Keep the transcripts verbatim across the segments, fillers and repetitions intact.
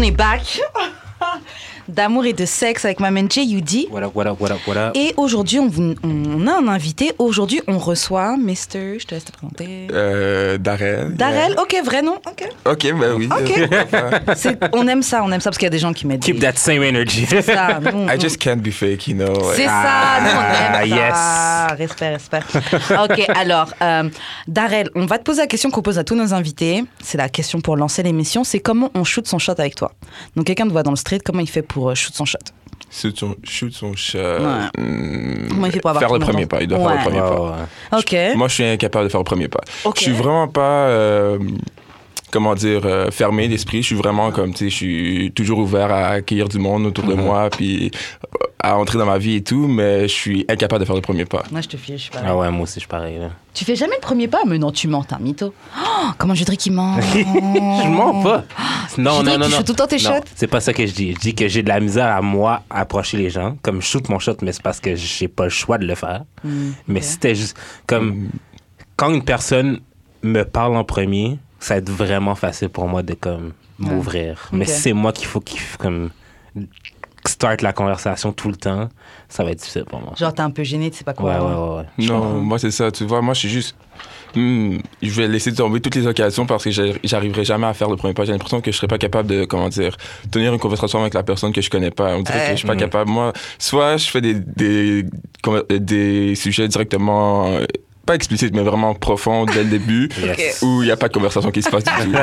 est back. D'amour et de sexe avec ma man J U D. What up, what up, what up, what up. Et aujourd'hui, on, vous, on a un invité. Aujourd'hui, on reçoit Mister Je te laisse te présenter. Euh, Darrell. Darrell, yeah. Ok, vrai nom. Ok. Ok, ben oui. Ok. C'est, on aime ça, on aime ça parce qu'il y a des gens qui mettent. Keep des... that same energy. C'est ça. Nous, I just can't be fake, you know. C'est Ah, ça, nous, on aime yes. ça. Respect, respect. Ok, alors, euh, Darrell, on va te poser la question qu'on pose à tous nos invités. C'est la question pour lancer l'émission. C'est comment on shoot son shot avec toi. Donc, quelqu'un te voit dans le street, comment il fait pour euh, shoot son shot? Shoot son, shoot son chat. Ouais. Hmm, Comment il fait pour avoir faire le tout premier le pas. Il doit Ouais. faire le premier Ouais, pas. ouais. Ok. Je- moi, je suis incapable de faire le premier pas. Ok. Je suis vraiment pas, euh, comment dire, euh, fermé d'esprit. Je suis vraiment comme, tu sais, je suis toujours ouvert à accueillir du monde autour de Mhm. moi, puis euh, à entrer dans ma vie et tout, mais je suis incapable de faire le premier pas. Moi, je te fie, je suis pareil. Ah ouais, moi aussi, je suis pareil. Là. Tu fais jamais le premier pas? Mais non, tu mens, t'es un mytho. Oh, comment je dirais qu'il ment? Je mens pas. Non, Je dirais non, non, que tu non. shoots tout le temps tes Non, shots? c'est pas ça que je dis. Je dis que j'ai de la misère à moi à approcher les gens. Comme je shoot mon shot, mais c'est parce que j'ai pas le choix de le faire. Mm, Mais ok. si c'était juste comme quand une personne me parle en premier, ça va être vraiment facile pour moi de comme m'ouvrir. Mais Ok. si c'est moi qu'il faut qu'il comme start la conversation tout le temps, ça va être difficile pour moi. Genre, t'es un peu gêné, tu sais pas quoi. Ouais, ouais, ouais, ouais. Je Non, comprends. moi, c'est ça. Tu vois, moi, je suis juste. hmm, je vais laisser tomber toutes les occasions parce que j'ar- j'arriverai jamais à faire le premier pas. J'ai l'impression que je serais pas capable de, comment dire, tenir une conversation avec la personne que je connais pas. On dirait Ouais. que je suis pas Mhm. capable. Moi, soit je fais des, des, comment- des sujets directement, euh, pas explicites, mais vraiment profonds dès le début, Yes. où il n'y a pas de conversation qui se passe du tout.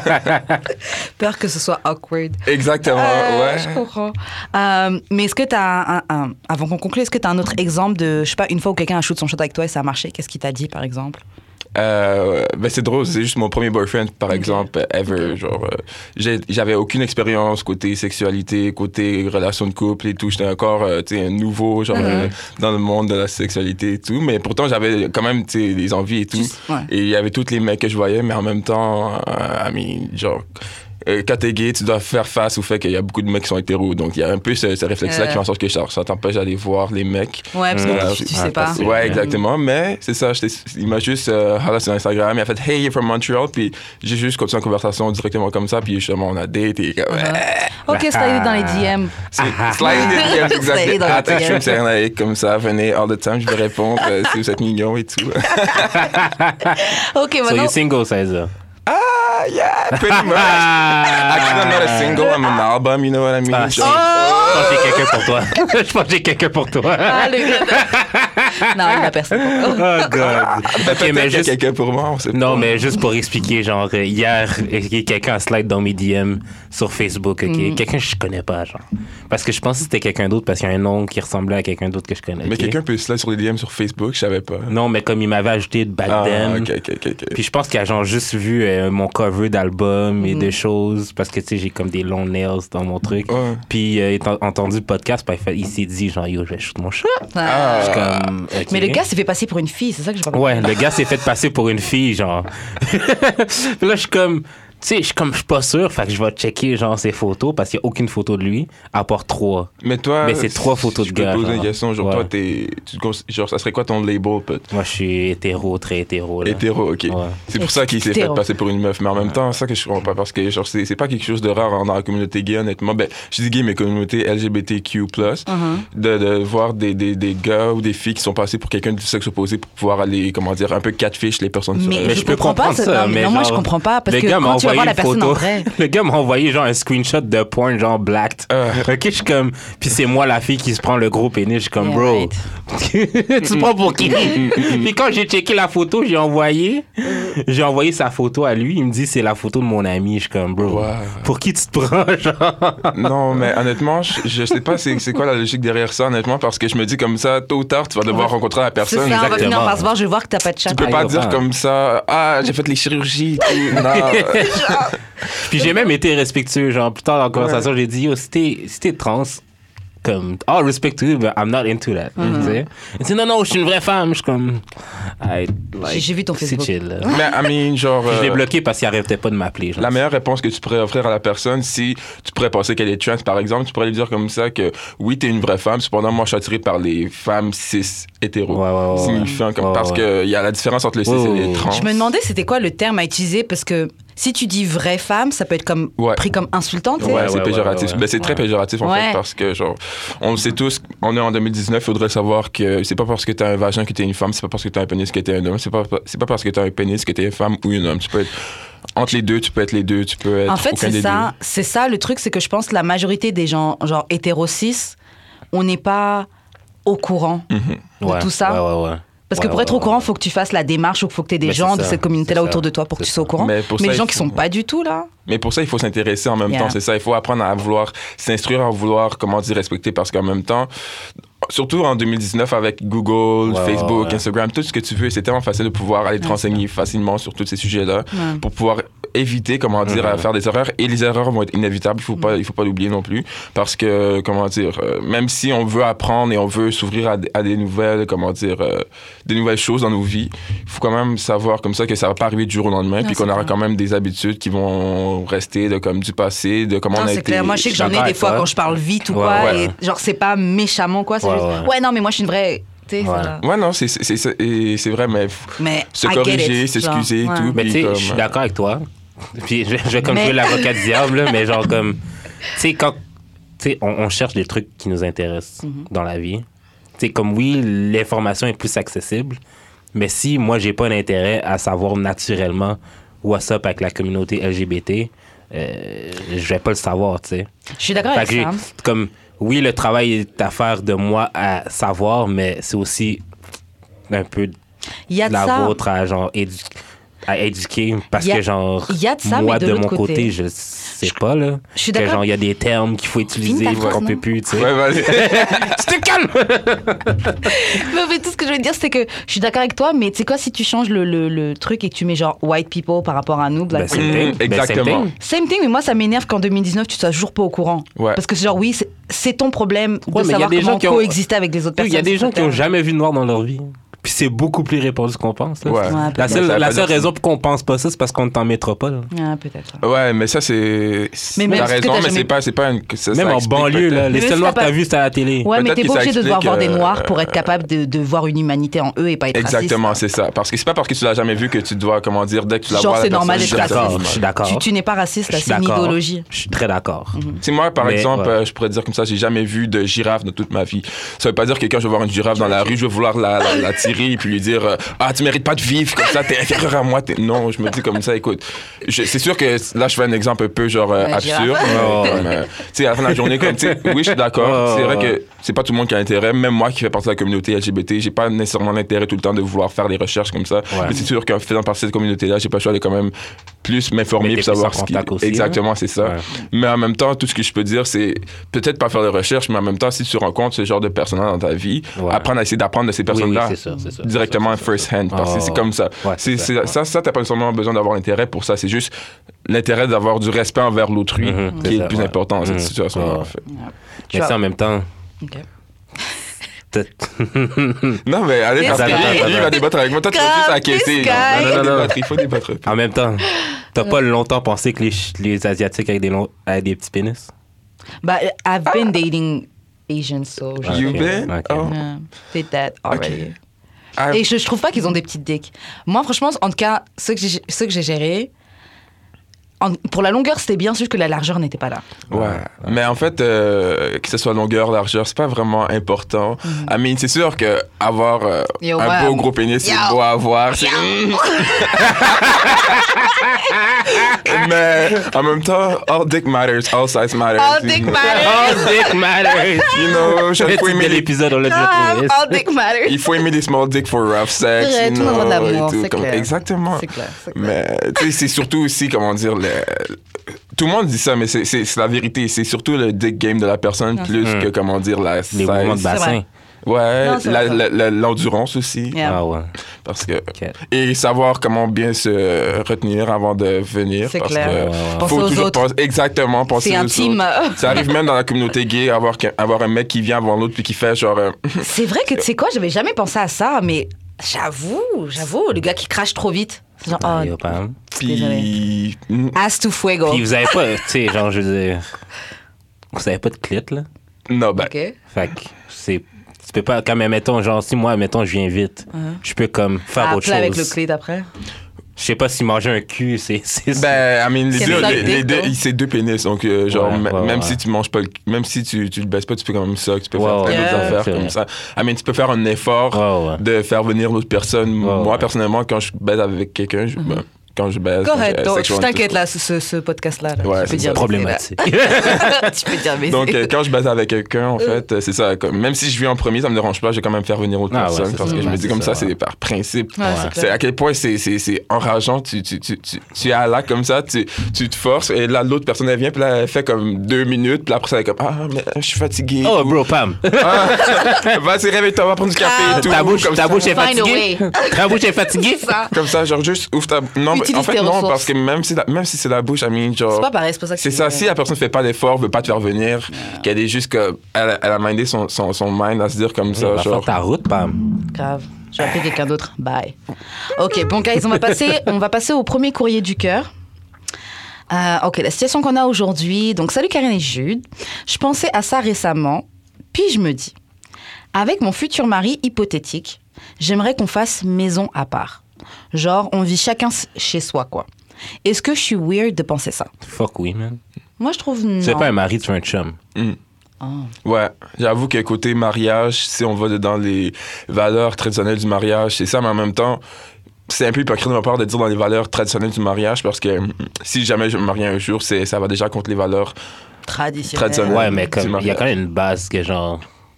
Peur que ce soit awkward. Exactement, Euh, ouais. Je comprends. Euh, mais est-ce que t'as un, un- avant qu'on conclue, est-ce que t'as un autre exemple de, je sais pas, une fois où quelqu'un a shoot son shot avec toi et ça a marché? Qu'est-ce qu'il t'a dit, par exemple? Euh, ben c'est drôle, c'est juste mon premier boyfriend, par exemple, ever. Genre, euh, j'ai- j'avais aucune expérience côté sexualité, côté relation de couple et tout. J'étais encore, euh, tu sais, un nouveau, genre, Mhm. euh, dans le monde de la sexualité et tout. Mais pourtant, j'avais quand même, tu sais, des envies et tout. Juste- ouais. Et il y avait tous les mecs que je voyais, mais en même temps, euh, I mean, genre, euh, quand t'es gay, tu dois faire face au fait qu'il y a beaucoup de mecs qui sont hétéros. Donc, il y a un peu ce, ce réflexe-là Euh. qui fait en sorte que ça, ça t'empêche d'aller voir les mecs. Ouais, parce que Euh, tu, tu ouais, sais pas. parce que- Ouais, Ouais. exactement. Mais c'est ça, j'étais- il m'a juste euh, holla sur Instagram, il a fait Hey, you're from Montreal. Puis j'ai juste continué la conversation directement comme ça. Puis justement, on a date et comme. Uh-huh. Ok, slide dans les D M. C'est slide in the D Ms, Slide exactement. dans les Attends, je D M. suis Sernaïque comme ça, venez all the time, je vais répondre euh, si vous êtes mignon et tout. Ok, So maintenant. you're single, César? Ah, yeah, pretty much. Actually, I'm not a single, I'm an album, you know what I mean? Ah, Genre- Je pense que j'ai quelqu'un pour toi. Je pense que j'ai quelqu'un pour toi. Ah, le gars. Non, il a personne. Oh, God. Ben, Ok, peut-être mais qu'il y a juste... quelqu'un pour moi, on sait pas. Non, mais juste pour expliquer, genre, euh, hier, euh, quelqu'un a slide dans mes D M sur Facebook, OK? Mm. Quelqu'un que je connais pas, genre. Parce que je pensais que c'était quelqu'un d'autre parce qu'il y a un nom qui ressemblait à quelqu'un d'autre que je connais. Mais ok? quelqu'un peut slide sur les D M sur Facebook, je savais pas. Non, mais comme il m'avait ajouté de back Ah, then. ok, ok, ok. ok. Puis je pense qu'il a genre juste vu euh, mon cover d'album et Mhm. de choses parce que tu sais j'ai comme des longs nails dans mon truc. Ouais. Puis euh, il a entendu le podcast, puis il, fait- il s'est dit genre yo je vais shoot mon chat. Ah. Je suis comme ok. Mais le gars s'est fait passer pour une fille, c'est ça que je pas Ouais, le gars s'est fait passer pour une fille genre. Puis là je suis comme tu sais, je suis comme je suis pas sûr, fait que je vais checker genre ses photos parce qu'il y a aucune photo de lui à part trois. Mais toi, Mais c'est trois photos de je peux te gars, poser une genre. question, genre Ouais. toi, t'es, tu te cons- genre ça serait quoi ton label, peut Moi je suis hétéro, très hétéro là. Hétéro, ok. Ouais. C'est pour ça qu'il s'est fait Hétéro. passer pour une meuf, mais en même temps, ça que je comprends pas, parce que genre c'est, c'est pas quelque chose de rare dans la communauté gay, honnêtement. Ben, je dis gay, mais communauté L G B T Q plus, Mhm. de, de voir des, des, des gars ou des filles qui sont passés pour quelqu'un du sexe opposé pour pouvoir aller, comment dire, un peu catfish les personnes. sur- Mais, Mais je, je peux comprends pas comprendre ça. ça, Non, mais mais non, moi genre, je comprends pas parce le que gars m'a quand tu vas voir envoyé la une personne en photo. vrai. Le gars m'a envoyé genre un screenshot de porn genre blacked. Euh. Ok, je suis comme. Puis c'est moi la fille qui se prend le gros pénis. Je suis comme, Yeah, bro. right. tu te prends pour qui? Puis quand j'ai checké la photo, j'ai envoyé. J'ai envoyé sa photo à lui. Il me dit, c'est la photo de mon ami. Je suis comme, bro. Wow. Pour qui tu te prends, genre? Non, mais honnêtement, je, je sais pas c'est, c'est quoi la logique derrière ça, honnêtement, parce que je me dis comme ça, tôt ou tard, tu vas devoir Ouais. rencontrer la C'est personne. ça, on va finir exactement. par se voir, je vais voir que t'as pas de chat. Tu peux Ah, pas il va dire pas. comme ça, ah, j'ai fait les chirurgies. et tout. Non. Puis j'ai même été respectueux. Genre, plus tard dans la conversation, j'ai dit, yo, si t'es, si t'es trans, comme, all respect to you, but I'm not into that. Mm-hmm. Tu sais? Il dit, non, non, je suis une vraie femme. Je suis comme, I, like, J'ai- j'ai vu ton c'est Facebook. chill. là. Mais, I mean, genre. Puis je l'ai euh, bloqué parce qu'il arrêtait pas de m'appeler. genre. La meilleure réponse que tu pourrais offrir à la personne, si tu pourrais penser qu'elle est trans, par exemple, tu pourrais lui dire comme ça que oui, t'es une vraie femme, cependant, moi, je suis attiré par les femmes cis hétéros. Ouais, ouais, ouais, Signifiant comme, ouais, parce ouais. qu'il y a la différence entre le cis Ouais, et ouais, les ouais. trans. Je me demandais c'était quoi le terme à utiliser parce que si tu dis vraie femme, ça peut être comme Ouais. pris comme insultant, tu sais. Ouais, Ouais, c'est ouais, péjoratif. ouais, ouais. Ben, c'est très Ouais. péjoratif, en Ouais. fait, parce que, genre, on le sait tous, on est en deux mille dix-neuf, il faudrait savoir que c'est pas parce que t'as un vagin que t'es une femme, c'est pas parce que t'as un pénis que t'es un homme, c'est pas, c'est pas parce que t'as un pénis que t'es une femme ou un homme. Tu peux être entre les deux, tu peux être les deux, tu peux être En fait, aucun c'est des ça, c'est ça le truc, c'est que je pense que la majorité des gens, genre hétéro-cis, on n'est pas au courant deux. Mhm. de Ouais. tout ça. Ouais, ouais, ouais. Parce que Ouais, pour ouais, être au ouais, courant, il ouais. faut que tu fasses la démarche ou il faut que tu aies des Mais gens c'est de ça, cette communauté-là c'est autour ça, de toi pour que c'est tu sois au courant. Mais Mais, pour ça, les il gens qui faut- sont pas du tout là. Mais pour ça, il faut s'intéresser en même Yeah. temps, c'est ça. Il faut apprendre à vouloir s'instruire, à vouloir, comment dire, respecter, parce qu'en même temps, surtout en deux mille dix-neuf avec Google, Ouais, Facebook, ouais, ouais. Instagram, tout ce que tu veux, c'est tellement facile de pouvoir aller te Ouais, renseigner facilement sur tous ces sujets-là Ouais. pour pouvoir éviter, comment dire, Mhm. à faire des erreurs. Et les erreurs vont être inévitables, il faut pas, il faut pas l'oublier non plus, parce que, comment dire, euh, même si on veut apprendre et on veut s'ouvrir à, des- à des nouvelles, comment dire, euh, des nouvelles choses dans nos vies, il faut quand même savoir comme ça que ça va pas arriver du jour au lendemain, Non, puis qu'on c'est aura clair. quand même des habitudes qui vont rester de comme du passé, de comment Non, on a c'est été. clair. Moi, je sais que j'en ai d'accord des avec fois toi. quand je parle vite ou Ouais, quoi, ouais. et genre, c'est pas méchamment quoi, c'est Ouais, juste, ouais. ouais, non, mais moi, je suis une vraie. Tu sais, Ouais. c'est là. Ouais, non, c'est, c'est, c'est, et c'est vrai, mais f- Mais se I get corriger, it, s'excuser genre, et tout. ouais. Mais puis tu sais, comme, je suis euh, d'accord avec toi. Puis je, je vais comme Mais- jouer l'avocat du diable, là, mais genre comme. Tu sais, quand. Tu sais, on, on cherche des trucs qui nous intéressent Mhm. dans la vie. Tu sais, comme oui, l'information est plus accessible, mais si moi, j'ai pas d'intérêt à savoir naturellement what's up avec la communauté L G B T, euh, je vais pas le savoir, tu sais. Je suis d'accord Fait avec que j'ai- ça. comme, oui, le travail est à faire de moi à savoir, mais c'est aussi un peu Il y a de la ça. vôtre à genre édu- à éduquer parce Il y a- que genre il y a de ça, moi mais de de, l'autre mon côté, côté- je sais pas là Je suis que d'accord. genre il y a des termes qu'il faut utiliser Finis ta phrase, qu'on non? peut plus, tu sais. Ouais, vas-y. Tu te calmes. Mais, mais tout ce que je veux dire, c'est que je suis d'accord avec toi, mais tu sais quoi, si tu changes le, le, le truc et que tu mets genre white people par rapport à nous, Ben, like, same Mm, thing. Ben, same exactement. thing. same thing, mais moi, ça m'énerve qu'en deux mille dix-neuf, tu sois toujours pas au courant. Ouais. Parce que c'est genre, oui, c'est- c'est ton problème de Ouais, mais il y a savoir des comment gens qui ont- coexister avec les autres Il personnes. y a des sur gens cette qui ont terre. jamais vu de noir dans leur vie. Puis c'est beaucoup plus répandu qu'on pense. Là. Ouais. Ouais, La peut-être. seule, Mais ça veut la pas seule dire- raison pour qu'on pense pas ça, c'est parce qu'on est en métropole. Ah, peut-être. Ouais, mais ça, c'est. Mais même t'as ce que raison, t'as mais jamais- c'est pas, c'est pas une. ça- Même ça en explique banlieue, là, peut-être. les Mais seuls c'est noirs pas- que t'as vus, c'était à la télé. Ouais, mais Peut-être t'es que pas ça obligé de devoir explique, voir des euh, noirs pour être capable de, de voir une humanité en eux et pas être Exactement, raciste. c'est ça. Parce que c'est pas parce que tu l'as jamais vu que tu dois, comment dire, dès que tu la Genre, vois. la c'est normal personne, d'être tu la raciste. D'accord, trouves je suis mal. d'accord. Tu, tu n'es pas raciste, là, Je suis c'est une d'accord. idéologie. Je suis très d'accord. Tu sais, moi, par Mais, exemple, ouais. euh, je pourrais dire comme ça, j'ai jamais vu de girafe de toute ma vie. Ça veut pas dire que quand je vais voir une girafe dans la rue, je vais vouloir la, la, la tirer et puis lui dire euh, ah, tu mérites pas de vivre comme ça, t'es inférieur à moi. T'es... Non, je me dis comme ça, écoute, je- c'est sûr que là, je fais un exemple un peu genre euh, La absurde. girafe. mais Ouais. comme, euh, tu sais, à la fin de la journée, comme, tu sais, oui, je suis d'accord. Ouais, c'est vrai ouais. que c'est pas tout le monde qui a intérêt. Même moi qui fais partie de la communauté L G B T, j'ai pas nécessairement l'intérêt tout le temps de vouloir faire des recherches comme ça. Ouais. Mais c'est sûr qu'en faisant partie de cette communauté-là, j'ai pas le choix de quand même plus m'informer Mais pour t'es plus savoir en ce qui. contact aussi, Exactement, c'est ça. Ouais. Mais en même temps, tout ce que je peux dire, c'est peut-être pas faire de recherche, mais en même temps, si tu rencontres ce genre de personnes dans ta vie, Ouais. apprendre à essayer d'apprendre de ces Oui, oui, personnes-là c'est ça, c'est ça, directement c'est ça, c'est first ça. hand, parce que Oh. c'est comme ça. Ouais, c'est, c'est c'est- ça, ça, t'as pas nécessairement besoin d'avoir l'intérêt pour ça. C'est juste l'intérêt d'avoir du respect envers l'autrui Mhm, qui c'est est ça, le plus ouais. important dans cette Mhm. situation-là, Ouais. en fait. Tu Mais vois. ça, en même temps, Ok. t'as- Non, mais allez, This parce que guy. lui, lui, il va débattre avec moi. Toi, tu vas juste God, acquiescer. this Non, guy. non, non, Non, non, non. débattre, il faut débattre. en même temps, t'as pas longtemps pensé que les, ch- les Asiatiques avec des, longs, avec des petits pénis? But I've been dating Asians, so je- You Ok, been? ok. Oh. Yeah, did that already. Ah, Et je, je trouve pas qu'ils ont des petites dicks. Moi, franchement, en tout cas, ceux que j'ai, ceux que j'ai gérés, en- pour la longueur, c'était bien, sûr que la largeur n'était pas là. Ouais. Mais en fait, euh, que ce soit longueur, largeur, c'est pas vraiment important. I mean, c'est sûr que avoir euh, Yo, un ouais. beau gros pénis, c'est Yo. beau à avoir. c'est- Mais en même temps, all dick matters, all size matters. All you dick know. matters. Oh, dick matters! You know, il Le faut titre aimer de les, l'épisode, on l'a déjà Ah, trouvé. all dick matters. il faut aimer les small dick for rough sex. C'est vrai, you tout le monde know, a d'amour, et tout, c'est comme- clair. Exactement. C'est clair, c'est clair. Mais tu sais, c'est surtout aussi, comment dire, le... tout le monde dit ça, mais c'est, c'est, c'est la vérité. C'est surtout le dick game de la personne Non, plus c'est- que, comment dire, la Les size. mouvements de bassin. vrai. Ouais, Non, c'est la- vrai. la- la- l'endurance aussi. Yeah. Ah ouais. Parce que... Ok. Et savoir comment bien se retenir avant de venir. C'est parce clair. que Ouais, ouais, ouais. Penser faut aux toujours autres. penser- exactement, penser C'est aux intime. autres. Ça arrive même dans la communauté gay, avoir, qu'un- avoir un mec qui vient avant l'autre puis qui fait genre... euh, C'est vrai que tu sais quoi, j'avais jamais pensé à ça, mais j'avoue, j'avoue, le gars qui crache trop vite. C'est genre, Ah, oh, yo, Pam. puis... mm, as to fuego. Puis vous avez pas, tu sais, genre, je veux dire, vous avez pas de clit, là? Non, ben... Ok. Fait que c'est. Tu peux pas, quand même, mettons, genre, si moi, mettons, je viens vite, Uh-huh. je peux comme faire Ah, autre plat chose. avec le clé d'après. Je sais pas si manger un cul, c'est. c'est Ben, I mean, les C'est deux, ça, les, les deux, non? c'est deux pénis. Donc, euh, genre, Ouais, m- ouais, même ouais. si tu manges pas, le, même si tu, tu le baisses pas, tu peux quand même ça. Tu peux Ouais, faire ouais. plein d'autres Yeah. affaires C'est comme vrai. ça. I mean, tu peux faire un effort Ouais, ouais. de faire venir l'autre personne. Moi, ouais. personnellement, quand je baise avec quelqu'un, je, ben, quand je baise. quand Correct. j'ai Donc, sexual t'inquiète intercourse- là, ce, ce, ce podcast-là. Là, Ouais, tu c'est peux dire ça. Problématique. tu peux dire mais Donc, euh, quand je baise avec quelqu'un, en fait, euh, c'est ça. Comme, même si je vis en premier, ça me dérange pas. Je vais quand même faire venir autre Ah ouais, personne c'est parce ça. que je me Ouais, dis c'est comme ça, ça, c'est ouais. par principe. Ouais, c'est C'est clair. à quel point c'est, c'est, c'est enrageant. Tu, tu, tu, tu, tu es à là comme ça, tu, tu te forces et là, l'autre personne, elle vient, puis là, elle fait comme deux minutes, puis là, après ça, elle est comme Ah, mais je suis fatigué. Oh, Ou, bro, Pam. Ah, vas-y, réveille-toi, va prendre du café Ah, et tout. Ta bouche, comme ta ça. bouche est Find a fatiguée. way. Ta bouche est fatiguée. Ça. Comme ça, genre, juste ouvre ta. Non, mais Utilise en fait, tes non, ressources. parce que même si, la- même si c'est la bouche, I mean, genre. C'est pas pareil, c'est pour ça que C'est tu- ça, si la personne fait pas d'effort, veut pas te faire venir, qu'elle est juste que. Elle, elle a mindé son, son, son mind à se dire comme ça, Va faire genre. ta route, Pam. Grave. Je vais appeler quelqu'un d'autre. Bye. Ok, bon, guys, on va passer, on va passer au premier courrier du cœur. Euh, ok, la situation qu'on a aujourd'hui. Donc, salut Karine et Jude. Je pensais à ça récemment, puis je me dis, avec mon futur mari hypothétique, j'aimerais qu'on fasse maison à part. Genre, on vit chacun s- chez soi, quoi. Est-ce que je suis weird de penser ça? Fuck oui, man. Moi, je trouve non. Tu fais pas un mari, tu fais un chum. Hmm. Oh. Ouais, j'avoue que côté mariage, si on va dans les valeurs traditionnelles du mariage, c'est ça, mais en même temps, c'est un peu hypocrite de ma part de dire dans les valeurs traditionnelles du mariage parce que hum, si jamais je me marie un jour, c'est, ça va déjà contre les valeurs. Traditionnel. Traditionnel. Ouais, mais du comme il y a mariage. quand même une base que genre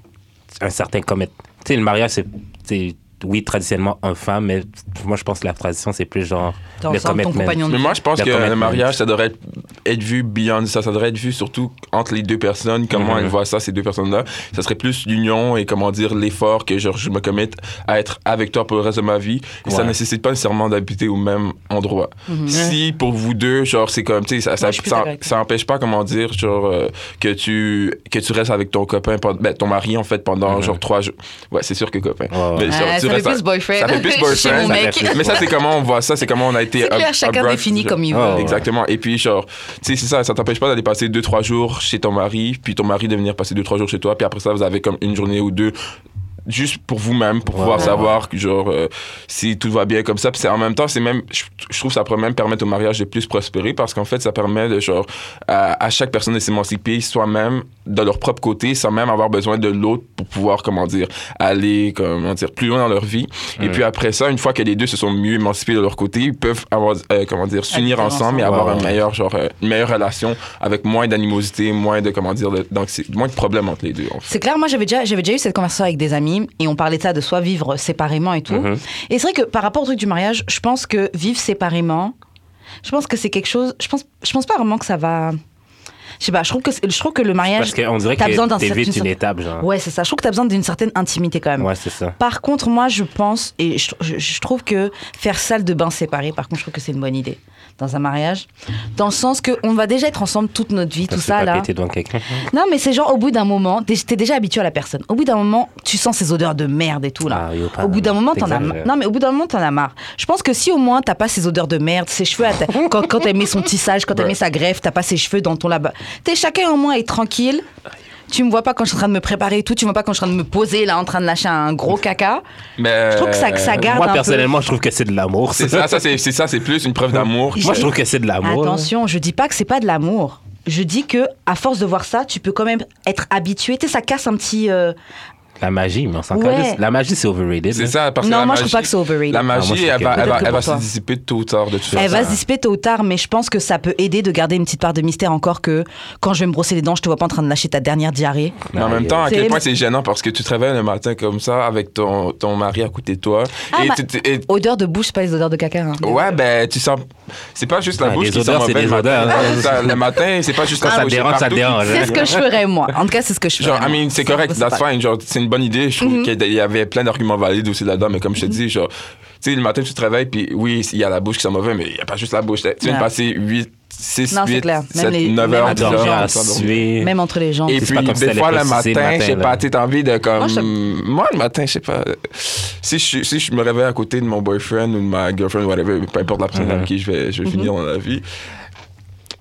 un certain commet. Tu sais, le mariage c'est, c'est oui traditionnellement homme-femme, mais moi je pense que la tradition c'est plus genre T'es le ensemble, ton commitment. compagnon de Mais moi, je pense Le que le commitment. mariage, ça devrait être, être vu beyond ça. Ça devrait être vu surtout entre les deux personnes, comment Mhm. elles voient ça, ces deux personnes-là. Ça serait plus l'union et, comment dire, l'effort que genre, je me commette à être avec toi pour le reste de ma vie. Et ça Ouais. nécessite pas nécessairement d'habiter au même endroit. Mhm. Si pour vous deux, genre, c'est comme, tu sais, ça, ça, Ouais, je suis plus ça, d'accord avec ça empêche pas, comment dire, genre, euh, que, tu, que tu restes avec ton copain, pendant- ben, ton mari, en fait, pendant Mhm. genre trois jours. Ouais, c'est sûr que copain. Ouais, ouais. Mais, genre, Ah, tu ça fait restes à- plus boyfriend. ça fait plus Chez boyfriend, mon ça mec. fait plus- Mais ça, c'est comment on voit ça, c'est comment on a été. C'est clair, up- chacun abrupt, définit genre. comme il veut. Oh, ouais. Exactement. Et puis, genre, tu sais, c'est ça, ça t'empêche pas d'aller passer deux, trois jours chez ton mari, puis ton mari de venir passer deux, trois jours chez toi, puis après ça, vous avez comme une journée ou deux juste pour vous-même, pour Ouais, pouvoir ouais, savoir que, genre, euh, si tout va bien comme ça. Puis c'est, en même temps, c'est même, je, je trouve que ça pourrait même permettre au mariage de plus prospérer parce qu'en fait, ça permet de, genre, à, à chaque personne de s'émanciper soi-même de leur propre côté sans même avoir besoin de l'autre pour pouvoir, comment dire, aller, comment dire, plus loin dans leur vie. Et Mm. puis après ça, une fois que les deux se sont mieux émancipés de leur côté, ils peuvent avoir, euh, comment dire, s'unir Habiter ensemble et ensemble. avoir Ouais, un ouais. meilleur, genre, euh, une meilleure relation avec moins d'animosité, moins de, comment dire, de, donc c'est moins de problèmes entre les deux, en fait. C'est clair, moi j'avais déjà, j'avais déjà eu cette conversation avec des amis et on parlait de ça, de soit vivre séparément et tout. Mhm. Et c'est vrai que par rapport au truc du mariage, je pense que vivre séparément, je pense que c'est quelque chose. Je pense, je pense pas vraiment que ça va. Je sais pas, je trouve que, c'est- je trouve que le mariage. Parce qu'on dirait t'as besoin que d'un t'évites certain- une étape, genre. Ouais, c'est ça. Je trouve que t'as besoin d'une certaine intimité quand même. Ouais, c'est ça. Par contre, moi, je pense, et je, je- je trouve que faire salle de bain séparée, par contre, je trouve que c'est une bonne idée dans un mariage. Dans le sens qu'on va déjà être ensemble toute notre vie, tout Parce que ça, pas là. péter devant quelqu'un. Non, mais c'est genre, au bout d'un moment, t'es t'es déjà habitué à la personne. Au bout d'un moment, tu sens ces odeurs de merde et tout, là. Ah, yo, pas- Au bout d'un moment, t'en as t'exagères. marre. Non, mais au bout d'un moment, t'en as marre. Je pense que si au moins t'as pas ces odeurs de merde, ses cheveux, à ta- quand, quand elle met son tissage, quand elle Ouais. met sa greffe, t'as pas ses cheveux dans ton là-bas. T'es chacun au moins est tranquille. Tu me vois pas quand je suis en train de me préparer et tout. Tu me vois pas quand je suis en train de me poser là, en train de lâcher un gros caca. Mais, Je trouve que ça, que ça garde Moi, un personnellement, je trouve que c'est de l'amour. C'est ça, ça c'est, c'est ça, c'est plus une preuve d'amour. peu. Moi, je trouve que c'est de l'amour. là. Attention, je dis pas que c'est pas de l'amour. Je dis que à force de voir ça, tu peux quand même être habitué. Tu sais, ça casse un petit. euh, La magie, mais on s'en Ouais. calisse. La magie, c'est overrated. C'est là. ça, parce que Non, la moi, magie, je trouve pas que c'est overrated. La Ah, moi, je magie, trouve elle que- va, elle va, Peut-être que elle va pour toi. se dissiper tôt ou tard de toute façon. Elle va se dissiper tôt ou tard, mais je pense que ça peut aider de garder une petite part de mystère encore que quand je vais me brosser les dents, je te vois pas en train de lâcher ta dernière diarrhée. Mais en Ah, même yeah. temps, à C'est- quel point c'est gênant parce que tu te réveilles le matin comme ça avec ton, ton mari à côté de toi. Ah, et bah- tu- tu- et- Odeur de bouche, c'est pas les odeurs de caca. hein. ouais, ben, tu sens. C'est pas juste la Ouais, bouche les qui odeurs, sent c'est mauvais des le matin. odeurs, hein. Ça, le matin, c'est pas juste Quand la ça bouche, te c'est dérange, ça partout te dérange. qui- C'est ce que je ferais, moi. En tout cas, c'est ce que je ferais. Genre, I mean, c'est correct, C'est that's pas- fine. Genre, c'est une bonne idée. Je trouve qu'il y avait plein d'arguments valides aussi là-dedans, mais comme je te dis, genre, tu sais, le matin, tu te réveilles, puis oui, il y a la bouche qui sent mauvais, mais il n'y a pas juste la bouche. Tu viens de Ouais. passer huit, six, Non, c'est huit, clair. Même sept, les- neuf même heures, à dix Dormir, heures. à sans dormir. suer. Même entre les gens. Et C'est puis, pas comme si des t'allais fois, le préciser matin, le matin, je sais là. pas, t'as envie de comme. Moi, je- Moi, le matin, je sais pas. Si je, si je me réveille à côté de mon boyfriend ou de ma girlfriend, whatever, peu importe la personne Mhm. avec qui je vais, je vais finir dans la vie,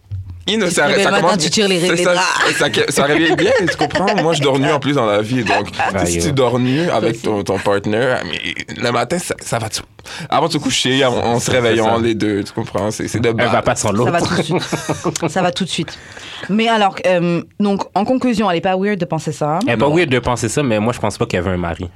You know, Tu te ça, réveilles ça le matin, commence- tu tires les- c'est les ça, draps. ça, ça, ça réveille bien, tu comprends? Moi, je dors nu en plus dans la vie. Donc, Ah, si yo. tu dors nu avec ton, ton partner, mais le matin, ça, ça va. te- Avant de se coucher, en, en se C'est réveillant, ça. les deux, tu comprends? C'est, c'est de Elle base. va pas sans Ça va l'autre. tout de suite. Ça va tout de suite. Mais alors, euh, donc, en conclusion, elle est pas weird de penser ça. Elle est pas Non. weird de penser ça, mais moi, je pense pas qu'elle veut un mari.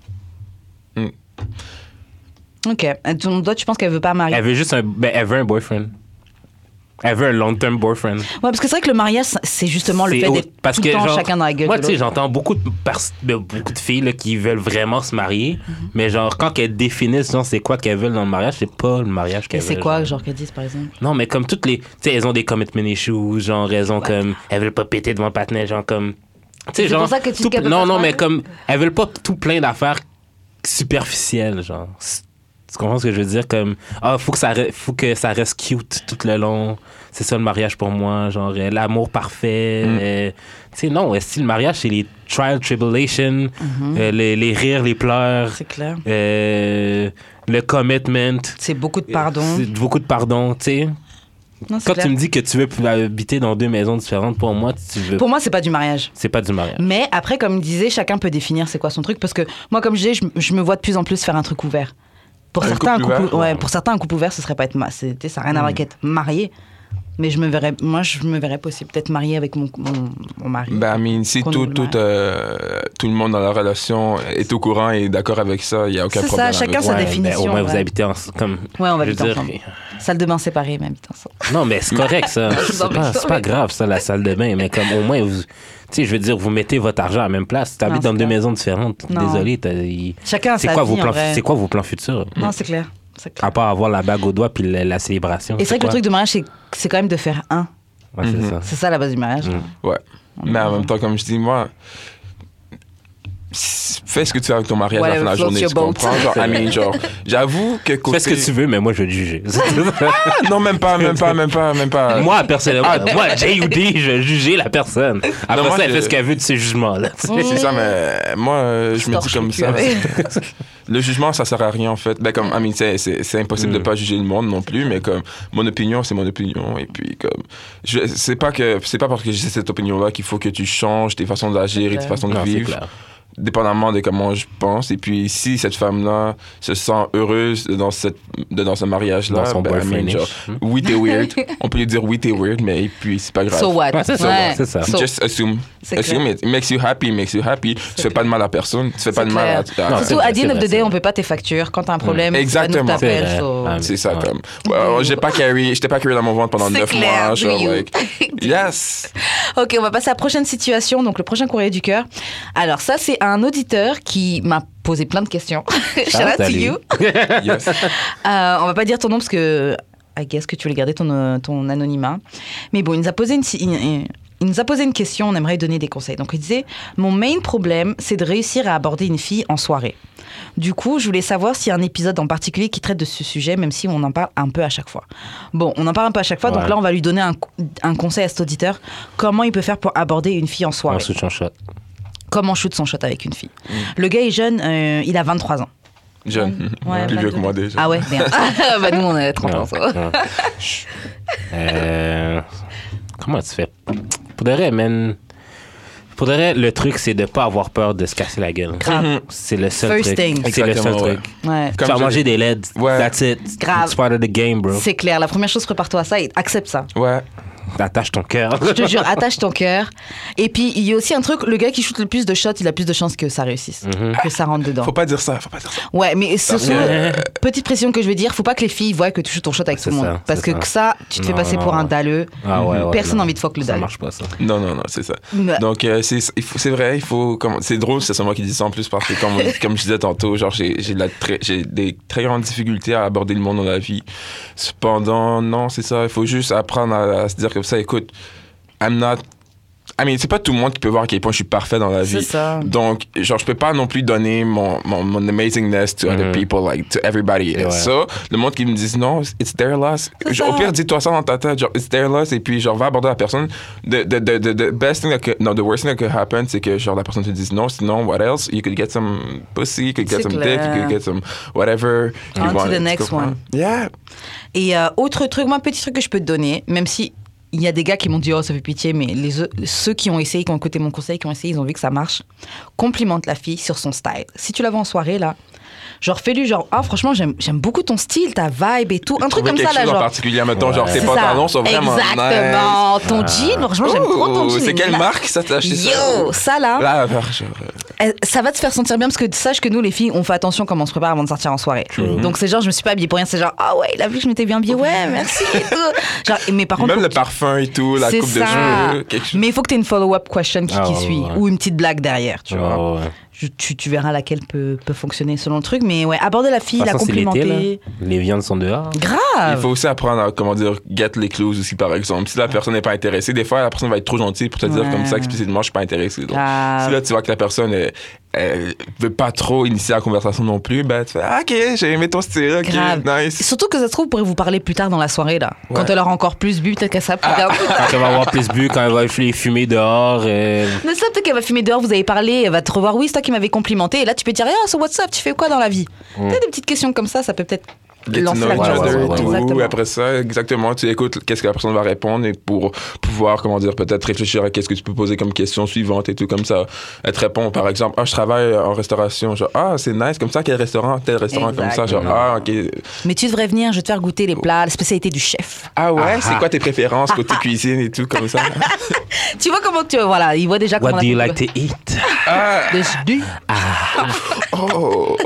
Ok. Et ton- Toi, tu penses qu'elle veut pas marier? Elle veut juste un. Ben, elle veut un boyfriend. Elle veut un long-term boyfriend. Ouais, parce que c'est vrai que le mariage, c'est justement le C'est fait au- d'être parce tout que, le temps genre, chacun dans la gueule Moi, de tu sais, l'autre. j'entends beaucoup de, pers- de- beaucoup de filles là, qui veulent vraiment se marier, mais genre, quand elles définissent, genre, c'est quoi qu'elles veulent dans le mariage, c'est pas le mariage Et qu'elles veulent. c'est quoi, genre. genre, qu'elles disent, par exemple? Non, mais comme toutes les. Tu sais, elles ont des commitment issues, genre, elles ont comme. Elles veulent pas péter devant le partenaire, genre, comme. Tu sais, C'est genre. pour ça que tu tout- te capes Non, pas non, se mais marier? comme. Elles veulent pas tout plein d'affaires superficielles, genre. Tu comprends ce que je veux dire? Comme, ah, faut que ça, re- faut que ça reste cute tout le long. C'est ça le mariage pour moi. Genre, euh, l'amour parfait. Mm. euh, tu sais, non, si le mariage, c'est les trials, tribulations, Mhm. euh, les, les rires, les pleurs, C'est clair. euh, le commitment. C'est beaucoup de pardon. C'est beaucoup de pardon, tu sais. Non, c'est Quand clair. tu me dis que tu veux habiter dans deux maisons différentes, pour moi, tu veux. Pour moi, c'est pas du mariage. C'est pas du mariage. Mais après, comme il disait, chacun peut définir c'est quoi son truc. Parce que moi, comme je disais, je, je me vois de plus en plus faire un truc ouvert. Pour Un certains, un couple couple, ouvert, ouais, ouais. pour certains, un couple ouvert, ce serait pas être ma- c'était- ça n'a rien à voir avec être marié. Mais je me verrais, moi, je me verrais possible peut-être mariée avec mon, mon, mon mari. Ben, I mean, si Qu'on tout, nous tout, le euh, tout le monde dans la relation est au courant et d'accord avec ça, il n'y a aucun C'est ça, problème. chacun avec sa Ouais, définition, mais au moins, vous ouais. habitez en, comme. Ouais, on va je habiter veux dire, ensemble. Salle de bain séparée, mais habite ensemble. Non, mais c'est correct, ça. C'est Non, mais pas, c'est sorry. pas grave, ça, la salle de bain. Mais comme au moins, vous. Tu sais, je veux dire, vous mettez votre argent à la même place. Tu Non, habites c'est dans deux clair. maisons différentes. Non. Désolé. t'as- il- Chacun a C'est sa quoi, vie, vos en plans, vrai. c'est quoi vos plans futurs? Non, c'est clair. C'est clair. À part avoir la bague au doigt puis la, la célébration. Et c'est vrai que le quoi? truc de mariage, c'est, c'est quand même de faire un. Ouais, c'est Mhm. ça. C'est ça la base du mariage. Mm. Ouais. Mais en même temps, comme je dis, moi, s- fais ce que tu veux avec ton mari à la fin de la Whatever journée, floats tu your boat. comprends? Genre, I mean, genre, j'avoue que côté... Fais ce que tu veux, mais moi, je vais te juger. Ah, non, même pas, même pas, même pas, même pas. moi, personnellement, moi, J ou D, je vais juger la personne. Après Non, moi, ça, elle je- fait ce qu'elle veut de ses jugements-là. C'est c'est ça, mais moi, euh, je me dis Torche comme le cul ça. avec. Le jugement, ça sert à rien, en fait. Ben, comme, I mean, c'est, c'est, c'est impossible Mm. de pas juger le monde non plus, mais comme, mon opinion, c'est mon opinion. Et puis, comme, je, c'est pas que, c'est pas parce que j'ai cette opinion-là qu'il faut que tu changes tes façons d'agir et tes clair. façons de Non, c'est vivre. clair. Dépendamment de comment je pense. Et puis, si cette femme-là se sent heureuse dans, cette, de- dans ce mariage-là, Dans son ben, I mean, boyfriend. genre, oui, t'es weird. On peut lui dire oui, t'es weird, mais et puis, c'est pas grave. So what? Ouais, c'est ça, Ouais. c'est ça. So- Just assume. C'est Assume clair. it. It makes you happy, it makes you happy. Tu fais pas de mal à personne. Tu fais pas de mal à... clair. à- Non, Surtout, c'est vrai, à the end c'est of the vrai, day, c'est on paie pas tes factures. Quand t'as un problème, Exactement. nous t'appelles. C'est vrai. so- Ah, C'est ça, Ouais. comme. Ouais, j'ai pas carry, j'étais pas carry dans mon ventre pendant C'est neuf clair, mois. Genre, do you? like, yes! Ok, on va passer à la prochaine situation, donc le prochain courrier du cœur. Alors ça, c'est un auditeur qui m'a posé plein de questions. Shout out to salut. you. Yes. Euh, on va pas dire ton nom parce que I guess que tu voulais garder ton, euh, ton anonymat. Mais bon, il nous a posé une, si- il, il- il nous a posé une question, on aimerait lui donner des conseils. Donc il disait, mon main problème, c'est de réussir à aborder une fille en soirée. Du coup, je voulais savoir s'il y a un épisode en particulier qui traite de ce sujet, même si on en parle un peu à chaque fois. Bon, on en parle un peu à chaque fois, donc Ouais. là, on va lui donner un, un conseil à cet auditeur. Comment il peut faire pour aborder une fille en On soirée? switch en shot. Comment shoot son shot avec une fille? Le gars est jeune, euh, il a vingt-trois ans. Jeune. Ouais, Plus vieux que vingt-deux. moi déjà. Ah ouais, merde. Bah nous, on a trente ans, ça. Ouais, ouais. Euh, comment tu fais? Pour de vrai, man. Pour de vrai, le truc, c'est de pas avoir peur de se casser la gueule. Grave. C'est le seul First truc. thing. C'est le seul Exactement, truc. Ouais. Tu Comme vas je- manger des L E D. Ouais. That's it. Grave. It's part of the game, bro. C'est clair, la première chose, prépare-toi à ça et accepte ça. Ouais. Attache ton cœur. Je te jure, attache ton cœur. Et puis, il y a aussi un truc, le gars qui shoot le plus de shots, il a plus de chances que ça réussisse, Mhm. que ça rentre dedans. Faut pas dire ça, faut pas dire ça. Ouais, mais ce sont Ouais. petite pression que je vais dire, faut pas que les filles voient que tu shoots ton shot avec C'est tout le monde. ça, Parce c'est que ça. ça, tu te fais Non, passer non, pour un non. dalleux. Ah ouais, ouais, Personne n'a non. envie de fuck le Ça dalle. marche pas, ça. Non, non, non, c'est ça. Mais- Donc, euh, c'est, il faut- c'est vrai, il faut. Comme, c'est drôle, c'est moi qui dis ça en plus parce que, comme, comme je disais tantôt, genre, j'ai, j'ai, de la très, j'ai des très grandes difficultés à aborder le monde dans la vie. Cependant, non, c'est ça. Il faut juste apprendre à, à se dire comme ça, écoute, I'm not. I mean, c'est pas tout le monde qui peut voir à quel point je suis parfait dans la C'est vie. ça. Donc, genre, je peux pas non plus donner mon, mon, mon amazingness to other Mhm. people, like, to everybody. Ouais. Ça, le monde qui me dit non, it's their loss. C'est Genre, au ça. pire, dis-toi ça dans ta tête, genre, it's their loss, et puis, genre, va aborder la personne. The, the, the, the, the best thing that could, no, the worst thing that could happen, c'est que, genre, la personne te dise non, sinon, what else? You could get some pussy, you could get C'est some clair. dick, you could get some whatever. you On to want, the tu next comprends? one. Yeah. Et euh, autre truc, moi, petit truc que je peux te donner, même si il y a des gars qui m'ont dit, oh, ça fait pitié, mais les, ceux qui ont essayé, qui ont écouté mon conseil, qui ont essayé, ils ont vu que ça marche. Complimente la fille sur son style. Si tu la vois en soirée, là, genre, fais-lui genre, ah, franchement, j'aime, j'aime beaucoup ton style, ta vibe et tout. Un truc comme ça, là, genre. en particulier, mettons, Ouais. genre, tes C'est pantalons ça. sont vraiment Exactement. nice. Ton jean, franchement, j'aime trop ton Oh, jean. c'est quelle Là- marque ça t'a acheté ça? Yo, ça là, Là, genre, euh, elle- ça va te faire sentir bien parce que sache que nous, les filles, on fait attention comment on se prépare avant de sortir en soirée. Donc, c'est genre, je me suis pas habillée pour rien. C'est genre, ah ouais, il a vu que je m'étais bien habillée, ouais, merci et tout. Genre, mais par contre, même faut le que- parfum et tout, la c'est coupe de ça. cheveux, quelque chose. Mais il faut que tu aies une follow-up question qui, Ah, qui ouais, suit ouais. ou une petite blague derrière, tu vois. Ouais, ouais. Je- tu, tu verras laquelle peut, peut fonctionner selon le truc. Mais ouais, aborder la fille, De toute la façon, c'est l'été, complimenter. là. Les viandes sont dehors. Grave. Il faut aussi apprendre à, comment dire, get les clues aussi, par exemple. Si la personne n'est pas intéressée, des fois, la personne va être trop gentille pour te dire Ouais. comme ça explicitement, je suis pas intéressé. Donc, Grave. si là, tu vois que la personne, elle, elle veut pas trop initier la conversation non plus, ben, tu fais, ah, ok, j'ai aimé ton style, ok, Grave. nice. Surtout que ça se trouve, vous pourrez vous parler plus tard dans la soirée, là. Ouais. Quand elle aura encore plus bu, peut-être qu'elle sera plus grave. Quand elle va avoir plus bu, quand elle va les fumer dehors. euh, Mais ça, peut-être qu'elle va fumer dehors, vous avez parlé, elle va te revoir. Oui, c'est toi qui m'avais complimenté. Et là, tu peux dire, ah, so what's up, tu fais quoi dans la vie? Mm. Peut-être des petites questions comme ça, ça peut peut-être Get to lancer know la each Ouais, other ouais, et ouais, tout. Exactement. Et après ça, exactement, tu écoutes qu'est-ce que la personne va répondre et pour pouvoir, comment dire, peut-être réfléchir à qu'est-ce que tu peux poser comme question suivante et tout comme ça. Elle te répond, par exemple, ah, je travaille en restauration. Genre, ah, c'est nice, comme ça, quel restaurant, tel restaurant, comme ça. Genre, ah, ok. Mais tu devrais venir, je vais te faire goûter les plats, la spécialité du chef. Ah ouais, Ah, c'est ah. quoi tes préférences côté cuisine et tout comme ça? Tu vois comment tu. Voilà, il voit déjà comment What on do you a like to eat? Des du. Oh.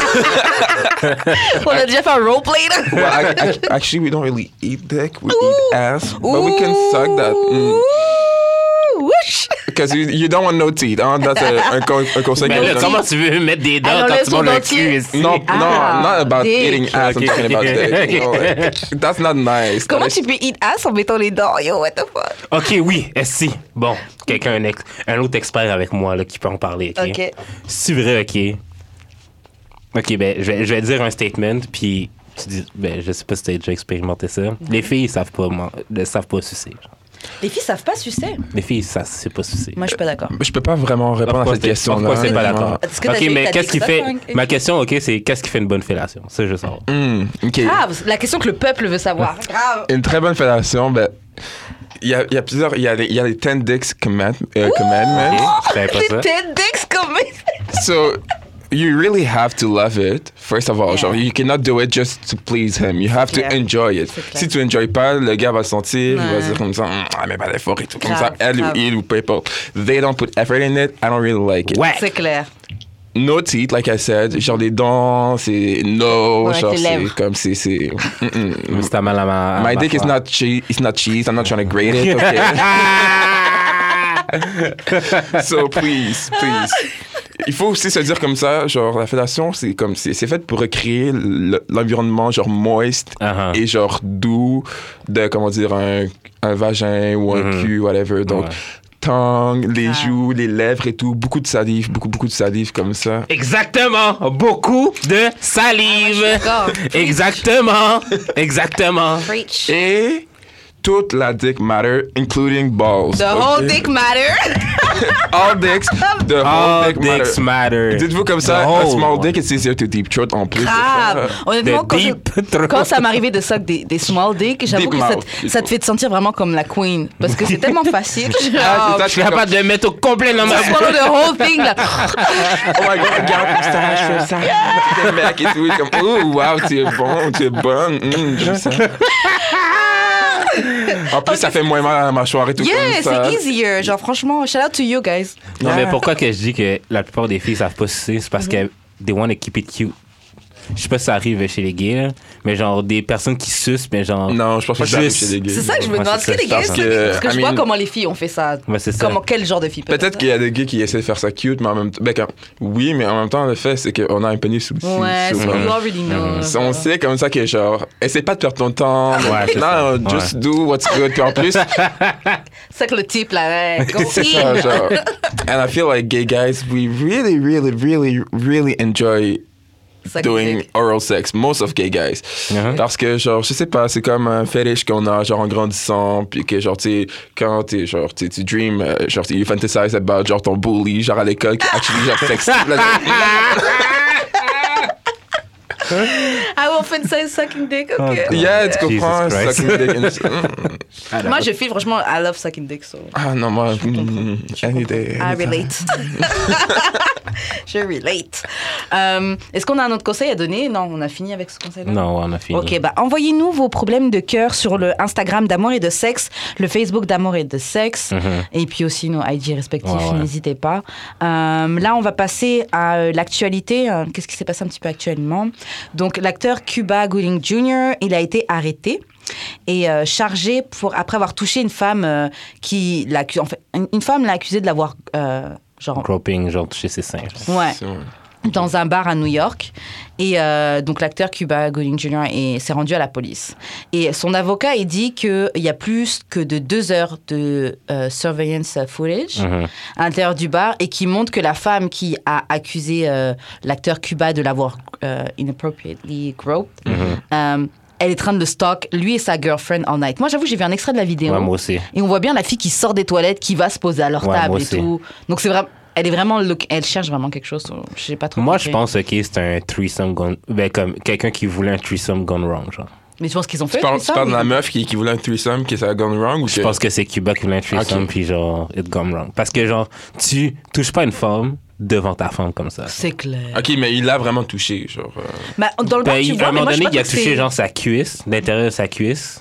On a déjà fait un roleplay, là. Well, I, I, actually, we don't really eat dick. We eat ass, but we can suck that. Mm. Whoosh. Because you, you don't want no teeth. Hein? That's a, un, con- un conseil Mais que là, je donne. comment tu veux mettre des dents Alors, quand laisse tu ton manges le dentier. cul ici? No, Ah, no, not about dick. eating ass. I'm Okay. talking about dick. No, Okay. that's not nice. Comment That tu peux eat ass en mettant les dents? Yo, what the fuck? OK, oui, eh, si. Bon, quelqu'un, un, ex- un autre expert avec moi là, qui peut en parler. OK. Ok. C'est vrai, OK. OK, ben, je vais, je vais dire un statement, puis tu dis, ben, je sais pas si tu as déjà expérimenté ça. Les filles, ils savent pas, man- ne savent pas sucer. genre. Les filles savent pas sucer. Les filles, ça, c'est pas sucer. Moi, je suis pas d'accord. Je peux pas vraiment répondre à Pourquoi cette t'es- question-là. pourquoi c'est pas d'accord? Est-ce que t'as OK, déjà- mais t'as qu'est-ce dit qui ça, fait... Frank? Ma question, OK, c'est qu'est-ce qui fait une bonne fellation? Ça, je sais. Hmm, OK. Ah, la question que le peuple veut savoir. Grave. Une très bonne fellation, ben, il y a, il y a plusieurs... Il y a les, il y a les ten dicks command, euh, commandments. Je savais pas ça. Les têtes d'ex comme So, you really have to love it, first of all. Yeah. Genre, you cannot do it just to please him. You have to clair. enjoy it. C'est clair. Si tu enjoy pas, le gars va le sentir, il va Ouais. dire comme ça, Hum, ah, mais pas d'effort et tout, comme Grave, ça. Elle grave. ou il ou peu importe. They don't put effort in it, I don't really like it. Ouais. C'est clair. No teeth, like I said. Genre, des dents, c'est no. Ouais, genre, tes c'est lèvres. comme, c'est. c'est mm, mm. Mais c'est ta mal à ma... à My ma dick is foi. not cheese. It's not cheese. I'm not trying to grate it. Okay. So please, please. Il faut aussi se dire comme ça, genre la fellation, c'est comme c'est c'est fait pour recréer le- l'environnement genre moist Uh-huh. et genre doux de comment dire un, un vagin ou un Mhm. cul whatever. Donc Ouais. tongue, les Ah. joues, les lèvres et tout, beaucoup de salive, beaucoup beaucoup de salive comme ça. Exactement. Beaucoup de salive. d'accord. Exactement. Exactement. Preach. Et toute la dick matter, including balls. The whole ok? dick matter. All dicks, the whole All dick dicks matter. matter. Dites-vous comme ça, The a whole small one. dick is easier to deep throat en plus. Grave. Honnêtement, The quand, deep je- throat. quand ça m'arrivait de suck des, des small dick, j'avoue Deep que ça, mouth, te- deep ça te fait te sentir vraiment comme la queen. Parce que c'est tellement facile. Ah, c'est Genre, ça, Je suis capable de mettre au complet dans ma tu swallow the whole thing, là. Oh my god, regarde comme ça, je fais ça. Le mec et tout, il est comme, oh wow, tu es bon, tu es bonne. Mm, j'aime ça. En plus, ça fait moins mal à la mâchoire et tout Yeah, comme ça. c'est easier. Genre, franchement, shout out to you guys. Non, Yeah. mais pourquoi que je dis que la plupart des filles savent pas sucer? C'est parce que they want to keep it cute. Je sais pas si ça arrive chez les gays, là, mais genre des personnes qui sucent, mais genre. Non, je pense pas que ça arrive Juste- chez les gays. C'est ça que je me Ouais, demande. c'est Est-ce que ça, les je gays, pense que- parce que je I vois mean- comment les filles ont fait ça. Ouais, c'est ça. Comment, quel genre de filles Peut-être qu'il y a des gays qui essaient de faire ça cute, mais en même temps, ben, quand- oui, mais en même temps, le fait, c'est qu'on a un pénis aussi. Ouais, souvent. so you already know. Si on sait comme ça que genre, essaie pas de perdre ton temps. Ouais, c'est ça. non, just do what's good. Puis en plus, C'est que le type, là, ouais. Go c'est eat. ça, genre. And I feel like gay guys, we really, really, really, really enjoy Suck doing dick. oral sex. Most of gay guys. Uh-huh. Parce que, genre, je sais pas, c'est comme un fétiche qu'on a, genre, en grandissant. Puis que, genre, tu sais, quand t'es, genre, tu tu dream, euh, genre, tu fantasize about, genre, ton bully, genre, à l'école, qui actually, genre, sex. I often say sucking dick, ok. Oh, Yeah, tu Jesus comprends? Christ. Sucking dick and- Moi, je file, franchement, I love sucking dick, so... Ah non, moi, mm, any day. I relate. Je relate. Euh, est-ce qu'on a un autre conseil à donner? Non, on a fini avec ce conseil-là? Non, on a fini. Ok, bah envoyez-nous vos problèmes de cœur sur le Instagram d'Amour et de Sexe, le Facebook d'Amour et de Sexe, Mhm. et puis aussi nos I G respectifs, Ouais, ouais. n'hésitez pas. Euh, là, on va passer à euh, l'actualité. Euh, Qu'est-ce qui s'est passé un petit peu actuellement? Donc, l'acteur Cuba Gooding Junior, il a été arrêté et euh, chargé pour, après avoir touché une femme euh, qui l'accuse, en fait, une, une femme l'a accusé de l'avoir, euh, genre, Groping, genre toucher ses seins. genre. ouais, C'est vrai. dans un bar à New York. Et euh, donc, l'acteur Cuba Gooding Junior est- s'est rendu à la police. Et son avocat, il dit qu'il y a plus que de deux heures de euh, surveillance footage Mhm. à l'intérieur du bar et qui montre que la femme qui a accusé euh, l'acteur Cuba de l'avoir euh, inappropriately groped, Mhm. euh, elle est en train de le stalk, lui et sa girlfriend all night. Moi, j'avoue, j'ai vu un extrait de la vidéo. Ouais, moi aussi. Et on voit bien la fille qui sort des toilettes, qui va se poser à leur Ouais, table moi et aussi. tout. Donc, c'est vraiment... Elle est vraiment... look- Elle cherche vraiment quelque chose. Je sais pas trop. Moi, compris. je pense, OK, c'est un threesome gone... Ben, comme quelqu'un qui voulait un threesome gone wrong, genre. Mais tu penses qu'ils ont fait Tu parles, ça? tu parles de la mais- meuf qui, qui voulait un threesome, qui ça a gone wrong ou Je que... pense que c'est Cuba qui voulait un threesome, Ok. puis genre, it gone wrong. Parce que, genre, tu touches pas une femme devant ta femme comme ça. C'est clair. Ok, mais il l'a vraiment touché, genre... euh, Bah, dans le bar, Ben, tu il- vois, à un mais moment moi, je donné, sais il a pas que touché, c'est- genre, sa cuisse, l'intérieur de sa cuisse.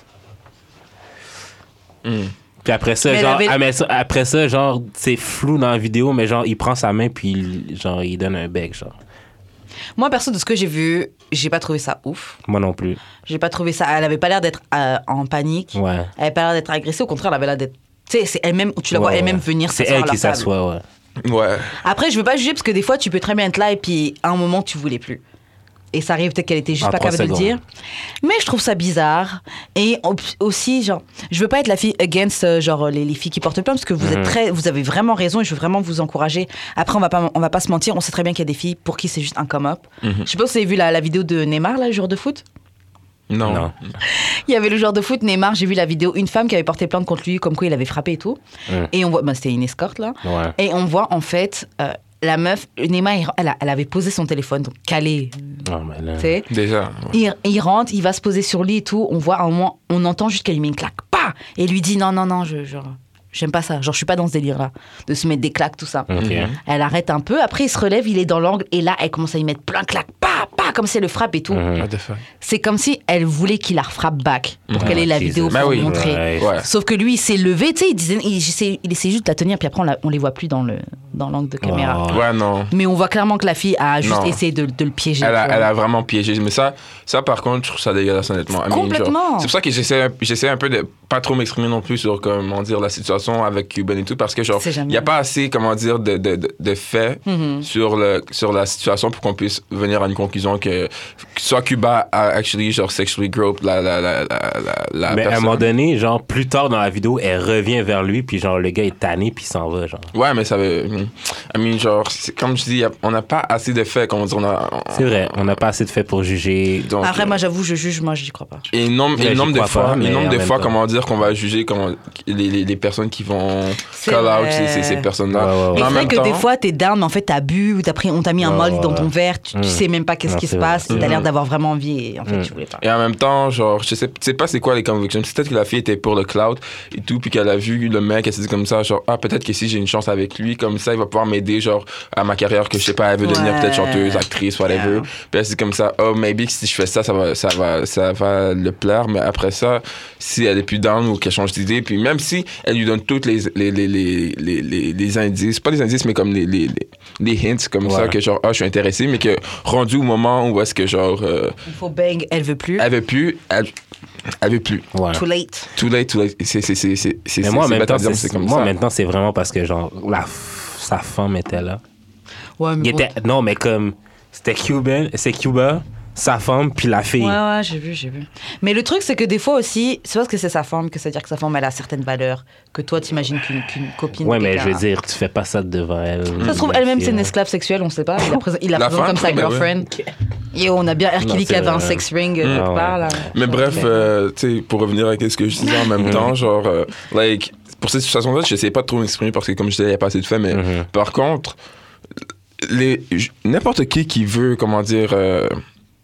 hmm. Puis après ça, Mais elle genre, avait- ah, mais ça- après ça, genre, c'est flou dans la vidéo, mais genre, il prend sa main, puis il- genre, il donne un bec, genre. Moi, perso, de ce que j'ai vu, j'ai pas trouvé ça ouf. Moi non plus. J'ai pas trouvé ça... Elle avait pas l'air d'être euh, en panique. Ouais. Elle avait pas l'air d'être agressée. Au contraire, elle avait l'air d'être... Tu sais, c'est elle-même... Tu la vois Ouais, elle-même ouais. venir C'est s'asseoir elle à leur qui table. s'assoit, ouais. Ouais. Après, je veux pas juger parce que des fois, tu peux très bien être là et puis à un moment, tu voulais plus. Et ça arrive peut-être qu'elle était juste En pas trois capable de le secondes. dire. Mais je trouve ça bizarre. Et au- aussi, genre, je veux pas être la fille against, euh, genre, les, les filles qui portent plainte parce que vous êtes Mhm. très, vous avez vraiment raison et je veux vraiment vous encourager. Après, on va pas, on va pas se mentir, on sait très bien qu'il y a des filles pour qui c'est juste un come-up. Mhm. Je sais pas si vous avez vu la, la vidéo de Neymar, là, le joueur de foot. Non. Non. Il y avait le joueur de foot Neymar, j'ai vu la vidéo, une femme qui avait porté plainte contre lui, comme quoi il avait frappé et tout. Mhm. Et on voit, bah, c'était une escorte là. Ouais. Et on voit en fait euh, la meuf, Neymar, elle, a- elle avait posé son téléphone, donc calé, Non, mais là. tu sais. Déjà. ouais. Il, il rentre, il va se poser sur lui et tout. On voit à un moment, on entend juste qu'elle lui met une claque. Pas Et il lui dit non, non, non, je, genre, j'aime pas ça. Genre, je suis pas dans ce délire-là, de se mettre des claques, tout ça. OK. Mhm. Elle arrête un peu. Après, il se relève, il est dans l'angle. Et là, elle commence à y mettre plein de claques. Pas, pas, comme si elle le frappe et tout. Mhm. What the fuck? C'est comme si elle voulait qu'il la frappe back pour Mhm. qu'elle ait la Jesus. vidéo Bah pour oui. montrer. Ouais. Ouais. Sauf que lui, il s'est levé, tu sais, il, disait, il, essaie- il essaie juste de la tenir, puis après, on, la- on les voit plus dans le dans l'angle de caméra. Oh. Ouais, non. Mais on voit clairement que la fille a juste Non. essayé de, de le piéger. Elle tu a, vois. elle a vraiment piégé. Mais ça, ça, par contre, je trouve ça dégueulasse, honnêtement. I mean, genre, Complètement. c'est pour ça que j'essaie, j'essaie un peu de pas trop m'exprimer non plus sur, comment dire, la situation avec Cuban et tout, parce que, genre, C'est jamais. il n'y a pas assez, comment dire, de, de, de, de faits Mhm. sur, le, sur la situation pour qu'on puisse venir à une conclusion que, que soit Cuba a actually, genre, sexually groped la, la, la, la, la, la Mais à un personne. moment donné, genre, plus tard dans la vidéo, elle revient vers lui, puis genre, le gars est tanné, puis il s'en va, genre. Ouais, mais ça veut. I mean, genre, c'est, comme je dis, y a- on n'a pas assez de faits, comme on dit. On a, on- C'est vrai, on n'a pas assez de fait pour juger. donc, Après, euh, moi, j'avoue, je juge, moi, j'y crois pas. Et nombre, Ouais, et j'y nombre de crois fois, pas, et mais nombre en de même fois temps. comment dire qu'on va juger comment, les, les, les personnes qui vont C'est call out vrai. ces, ces, ces personnes-là. Ouais, ouais, ouais. Et Mais en c'est vrai même que temps, des fois, t'es down, mais en fait, t'as bu ou t'as pris, on t'a mis un Ouais, molly ouais, dans ton ouais. verre, tu, tu Mm. sais même pas qu'est-ce Non, qui c'est se vrai. passe, t'as Mm. l'air d'avoir vraiment envie et en fait, Mm. tu voulais pas. et en même temps, genre, je sais, tu sais pas c'est quoi les convictions. C'est peut-être que la fille était pour le cloud et tout, puis qu'elle a vu le mec, elle s'est dit comme ça, genre, ah, peut-être que si j'ai une chance avec lui, comme ça, il va pouvoir m'aider, genre, à ma carrière, que je sais pas, elle veut devenir Ouais. peut-être chanteuse, actrice, whatever. Yeah. Puis elle s'est dit comme ça, oh, maybe que si je fais ça, ça va, ça va, ça va le plaire, mais après ça, si elle est plus down ou qu'elle change d'idée, puis même si elle lui donne toutes les, les, les, les, les, les, les indices, pas les indices, mais comme les, les, les, les hints, comme ça, Ouais. que genre, ah, je suis intéressé, mais que rendu au moment où est-ce que, genre, euh, Il faut bang, elle veut plus. elle veut plus, elle, elle veut plus. Ouais. Too late. Too late, too late. C'est, c'est, c'est, c'est, c'est, Mais moi, en c'est même bête à temps, dire, mais c'est, c'est comme moi, ça. maintenant, c'est vraiment parce que, genre, la, f- sa femme était là. Ouais, mais Il bon. était, non, mais comme, c'était Cuban, c'est Cuba, sa femme, puis la fille. Ouais, ouais, j'ai vu, j'ai vu. Mais le truc, c'est que des fois aussi, c'est parce que c'est sa femme que ça veut dire que sa femme, elle a certaines valeurs que toi, t'imagines qu'une, qu'une copine. Ouais, de mais quelqu'un je veux a. dire, tu fais pas ça devant elle. Ça se trouve, elle-même, c'est une esclave sexuelle, on sait pas. Il la présente, il la La présente femme, comme sa ben ouais. girlfriend. Yo, on a bien R. Non, Kelly qui c'est avait un vrai. sex ring euh, Mm. quelque Ah, part, ouais. là. Mais bref, Mais- euh, tu sais, pour revenir à ce que je disais en même temps, genre, euh, like, pour cette situation-là, je sais pas trop m'exprimer parce que, comme je disais, il n'y a pas assez de faits, mais Mhm. par contre, les, j- n'importe qui qui veut, comment dire, euh,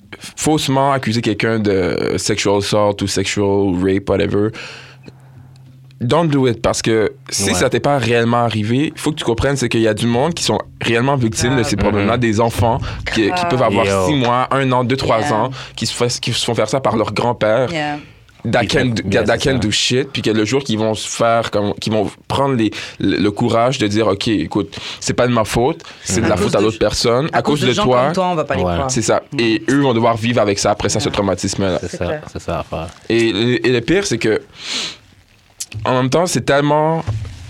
faussement accuser quelqu'un de sexual assault ou sexual rape, whatever, don't do it, parce que si Ouais. ça t'est pas réellement arrivé, il faut que tu comprennes, c'est qu'il y a du monde qui sont réellement victimes de ces problèmes-là, Mhm. des enfants qui, qui peuvent avoir Yo. six mois, un an, deux, trois Yeah. ans, qui se, font, qui se font faire ça par leur grand-père. Yeah. That Ils can, font- do- yeah, that c'est can ça. do shit, puis que le jour qu'ils vont se faire, comme, qu'ils vont prendre les, le, le courage de dire, OK, écoute, c'est pas de ma faute, c'est de À la cause faute à de- d'autres personnes, à, cause de, gens toi, comme toi, on va pas les Ouais. croire. c'est ça. Et eux vont devoir vivre avec ça après ça, ce traumatisme-là. C'est C'est ça, clair. c'est ça à faire. Et, et le pire, c'est que, en même temps, c'est tellement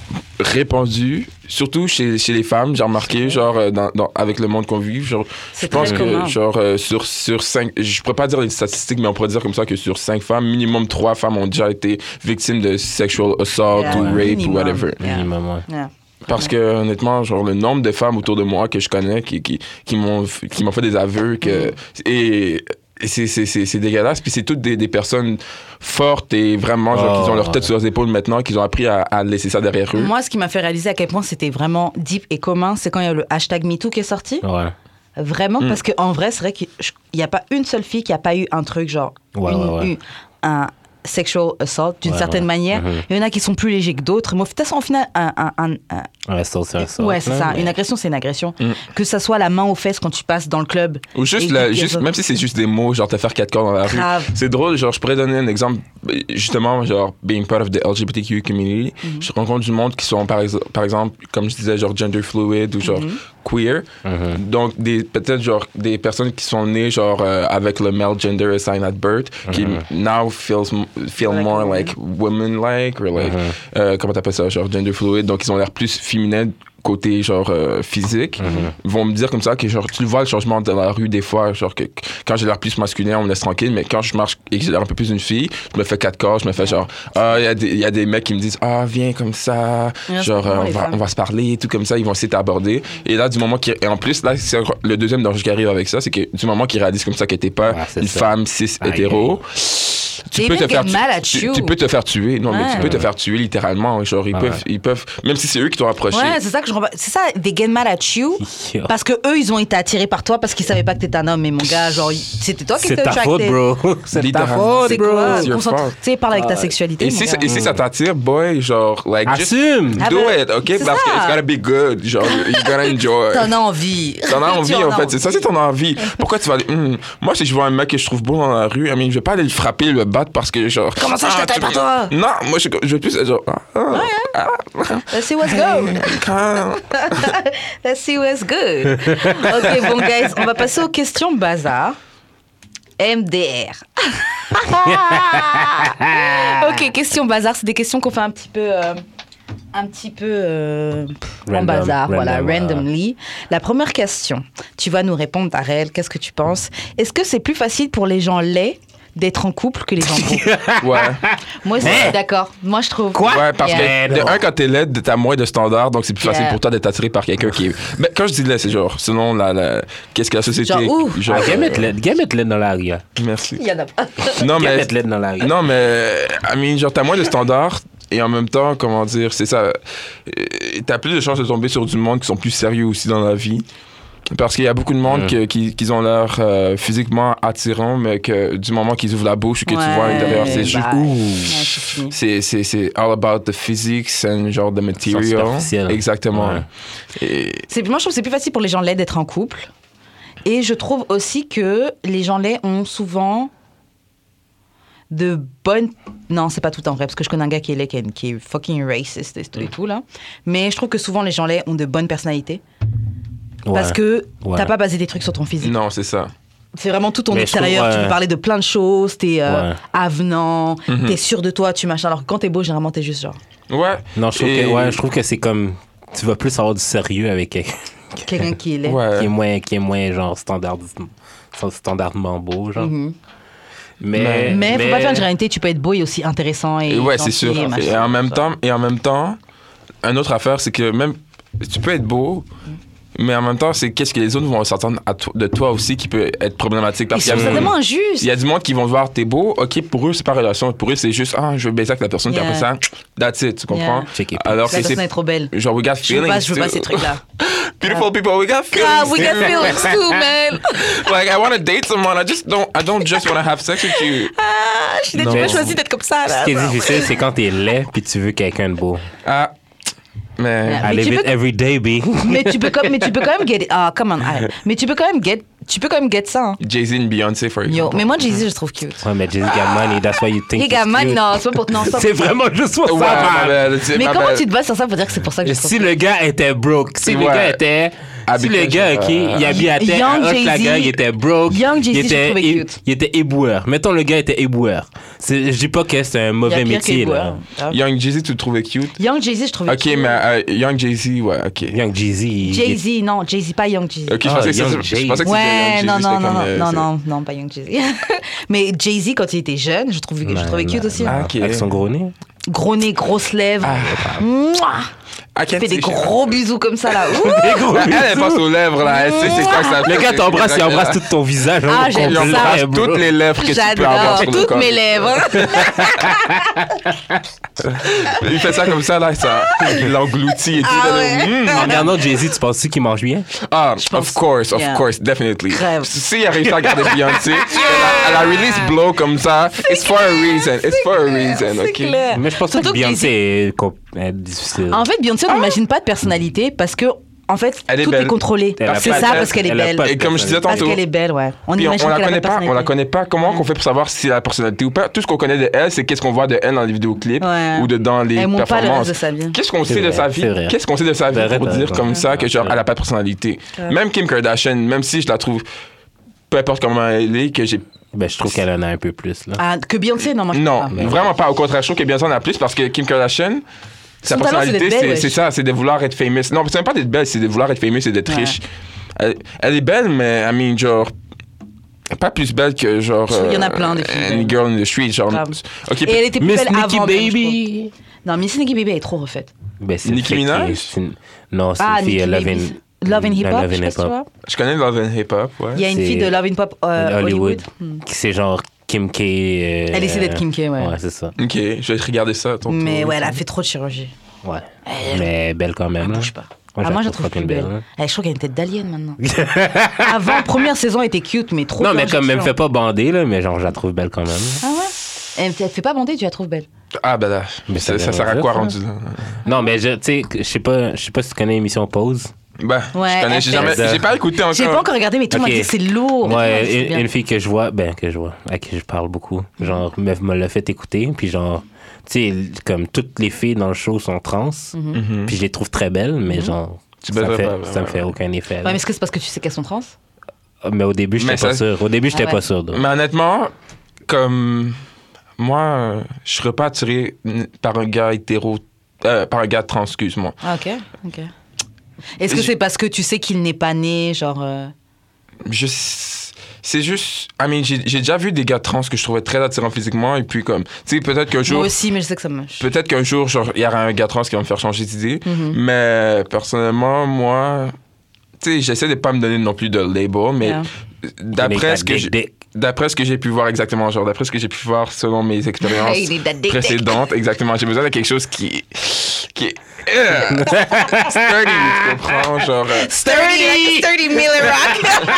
répandu, surtout chez, chez les femmes, j'ai remarqué, genre, euh, dans, dans- avec le monde qu'on vit, genre, je C'est pense très que, commun. genre, euh, sur, sur cinq, je pourrais pas dire les statistiques, mais on pourrait dire comme ça que sur cinq femmes, minimum trois femmes ont déjà été victimes de sexual assault Yeah. ou Ouais. rape Minimum. ou whatever. Yeah. Minimum, ouais. Yeah. Parce que, honnêtement, genre, le nombre de femmes autour de moi que je connais qui, qui, qui m'ont, qui m'ont fait des aveux que, et, et c'est, c'est, c'est, c'est dégueulasse. Puis c'est toutes des, des personnes fortes et vraiment, genre, Oh. qui ont leur tête sur leurs épaules maintenant, qu'ils ont appris à, à laisser ça derrière eux. Moi, ce qui m'a fait réaliser à quel point c'était vraiment deep et commun, c'est quand il y a le hashtag MeToo qui est sorti. Ouais. Vraiment, Mm. parce qu'en vrai, c'est vrai qu'il n'y a pas une seule fille qui a pas eu un truc genre Ouais, une- ouais, ouais. une- un sexual assault d'une Ouais, certaine ouais. manière. Mhm. Il y en a qui sont plus légers que d'autres. Mais au final, au final, un, un- un- un- Ouais, ça, c'est un ça. ouais, c'est ça. mais- Une agression, c'est une agression. Mm. Que ça soit la main aux fesses quand tu passes dans le club. Ou juste, Et- la- et- juste même si c'est juste des mots, genre te faire quatre corps dans la rue. Grave. C'est drôle, genre je pourrais donner un exemple, justement, genre being part of the L G B T Q community. Mhm. Je rencontre du monde qui sont par, ex- par exemple, comme je disais, genre gender fluid ou genre Mhm. queer. Mhm. Donc des peut-être genre des personnes qui sont nées genre euh, avec le male gender assigned at birth, qui Mhm. now feels feel Like more women. like women like or like Mhm. euh, comment t'appelles ça, genre gender fluid. Donc ils ont l'air plus féminins côté genre euh, physique. Mhm. Ils vont me dire comme ça que genre tu le vois le changement dans la rue des fois, genre que que quand j'ai l'air plus masculin on me laisse tranquille, mais quand je marche et que j'ai l'air un peu plus une fille, je me fais quatre corps, je me fais genre ah il y a des il y a des mecs qui me disent ah viens comme ça, Ouais, genre c'est euh, comment on les va femmes. on va se parler tout comme ça, ils vont essayer d'aborder. Et là du moment qui et en plus là c'est le deuxième danger qui arrive avec ça, c'est que du moment qu'ils réalisent comme ça que t'es pas Ouais, c'est une ça. femme cis Aïe, hétéro, tu They peux te even faire get tu- mad at tu, you. tu peux te faire tuer. Non, mais tu Ouais. peux te faire tuer littéralement. Genre, ils Ah peuvent, ouais. ils peuvent, même si c'est eux qui t'ont approché. Ouais, c'est ça que je comprends. C'est ça, they get mad at you. Yo. Parce que eux, ils ont été attirés par toi parce qu'ils savaient pas que t'étais un homme. Mais mon gars, genre, c'était toi qui C'est étais ta faute, attracté. bro. C'est ta Littéralement. faute, C'est bro. quoi? It's your Concentre- fault. Tu sais, parle avec ta Ouais. sexualité. Et mon si, gars. ça- et si ça t'attire, boy, genre, like, just Assume. Ah do ben, it, ok? c'est Parce que ça. it's gotta be good. Genre, you're gonna enjoy. T'en as envie. T'en as Tu envie, en as fait. C'est ça, c'est ton envie. Pourquoi tu vas aller. Hmm, moi, si je vois un mec que je trouve beau dans la rue, I mean, je vais pas aller le frapper, le battre parce que, genre. Comment ça, je ah, te taille tu- par toi? Non, moi, je, je vais plus être genre. Ah, ah, ah, Let's see what's good. quand- Let's see what's good. Ok, bon, guys, on va passer aux questions bazar. M D R. Ok, questions bazar, c'est des questions qu'on fait un petit peu. euh, un petit peu euh, en Random, bazar, voilà, random, voilà. randomly. La première question, tu vas nous répondre, Darrell, qu'est-ce que tu penses? Est-ce que c'est plus facile pour les gens laids d'être en couple que les gens beaux? Ouais. Moi, c'est Hein? d'accord. Moi, je trouve. Quoi? Ouais, parce Yeah. que de non. un, quand t'es laide, t'as moins de standards, donc c'est plus facile Yeah. pour toi d'être attiré par quelqu'un qui est. Ben, quand je dis laid, c'est genre, selon la. la- Qu'est-ce que la société. Genre, ouh. Ah, viens euh, mettre l'aide. Viens mettre l'aide dans la rue. Merci. Il y en a pas. Non, Viens mais. mettre l'aide dans la rue. Non, mais. I mean, genre, t'as moins de standards. Et en même temps, comment dire, c'est ça. euh, T'as plus de chances de tomber sur du monde qui sont plus sérieux aussi dans la vie. Parce qu'il y a beaucoup de monde Mm. que- qui, qui ont l'air euh, physiquement attirants, mais que du moment qu'ils ouvrent la bouche et que tu vois à Ouais, l'intérieur, c'est bah, juste. ouais, Ouh. c'est fini. C'est, c'est, c'est all about the physics and genre the material. superficiel. Exactement. Ouais. Et, C'est- Moi, je trouve que c'est plus facile pour les gens laids d'être en couple. Et je trouve aussi que les gens laids ont souvent de bonnes... Non, c'est pas tout en vrai, parce que je connais un gars qui est laid, qui est, qui est fucking racist et tout, et tout, là. Mais je trouve que souvent, les gens laids ont de bonnes personnalités. Parce Ouais. que Ouais. t'as pas basé des trucs sur ton physique. non, c'est ça. C'est vraiment tout ton Mais je trouve, extérieur. Tu ouais. peux parler de plein de choses, t'es euh, Ouais. avenant, Mhm. t'es sûr de toi, tu machin. Alors que quand t'es beau, généralement, t'es juste genre Ouais. Non, je trouve, Et- que, ouais, je trouve que c'est comme. Tu vas plus avoir du sérieux avec quelqu'un quelqu'un qui est laid. Ouais. qui est moins, qui est moins genre standard, standardement beau, genre. Mhm. Mais, Mais faut pas faire une généralité, tu peux être beau et aussi intéressant. Et Et ouais, c'est gentil sûr. Et, machin, Et en même ça. temps, et en même temps, une autre affaire, c'est que même tu peux être beau, Mais en même temps, c'est qu'est-ce que les autres vont s'attendre à to- de toi aussi qui peut être problématique. Parce Ils sont qu'il y a- tellement injustes. il y a du monde qui vont te voir, t'es beau, ok, pour eux, c'est pas relation. Pour eux, c'est juste, ah, je veux baiser avec la personne, Yeah. puis après ça, that's it, tu comprends? Yeah. Check it. Alors La que personne c'est. est trop belle. Genre, we got Je veux feelings. pas, je veux pas too. ces trucs-là. Beautiful people, we got feelings. Ah, we got too. feelings too, man. Like, I want to date someone, I just don't, I don't just want to have sex with you. Ah, je suis Non. pas choisi d'être comme ça, là. Ce qui est difficile, c'est quand t'es laid puis tu veux quelqu'un de beau. Ah, mais. Yeah. I Mais live tu it peux- every day, B. Mais tu peux comme, mais tu peux quand même get. Ah, come on, arrête. Mais tu peux quand même get. Tu peux quand même get ça. Hein. Jay-Z et Beyoncé, for Yo, example. mais moi Jay-Z, je trouve cute. Ouais, mais Jay-Z got money, that's why you think Les gars, he's man, cute. non, c'est pas pour. Non, c'est pas C'est pour- vraiment juste pour Ouais, ça, ma man. belle, c'est Mais ma comment belle. tu te bases sur ça pour dire que c'est pour ça que je trouve Si le gars était broke, si le Ouais. gars était... Si Habitant, le gars, OK, euh, il habitait Young à Hochelaga, Jay-Z- il était broke, Young Jay-Z, il je était, trouvais il, cute. il était éboueur. Mettons, le gars était éboueur. C'est- Je dis pas que c'est un Il y a mauvais pire métier, que là. Bois. Young Jay-Z, tu le trouvais cute? Young Jay-Z, je trouvais Ok, cute. mais euh, Young Jay-Z, ouais, ok. Young Jay-Z. il- Jay-Z, non, Jay-Z, pas Young Jay-Z. Ok, je Ah, pensais que c'était- Young je Jay. pensais que c'était Ouais, Young Jay-Z. non, non, j'étais non, comme, non, euh, non, c'est- non, non, pas Young Jay-Z. Mais Jay-Z, quand il était jeune, je trouvais, je trouvais cute aussi. Ah, ok. Avec son gros nez. Gros nez, grosses lèvres. Ah. Mouah. I can't Il fait des see shit. gros bisous comme ça, là. Ouh. Des gros Elle, elle bisous. passe aux lèvres, là. Elle sait c'est quoi que ça fait. Le gars t'embrasse, il embrasse tout ton visage. Ah, hein, j'aime au ça. Il complet, embrasse bro. toutes les lèvres que tu peux avoir J'adore sur le toutes corps. mes lèvres. Il fait ça comme ça, là, ça. Il l'engloutit et tout. Ah là, ouais. mm. En regardant Jay-Z, tu penses-tu qu'il mange bien? Ah, pense- of course, of Yeah. course, definitely. Crève. Si il a réussi à garder Beyoncé, elle, a, elle a release Blow comme ça. It's for a reason. It's for a reason, C'est ok? clair. Mais je pense pas que Surtout que Beyoncé est, comp- est difficile. En fait, Beyoncé, on n'imagine pas de personnalité parce que, en fait, Elle est tout belle. est contrôlé. Elle a C'est pas- ça, elle- parce qu'elle est elle a belle. pas de Et comme je disais Parce tantôt, qu'elle est belle, ouais. On puis on, imagine on la qu'elle a connaît pas de pas, on la personnalité. connaît pas. Comment on fait pour savoir si elle a la personnalité ou pas? Tout ce qu'on connaît de elle, c'est qu'est-ce qu'on voit de elle dans les vidéoclips Ouais. ou de dans les Elle montre pas le performances. reste de sa vie. Qu'est-ce qu'on C'est sait de vrai, sa vie? c'est vrai. Qu'est-ce qu'on sait de sa vie C'est vrai, pour t'as dire raison. comme ça que genre Ouais. elle a pas de personnalité? Ouais. Même Kim Kardashian, même si je la trouve, peu importe comment elle est, que j'ai Ben, je trouve qu'elle en a un peu plus, là. Ah, que Beyoncé, non, moi je non, trouve pas. vraiment pas. Au contraire, je trouve que Beyoncé en a plus parce que Kim Kardashian, sa Son talent, c'est personnalité, d'être belle, c'est wesh. c'est ça, c'est de vouloir être famous. Non, c'est même pas d'être belle, c'est de vouloir être famous et d'être Ouais. riche. Elle, elle est belle, mais, I mean, genre, pas plus belle que, genre, Il y en a plein, des filles Any belles. girl in the street, genre. Grave. Ok, Et elle était plus Miss belle Nicki avant. même, je Baby. trouve. Non, Miss Nicki Baby, elle est trop refaite. Ben, c'est une Nicki fille qui est- Minaj? c'est une- Non, c'est Ah, une fille Nicki euh, Love Baby. in... Love and Hip Hop, Love je and sais pas Hip si tu Hop. vois. je connais Love and Hip Hop, ouais. Il y a une C'est- fille de Love and Pop euh, Hollywood. Hmm. C'est genre Kim K. euh, Elle essaie d'être Kim K, ouais. Ouais, c'est ça. Ok, je vais regarder ça tantôt. Mais ouais, elle a fait trop de chirurgie. Ouais. Elle- Mais belle quand même. Elle là. bouge pas. Moi, Ah, moi, je la trouve trouve plus fucking belle. belle, hein. Eh, je trouve qu'elle a une tête d'alien maintenant. Avant, première saison, elle était cute, mais trop Non, mais comme elle me d'injections. fait pas bander, là, mais genre, je la trouve belle quand même. Ah ouais? Elle te fait pas bander, tu la trouves belle. Ah, ben là, Mais ça ça, ça vient sert à de quoi ça. rendu là? Non, mais je, tu sais, je sais pas, je sais pas si tu connais l'émission Pause. Ben, Ouais, je connais, elle j'ai fait jamais, ça. j'ai pas écouté encore. J'ai pas encore regardé, mais tout le monde Ok. m'a dit que c'est lourd. Ouais, C'est une, bien. une fille que je vois, ben, que je vois, à qui je parle beaucoup, genre, me, me l'a fait écouter, puis genre, tu sais, comme toutes les filles dans le show sont trans, Mhm. puis je les trouve très belles, mais genre, Tu ça, baiserais fait, pas, ça me ouais. fait aucun effet. Ouais, là. mais est-ce que c'est parce que tu sais qu'elles sont trans? Mais au début, j'étais Mais pas ça- sûr. Au début, j'étais Ah ouais. pas sûr. donc. Mais honnêtement, comme moi, euh, je serais pas attiré n- par un gars hétéro, euh, par un gars trans, excuse-moi. Ah, ok, ok. Est-ce que Je- c'est parce que tu sais qu'il n'est pas né, genre... euh, Je, c'est juste, I mean, j'ai, j'ai déjà vu des gars trans que je trouvais très attirants physiquement et puis comme, tu sais, peut-être qu'un jour, Moi aussi, mais je sais que ça me... peut-être qu'un jour, genre, il y aura un gars trans qui va me faire changer d'idée. Mhm. Mais personnellement, moi, tu sais, j'essaie de pas me donner non plus de label, mais Yeah. d'après ce que Dick, j'ai, dick. d'après ce que j'ai pu voir exactement, genre, d'après ce que j'ai pu voir selon mes expériences Hey, need that dick, dick. précédentes, exactement, j'ai besoin de quelque chose qui, qui est euh, sturdy, tu comprends, genre. euh, Sturdy, like a sturdy Miller Rock.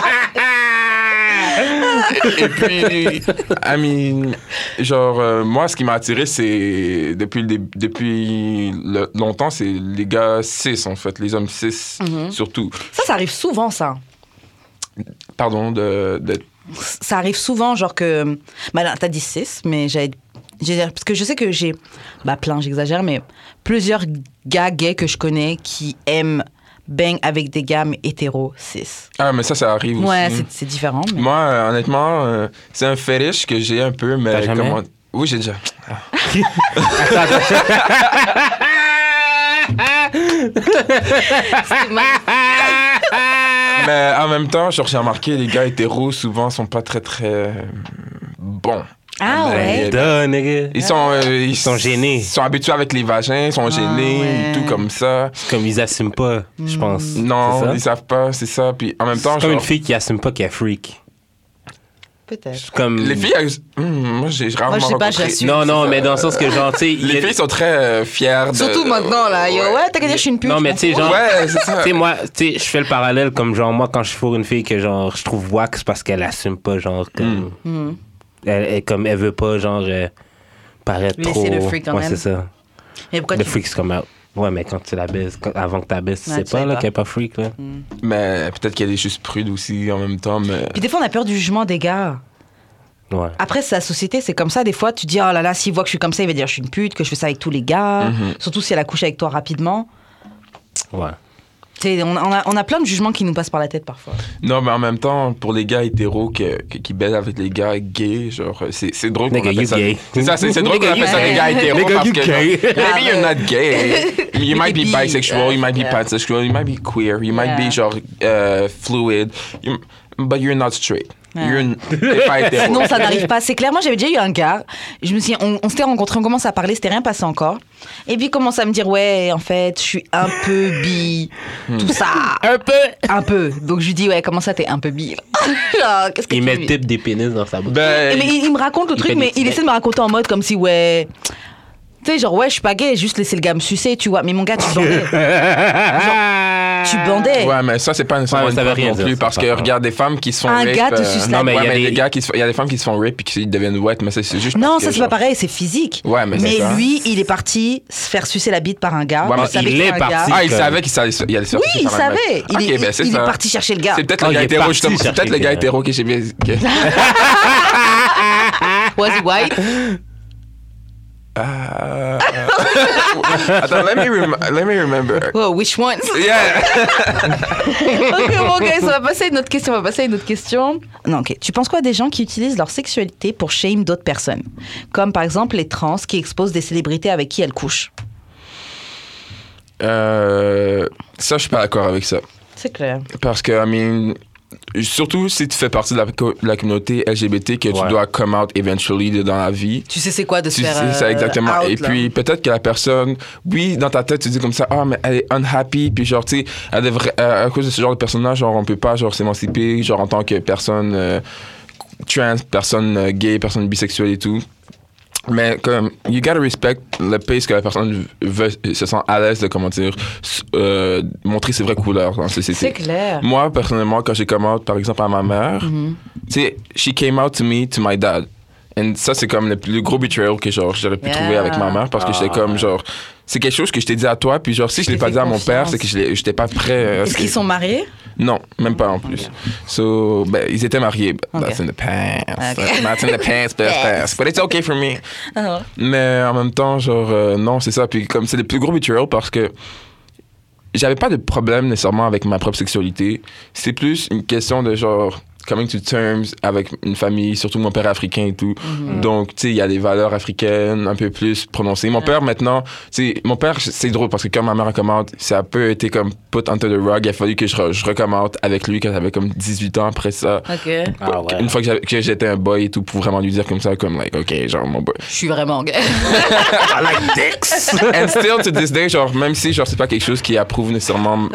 Et puis, I mean, genre, euh, moi, ce qui m'a attiré, c'est, depuis, le dé- depuis le- longtemps, c'est les gars cis, en fait, les hommes cis, Mhm. surtout. Ça, ça arrive souvent, ça. Pardon, de, de Ça arrive souvent, genre que... Bah là, t'as dit six, mais j'allais... j'allais dire- Parce que je sais que j'ai... Bah plein, j'exagère, mais plusieurs gars gays que je connais qui aiment bang avec des gars, mais hétéros, cis. Ah, mais ça, ça arrive Ouais, aussi. c'est, c'est différent. Mais... Moi, euh, honnêtement, euh, c'est un fétiche que j'ai un peu, mais T'as jamais? comment... Oui, j'ai déjà. C'est magnifique. Mais en même temps, genre, j'ai remarqué, les gars hétéros, souvent, sont pas très, très euh, bons. Ah ouais? Duh, nigga. Ils sont, euh, ils Ils sont gênés. Ils sont habitués avec les vagins, ils sont gênés, ouais. tout comme ça. Comme ils assument pas, je pense. Non, C'est ça? ils savent pas, c'est ça. Puis en même temps, C'est comme genre, une fille qui assume pas qu'elle est freak. Peut-être. Comme... les filles, elles- hum, moi j'ai rarement Moi, je sais pas, rencontré- j'assume. Non, non, mais dans le sens que, genre, tu sais... il y Les a- filles sont très euh, fières de... Surtout maintenant, là. Yo, ouais, t'as qu'à dire, je suis une pute. Non, mais tu sais, genre... Ouais, c'est ça. Tu sais, moi, tu sais, je fais le parallèle comme, genre, moi, quand je fourre une fille que, genre, je trouve wax parce qu'elle assume pas, genre, comme... Mm. Elle, elle- comme, elle veut pas, genre, euh, paraître Laisser trop... le freak en ouais, elle. c'est ça. Mais pourquoi Le tu... freak, c'est comme... Ouais, mais quand tu la baises, quand- avant que tu la baises, tu Ouais, sais tu pas, sais là, pas. qu'elle est pas freak, là. Mais peut-être qu'elle est juste prude aussi en même temps, mais... Puis des fois, on a peur du jugement des gars. Ouais. Après, c'est la société, c'est comme ça. Des fois, tu dis, oh là là, s'il voit que je suis comme ça, il va dire, je suis une pute, que je fais ça avec tous les gars. Mm-hmm. Surtout si elle a couché avec toi rapidement. Ouais. Tu sais, on, on, a, on a plein de jugements qui nous passent par la tête parfois. Non, mais en même temps, pour les gars hétéros que- que- qui baisent avec les gars gays, genre, c'est, c'est drôle qu'on Nigga, appelle you ça... gay. C'est ça, c'est, c'est drôle qu'on Nigga, appelle ça you des gars gay. hétéros Nigga, parce you que... gay. genre, maybe you're not gay. You might be Maybe, bisexual, you might be yeah. pansexual, you might be queer, you might Yeah. be, genre, uh, fluid, you- but you're not straight. Yeah. You're n- T'es pas hétéro. Sinon, ça n'arrive pas. C'est clair, moi, j'avais déjà eu un gars. Je me suis, on, on s'était rencontrés, on commence à parler, c'était rien passé encore. Et puis, il commence à me dire, ouais, en fait, je suis un peu bi, tout ça. Un peu! Un peu. Donc, je lui dis, ouais, comment ça, t'es un peu bi? Genre, qu'est-ce que Il tu met lui- le type des pénis dans sa bouche. Ben, Mais il, il me raconte le Il truc, fait mais des petits il essaie de me raconter en mode comme si, ouais. Tu sais, genre, ouais, je suis pas gay, juste laisser le gars me sucer, tu vois. Mais mon gars, tu bandais. Tu bandais. ouais, mais ça, c'est pas nécessairement Ouais, une ça veut preuve rien non dire, plus, ça, parce par que contre. regarde des femmes qui se font Un rape, gars te euh, suce la non, mais il y a bite. des gars qui se- il y a des femmes qui se font rape puis qui deviennent wet, mais ça, c'est juste Non, parce ça que, c'est pas genre- pareil, c'est physique. Ouais, mais c'est ça. lui, il est parti se faire sucer la bite par un gars. Ouais, mais savait il que est c'était un parti. gars. Ah, il Comme- savait qu'il savait- il allait se faire Oui, sucer il par un mec. savait. Il, Ok, est, ben, c'est il ça. est parti chercher le gars. C'est peut-être Oh, le il gars est hétéro, parti justement. C'est chercher peut-être le gars quelqu'un. hétéro que j'ai bien. que- Was he white? Ah. Attends, let me, rem- let me remember. Oh, which one? Yeah. Ok, bon, ok, ça va passer à une autre question. On va passer à une autre question. Non, ok. Tu penses quoi des gens qui utilisent leur sexualité pour shame d'autres personnes? Comme par exemple les trans qui exposent des célébrités avec qui elles couchent. Euh, ça, je suis pas d'accord avec ça. C'est clair. Parce que, I mean, surtout si tu fais partie de la, co- de la communauté L G B T, que tu Ouais. dois come out eventually de- dans la vie. Tu sais c'est quoi de se Tu faire sais ça euh, exactement. out, Et là. puis peut-être que la personne, oui, dans ta tête, tu dis comme ça, ah, mais elle est unhappy, puis genre, tu sais, elle devrait, euh, à cause de ce genre de personnage, genre, on peut pas, genre, s'émanciper, genre, en tant que personne euh, trans, personne euh, gay, personne bisexuelle et tout. Mais comme, you gotta respect le pace que la personne veut, se sent à l'aise de, comment dire, s- euh, montrer ses vraies couleurs dans la société. C'est clair. Moi, personnellement, quand j'ai come out, par exemple, à ma mère, Mm-hmm. tu sais, she came out to me, to my dad. Et ça, c'est comme le plus gros betrayal que genre, j'aurais pu Yeah. trouver avec ma mère parce que j'étais Ah. comme, genre, c'est quelque chose que je t'ai dit à toi, puis genre, si je Je l'ai t'ai pas fait dit à mon père, confiance. c'est que je l'ai- j'étais pas prêt. euh, à Est-ce ce qu'ils que- sont mariés? Non, même pas en plus. So, ben, ils étaient mariés. but Ok. That's in the past. Ok. That's in the past, but, past. But it's okay for me. Ah. Mais en même temps, genre, euh, non, c'est ça. Puis comme c'est le plus gros betrayal parce que j'avais pas de problème nécessairement avec ma propre sexualité. C'est plus une question de genre coming to terms avec une famille, surtout mon père est africain et tout. Donc, tu sais, il y a des valeurs africaines un peu plus prononcées. Mon père, maintenant, tu sais, mon père, c'est drôle parce que quand ma mère a commente, ça a un peu été comme put under the rug. Il a fallu que je, re- je recommente avec lui quand j'avais comme dix-huit ans après ça. Ok. Ah ouais. Une fois que, j'avais- que j'étais un boy et tout, pour vraiment lui dire comme ça, comme, like, OK, genre, mon boy. Je suis vraiment gay. I like dicks! And still to this day, genre, même si, genre, c'est pas quelque chose qui approuve nécessairement,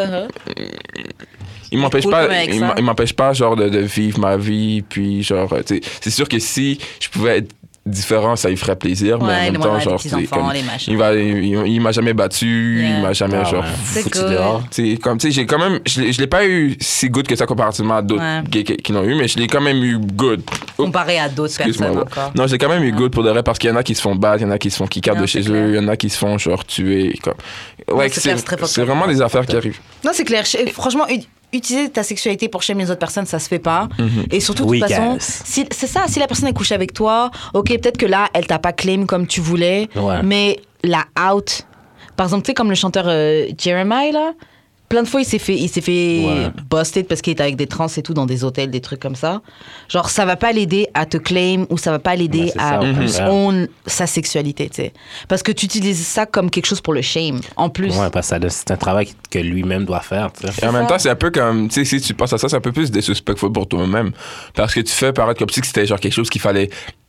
il m'empêche cool pas, comme avec il ça. m'a- il m'empêche pas, genre, de, de vivre ma vie, puis, genre, euh, tu sais, c'est sûr que si je pouvais être différent, ça lui ferait plaisir, mais en Ouais, même les temps, voilà, genre, les c'est petits-enfants, comme, les machins. il, va, il, il m'a jamais battu, Yeah. il m'a jamais, Ah genre, ouais. C'est foutu cool. dehors. Tu sais, comme, tu sais, j'ai quand même, je l'ai- je l'ai pas eu si good que ça comparativement à d'autres Ouais. gays qui, qui l'ont eu, mais je l'ai quand même eu good. Oh, Comparé à d'autres excuse-moi, personnes ouais. encore. Non, j'ai quand même eu good pour de vrai parce qu'il y en a qui se font battre, il y en a qui se font kick out Non, de c'est chez clair. eux, il y en a qui se font, genre, tuer. Comme. Like, c'est clair, c'est c'est très fucked c'est up. vraiment des affaires qui arrivent. Non, c'est clair. Je- Franchement, u- utiliser ta sexualité pour shamer les autres personnes, ça se fait pas. Et surtout, de toute Weak façon, ass. si, c'est ça, si la personne est couchée avec toi, ok, peut-être que là, elle t'a pas claim comme tu voulais, Ouais. mais la out. Par exemple, tu sais, comme le chanteur euh, Jeremiah, là, plein de fois, il s'est fait, il s'est fait Ouais. busted parce qu'il était avec des trans et tout dans des hôtels, des trucs comme ça. Genre, ça va pas l'aider à te claim ou ça va pas l'aider Ouais, c'est à ça, au plus contraire. own sa sexualité, tu sais. Parce que tu utilises ça comme quelque chose pour le shame. En plus. Ouais, parce que ça- c'est un travail que lui-même doit faire, tu sais. Et en même ça. temps, c'est un peu comme, tu sais, si tu penses à ça, c'est un peu plus disrespectful pour toi-même. Parce que tu fais paraître comme si que c'était genre quelque chose qu'il fallait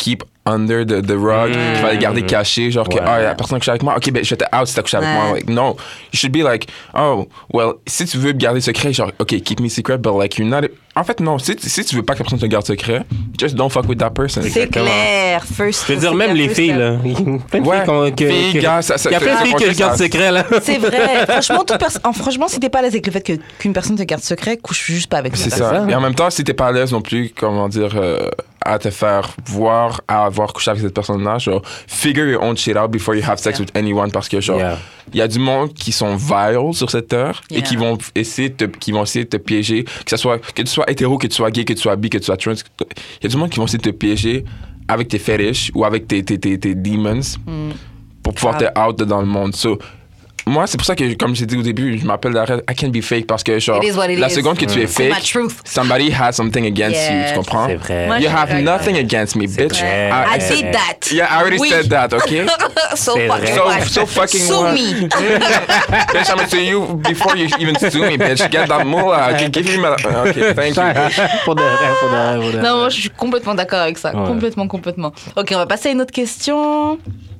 keep under the, the rug, Mm. qu'il fallait garder caché, genre que, Ouais. ah, la personne a couché avec moi, ok, ben, j'étais out si t'as couché avec Ouais. moi. Like, no. You should be like, oh, well, si tu veux garder secret, genre, ok, keep me secret, but like, you're not. En fait, non, si, si tu veux pas que la personne te garde secret, just don't fuck with that person. C'est Exactement. clair. First. Je veux dire, c'est même clair, les first filles, step. là. Plein de Ouais. filles qu'on- que- Filles, que- gars, ça- ça- Il y a plein de ça- filles que je ça- garde secret, là. C'est vrai. Franchement, toute perso- en- franchement, si t'es pas à l'aise avec le fait que, qu'une personne te garde secret, couche juste pas avec C'est cette ça. personne. Et en même temps, si t'es pas à l'aise non plus, comment dire, euh, à te faire voir, à avoir couché avec cette personne-là, genre, figure your own shit out before you have sex Yeah. with anyone, parce que, genre, il Yeah. y a du monde qui sont vile sur cette terre Yeah. et qui vont essayer de te, qui vont essayer de te piéger, que ça soit, que tu sois hétéro, que tu sois gay, que tu sois bi, que tu sois trans. Il y a du monde qui vont essayer de te piéger avec tes fétiches ou avec tes, tes, tes, tes demons Mm. pour pouvoir Grave. te out dans le monde. So, moi, c'est pour ça que, comme j'ai dit au début, je m'appelle Darrell, I can't be fake parce que, genre, It is what it la is. seconde que tu es C'est ma fake, truth. somebody has something against you, Yes. tu comprends? C'est vrai. Moi, You je suis have d'accord. nothing against me, bitch. vrai. I- I c'est did vrai. that. Yeah, I already Oui. said that, okay? so C'est fucking vrai. So, what? so fucking Sue what? me. Bitch, I'm gonna sue you before you even sue me, bitch. Get that moolah. Okay, give me my... Okay, thank you. Pour de vrai, pour de vrai, pour de vrai. Non, moi, je suis complètement d'accord avec ça. Ouais. Complètement, complètement. Ok, on va passer à une autre question.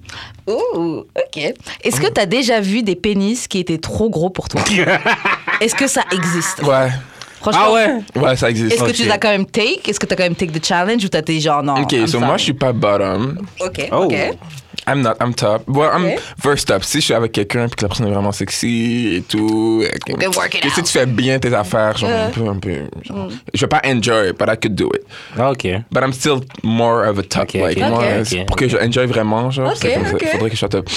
Ouh, ok. Est-ce que t'as déjà vu des pénis qui étaient trop gros pour toi? Est-ce que ça existe? Ouais, Franchement, Ah ouais? ouais, ça existe. est-ce que Ok. tu l'as quand même take? Est-ce que t'as quand même take the challenge ou t'as été genre non? Ok, I'm so moi, sorry. je suis pas bottom. Ok, Oh. ok. I'm not, I'm top. Well, I'm Ok. first up. Si je suis avec quelqu'un puis que la personne est vraiment sexy et tout, et que, can work it que si out. tu fais bien tes affaires, genre Yeah. un peu, un peu, genre, je vais pas enjoy, but I could do it. Ah, OK. But I'm still more of a top. Ok, like, ok. moi, Ok. c'est pour que je enjoy vraiment, genre, Ok, c'est comme ça. ok. Il faudrait que je sois top.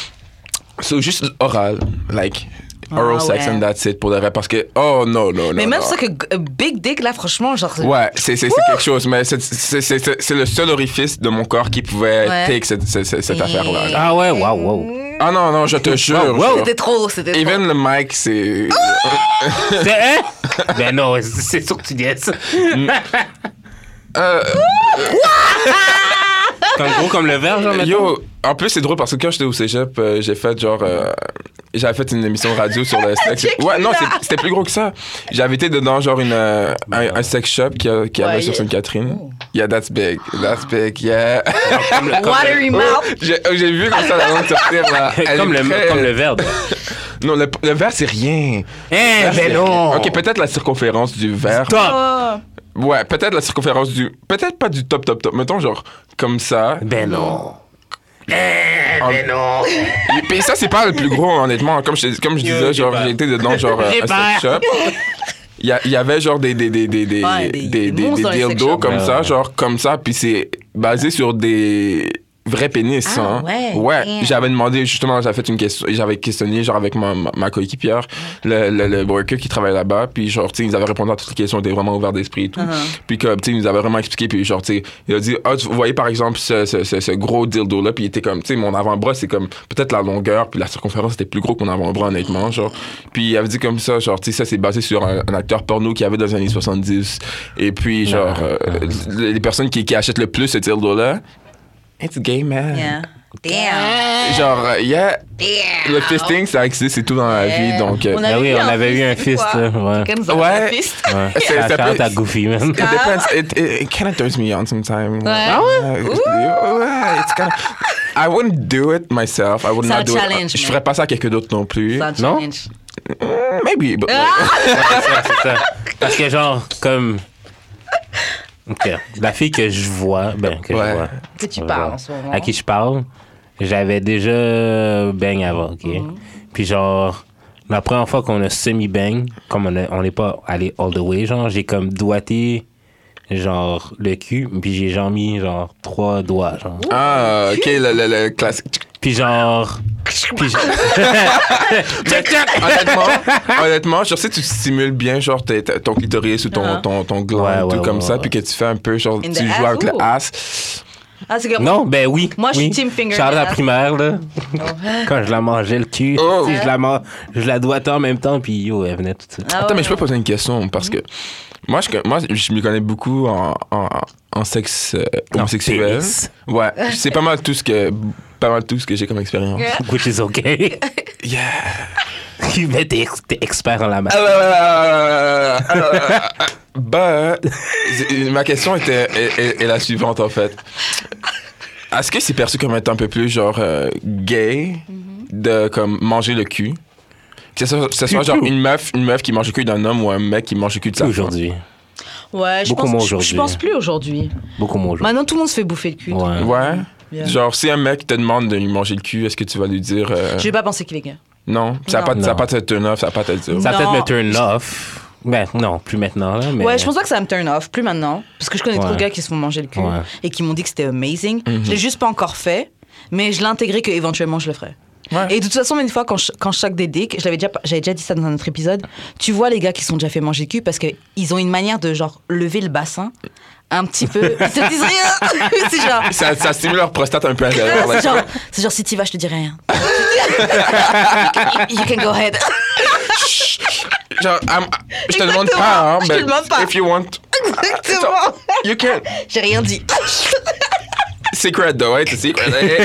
So, juste oral, like, oral Ah, sex ouais. and that's it pour le reste. Parce que, oh non, non, non. Mais même non. ça que euh, Big Dick, là, franchement, genre. c'est- Ouais, c'est, c'est, c'est quelque chose, mais c'est, c'est, c'est, c'est, c'est le seul orifice de mon corps qui pouvait Ouais. take cette, cette, cette, cette Et- affaire-là. Ah ouais, wow, wow. Ah non, non, je te jure. wow. genre. C'était trop, c'était trop. Even le mic, c'est. C'est, hein? Ben non, c'est sûr que tu dis ça. Euh, Comme gros comme le verre, genre, mettons. yo, en plus, c'est drôle parce que quand j'étais au cégep, euh, j'ai fait genre. euh, j'avais fait une émission radio sur le sexe. Ouais, non, c'est- c'était plus gros que ça. J'avais été dedans, genre, une, euh, un, un sex shop qui, a- qui Ouais, avait sur yeah. Sainte-Catherine. Yeah, that's big. That's big, yeah. Watery mouth. j'ai, j'ai vu comme ça la langue sortir là. Elle Comme est le, très- comme le verre, toi. Non, le, le verre, c'est rien. Eh, Verre, c'est ben non. rien. Ok, peut-être la circonférence du verre. Top. Oh. Ouais, peut-être la circonférence du. Peut-être pas du top, top, top. Mettons, genre, comme ça. Ben non. Eh, ben non. Et puis ça, c'est pas le plus gros, honnêtement. Comme je, comme je Yo, disais, j'ai genre, peur. j'ai été dedans, genre, euh, J'ai un peur. sex shop. Il y, a- il y avait, genre, des, des, des, des, des, Ouais, des- des, des des, monstres des dans les sex dildos shops. comme Ouais, ça, ouais. genre, comme ça. Puis c'est basé sur des vrais pénis, Ah, hein. ouais, Ouais. damn. J'avais demandé, justement, j'avais fait une question, j'avais questionné, genre, avec ma, ma, ma coéquipière, le, le, le worker qui travaille là-bas. Puis, genre, tu sais, ils avaient répondu à toutes les questions, ils étaient vraiment ouverts d'esprit et tout. Uh-huh. Puis, comme, tu sais, ils nous avaient vraiment expliqué. Puis, genre, tu sais, il a dit, ah, tu- vous voyez, par exemple, ce, ce, ce, ce gros dildo-là. Puis, il était comme, tu sais, mon avant-bras, c'est comme peut-être la longueur. Puis, la circonférence était plus gros que mon avant-bras, honnêtement. Genre. Puis, il avait dit comme ça, genre, tu sais, ça, c'est basé sur un, un acteur porno qu'il y avait dans les années soixante-dix. Et puis, genre, Ah, euh, les les personnes qui, qui achètent le plus ce dildo-là, it's gay, man. Yeah. Damn. Genre, euh, yeah, Damn. le fisting, ça existe, c'est tout dans la vie. Donc, euh, On Ah avait oui, eu on un avait eu un fist, fist, quoi. là. Ouais. Quelqu'un nous a Ouais. fait un fist. Ouais. C'est- Ça ça fait peut- à Goofy, man. it depends. It, it, it kind of turns me on sometimes. Ouais. Ah ouais? Ouais, it's kind of... I wouldn't do it myself. I would C'est un not do challenge, it. Je mais- ferais pas ça à quelqu'un d'autre non plus. C'est un Non? challenge. Mm, maybe, but... Ah! C'est ça, c'est ça. Parce que, genre, comme. Ok. La fille que je vois, ben, que Ouais. je vois. Que tu euh, parles en ce moment. À qui je parle, j'avais déjà bang avant, ok? Mhm. Puis, genre, la première fois qu'on a semi-bang, comme on a- on n'est pas allé all the way, genre, j'ai comme doigté, genre, le cul, puis j'ai genre mis, genre, trois doigts, genre. Ah, OK, le, le, le classique. Puis, genre. Puis, genre- honnêtement, honnêtement, genre, si tu stimules bien, genre, tes- tes- ton clitoris ou ton, Uh-huh. ton, ton gland, Ouais, tout ouais, comme ouais, ça, ouais. puis que tu fais un peu, genre, In tu the joues avec ass, le ooh. ass. Ah, c'est que Non, ben oui. Moi, je suis oui. team finger Charles à ass. primaire, là. Quand je la mangeais le cul, Oh. tu sais, je la, man- je la doigtais en même temps, puis yo, elle venait tout de suite. Ah Attends, ouais. mais je peux poser une question parce que moi, je, moi, je me connais beaucoup en, en, en sexe euh, En homosexuel. pénis. Ouais, c'est pas mal tout ce que pas mal tout ce que j'ai comme expérience. Yeah. Which is okay. Yeah. Mais t'es, ex- t'es expert en la Ah, matière. Euh, euh, But, ma question était est, est- est la suivante en fait. Est-ce que c'est perçu comme étant un peu plus genre euh, gay mm-hmm. de comme manger le cul? Que ce soit, que ce soit genre une meuf, une meuf qui mange le cul d'un homme ou un mec qui mange le cul de sa femme. Aujourd'hui. Ouais, je Beaucoup pense, moins je, aujourd'hui. je pense plus aujourd'hui. Beaucoup moins aujourd'hui. Maintenant, tout le monde se fait bouffer le cul. Ouais. Ouais. Yeah. Genre, si un mec te demande de lui manger le cul, est-ce que tu vas lui dire. Euh... Je vais pas penser qu'il est gay. Non, ça Non. n'a pas de turn off, ça n'a pas de dire. Ça Non. peut-être me turn off. Ben, non, plus maintenant. Là, mais... Ouais, je pense pas que ça va me turn off, plus maintenant. Parce que je connais Ouais. trop de gars qui se font manger le cul Ouais. et qui m'ont dit que c'était amazing. Mm-hmm. Je l'ai juste pas encore fait, mais je l'ai intégré qu'éventuellement je le ferai. Ouais. Et de toute façon, une fois, quand je, quand je choque des dicks, je l'avais déjà, j'avais déjà dit ça dans un autre épisode, tu vois les gars qui sont déjà fait manger le cul parce qu'ils ont une manière de genre lever le bassin un petit peu. Ils se disent rien. C'est genre. Ça, ça stimule leur prostate un peu à l'intérieur. C'est genre, c'est genre, si t'y vas, je te dirai rien. You can go ahead. Genre, I'm- je te Exactement. demande pas, hein, Je te mais demande pas. if you want, Exactement. you can. J'ai rien dit. Secret though, right? It's a secret.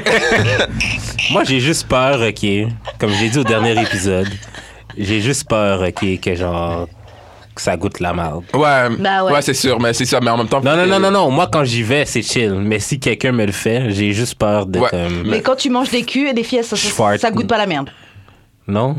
Moi, j'ai juste peur, OK, comme j'ai dit au dernier épisode, j'ai juste peur, OK, que genre, que ça goûte la merde. Ouais, Bah ouais. ouais, c'est sûr, mais c'est ça, mais en même temps. Non, non, non, non, non. Moi, quand j'y vais, c'est chill. Mais si quelqu'un me le fait, j'ai juste peur de Ouais. comme... Mais quand tu manges des culs et des filles, ça, ça, Schwartz. ça goûte pas la merde. Non?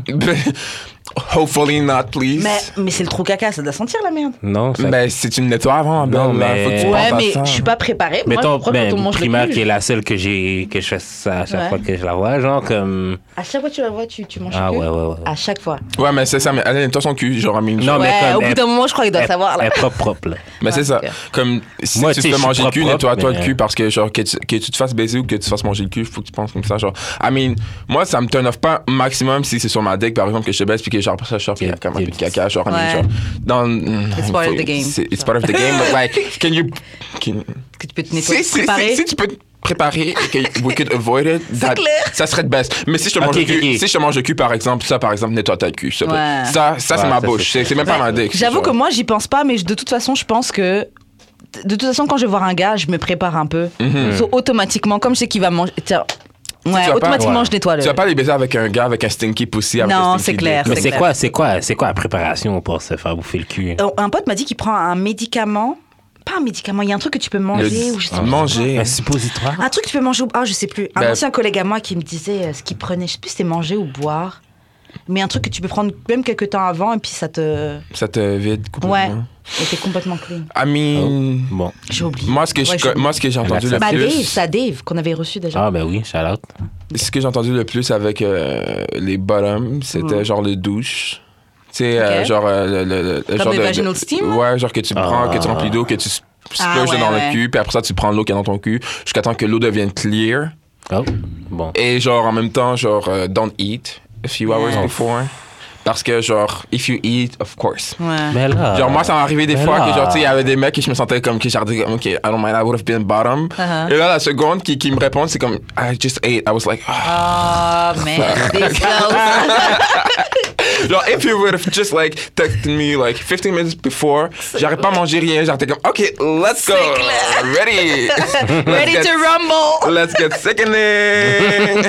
Hopefully not, please. Mais, mais c'est le trou caca, ça doit sentir la merde. Non? Ça... Ben, si tu me nettoies avant, ben, Non, là, mais- faut que tu Ouais, Ouais, penses à mais ça. je suis pas préparée. Moi, Mettons, je crois ben, quand on mange primaire le qui est cul. la seule que j'ai que je fais ça à chaque Ouais. fois que je la vois, genre comme... À chaque fois que tu la vois, tu, tu manges Ah le cul. ouais, ouais, ouais. À chaque fois. Ouais, mais c'est ça, mais elle nettoie son cul, genre, à mine. Non, mais Ouais, comme au bout elle- d'un moment, je crois qu'il doit elle- savoir. Là. Elle est propre, propre, là. Mais c'est Ouais, ça. ok. Comme, si Moi, tu tu te sais, fais je suis manger le cul, propre, nettoie-toi mais- le cul parce que, genre, que tu, que tu te fasses baiser ou que tu te fasses manger le cul, faut que tu penses comme ça, genre. I mean, moi, ça me turn off pas maximum si c'est sur ma deck, par exemple, que je te baisse puis que, genre, après ça, je sors, puis il y a comme un peu de caca, genre, I mean, Ouais. genre. Dans. It's part of the game. C'est- It's part of the game, but like, can you. Can, Que tu peux te nettoyer, si, si, préparer. si, si tu peux te préparer et que we could avoid it, that- clair. ça serait de best. Mais si je te Ok, mange le ok, cul, ok. si je te mange le cul, par exemple, ça, par exemple, nettoie-toi le cul, s'il te plaît. Ouais. Ça, ça, Ouais, c'est ma ça, bouche. c'est- C'est c'est même pas ma dick. J'avoue genre. que moi, j'y pense pas, mais je- de toute façon, je pense que. De toute façon, quand je vais voir un gars, je me prépare un peu. Mhm. So, automatiquement, comme je sais qu'il va manger. Tiens, ouais, vas pas- automatiquement, ouais. je nettoie le. Tu vas pas les baiser avec un gars avec un stinky pussy. Avec Non, un stinky c'est clair. dick. Mais C'est c'est clair. quoi, c'est quoi, c'est quoi la préparation pour se faire bouffer le cul? Euh, Un pote m'a dit qu'il prend un médicament. Pas un médicament, il y a un truc que tu peux manger Le- ou je sais pas. Manger. Un suppositoire? Un truc que tu peux manger ou. Ah, je sais plus. Un Ben- ancien collègue à moi qui me disait euh, ce qu'il prenait, je sais plus si c'était manger ou boire. Mais un truc que tu peux prendre même quelques temps avant et puis ça te. Ça te vide complètement. Ouais. Et t'es complètement clean. I mean, Bon. J'ai oublié. moi, ce que, je- Ouais, j'ai oublié. moi, ce que j'ai entendu le Bah, Dave, plus, ça Dave, qu'on avait reçu déjà. Ah, ben oui, shout out. ce que j'ai entendu le plus avec euh, les bottoms, c'était Mm. genre le douche. Tu sais, euh, Ok. genre euh, le, le- le- le genre les de, vaginal de- steam? Ouais, genre que tu prends, Ah. que tu remplis d'eau, que tu s- Ah, splashes ouais, dans ouais. le cul, puis après ça, tu prends l'eau qui est dans ton cul, jusqu'à temps que l'eau devienne clear. Oh, bon. Et genre, en même temps, genre, euh, don't eat a few hours Ouais. before. Parce que, genre, if you eat, of course. Ouais. Mais là... Genre, moi, ça m'est arrivé des mais fois là- que, genre, tu sais, il y avait des mecs et je me sentais comme que, genre, OK, I don't mind, I would have been bottom. Uh-huh. Et là, la seconde qui, qui me répond, c'est comme, I just ate. I was like, ah. Oh, man. This girl. Genre, if you would have just, like, texted me, like, fifteen minutes before, j'aurais pas mangé rien. J'étais comme, OK, let's go. C'est Ready. Ready Let's to get- rumble. Let's get sickening.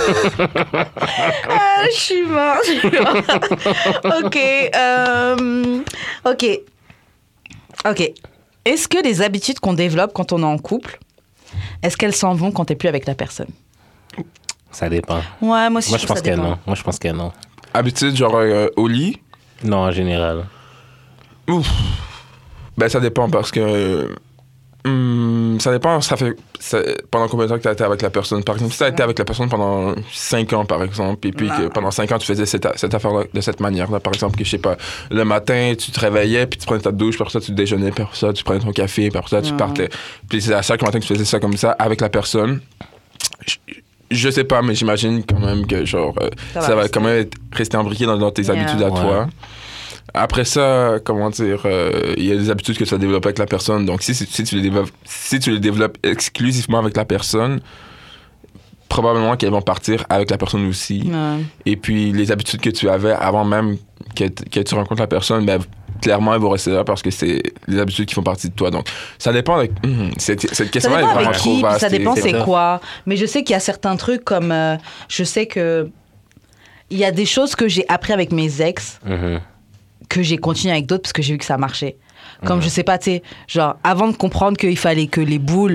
Ah, je suis morte. je suis morte. OK. euh, OK. OK. Est-ce que les habitudes qu'on développe quand on est en couple, est-ce qu'elles s'en vont quand t'es plus avec la personne? Ça dépend. Ouais, moi aussi, Moi, je je trouve pense ça que dépend. non. Moi, je pense que non. Habitude, genre, euh, au lit. Non, en général. Ouf. Ben, ça dépend parce que. hum, ça dépend, ça fait. ça- pendant combien de temps que tu as été avec la personne. Par exemple, si tu as été avec la personne pendant cinq ans, par exemple, et puis que Non. pendant cinq ans, tu faisais cette, cette affaire-là de cette manière-là, par exemple, que je sais pas, le matin, tu te réveillais, puis tu prenais ta douche, puis après ça, tu déjeunais, puis après ça, tu prenais ton café, puis après ça, tu Non. partais. Puis c'est à chaque matin que tu faisais ça comme ça avec la personne. Je, je sais pas, mais j'imagine quand même que, genre, euh, Ça ça, va va rester. quand même être, rester imbriqué dans, dans tes Yeah. habitudes à Ouais. toi. Après ça, comment dire, euh, il y a des habitudes que tu vas développer avec la personne. Donc, si, si, si tu les développes, si tu les développes exclusivement avec la personne, probablement qu'elles vont partir avec la personne aussi. Ouais. Et puis, les habitudes que tu avais avant même que, t- que tu rencontres la personne, ben, clairement, elles vont rester là parce que c'est les habitudes qui font partie de toi. Donc, ça dépend de... Hum, cette, cette Ça question-là est dépend vraiment avec trop qui, puis vaste. ça et- dépend c'est c'est ça. quoi. Mais je sais qu'il y a certains trucs comme... euh, je sais que... Il y a des choses que j'ai appris avec mes ex Mhm. que j'ai continué avec d'autres parce que j'ai vu que ça marchait. Comme, Mhm. je sais pas, tu sais, genre, avant de comprendre qu'il fallait que les boules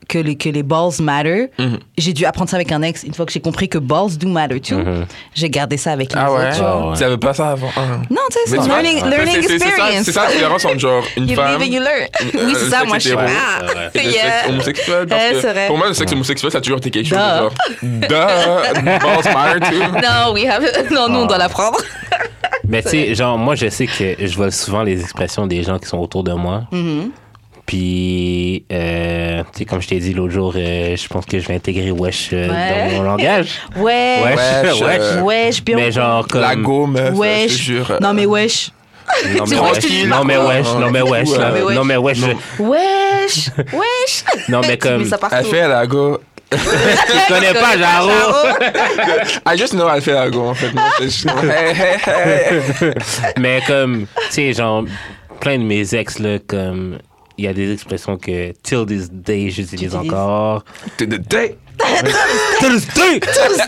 que les, que les balls matter. Mhm. J'ai dû apprendre ça avec un ex. Une fois que j'ai compris que balls do matter too, Mhm. j'ai gardé ça avec les Ah ouais? autres. tu vois. Oh, ouais. Tu savais pas ça avant? Ah. Non, tu sais, c'est Mais tu vois, learning, c'est- learning c'est- c'est ça- experience. C'est ça la différence entre genre une You femme. live and you learn. euh, Oui, c'est un ça, sexe moi, je suis hétéro, ah, c'est vrai. et le yeah. sexe homosexuel. Parce Ouais, que c'est vrai. pour moi, le sexe homosexuel, ça a toujours été quelque chose Duh. de genre. Duh! Balls matter too. Non, we have... non, nous, on doit l'apprendre. Mais tu sais, genre, moi, je sais que je vois souvent les expressions des gens qui sont autour de moi. Mhm. Puis, euh, tu sais, comme je t'ai dit l'autre jour, euh, je pense que je vais intégrer wesh euh, Ouais. dans mon langage. Ouais. Wesh, Wesh, wesh. euh, Wesh, bien. Mais genre, comme. La go, meuf, je te Wesh. jure. Non, mais wesh. Non, mais Tu vois, wesh. je te dis Non, mais pas. wesh. Non, mais wesh. Ouais. là. mais wesh. Non, mais wesh. Non. Wesh. Wesh. Non, mais Tu mets comme. ça partout. Elle fait la go. Je connais pas, Jaro. I just know elle fait la go, en fait. Moi, c'est juste- Hey, hey, hey. Mais comme, tu sais, genre, plein de mes ex, là, comme. Il y a des expressions que, till this day, j'utilise J'utilise. encore. To the day. Till this day!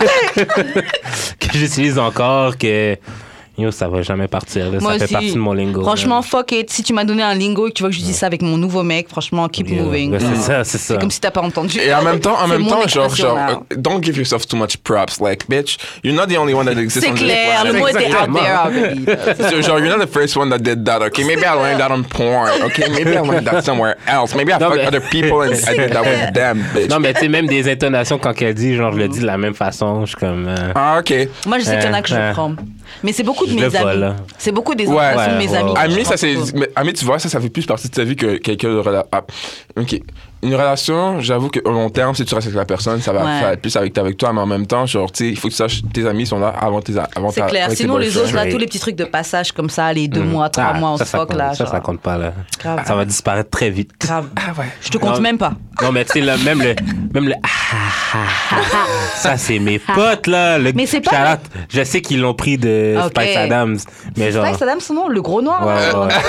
que j'utilise encore, que. Yo, ça va jamais partir. Là. Moi Ça fait aussi. partie de mon lingo. Franchement, là. fuck it. Si tu m'as donné un lingo et que tu vois que je dis ça avec mon nouveau mec, franchement, keep Yeah. moving. Ouais, c'est ça, c'est ça. C'est comme si t'as pas entendu. Et en même temps, en C'est même mon temps, genre, expression, genre, là. uh, don't give yourself too much props. Like, bitch, you're not the only one that exists C'est on this clair, le planet. mot était out Exactement. there already. So, genre, you're not the first one that did that. Okay, maybe I learned that on porn. Okay, maybe I learned that somewhere else. Maybe I Non, fucked mais- other people and I did that with them, bitch. Non, mais tu sais, même des intonations, quand elle dit, genre, je le dis de la même façon, je suis comme. euh, Ah, ok. Moi, je sais qu'il y en a que je Euh, prends. Mais c'est beaucoup de je mes le vole, amis. là. C'est beaucoup des Ouais. impressions de mes Ouais, amis. ouais. que je Ami, ça prends c'est. beaucoup. mais, Ami, tu vois, ça, ça fait plus partie de ta vie que quelqu'un de rela- ah, ok. Une relation, j'avoue qu'au long terme, si tu restes avec la personne, ça va Ouais. faire plus avec, avec toi, mais en même temps, genre, tu sais, il faut que tu saches, tes amis sont là avant tes avant C'est ta- clair. avec tes Sinon, les boyfriends. autres, là, Ouais. tous les petits trucs de passage comme ça, les deux Mm. mois, trois Ah, mois, on ça, se ça fuck compte- là. Ça, genre. ça compte pas, là. Grave. Ça va disparaître très vite. Grave. Ah ouais. Je te compte Non. même pas. Non, mais tu sais, là, même le. Même le. Ça, c'est mes potes, là. Le Mais c'est pas- shout-out. Je sais qu'ils l'ont pris de Ok. Spice Adams. Mais genre. Spice Adams, son nom, le gros noir. Ouais, là. ouais.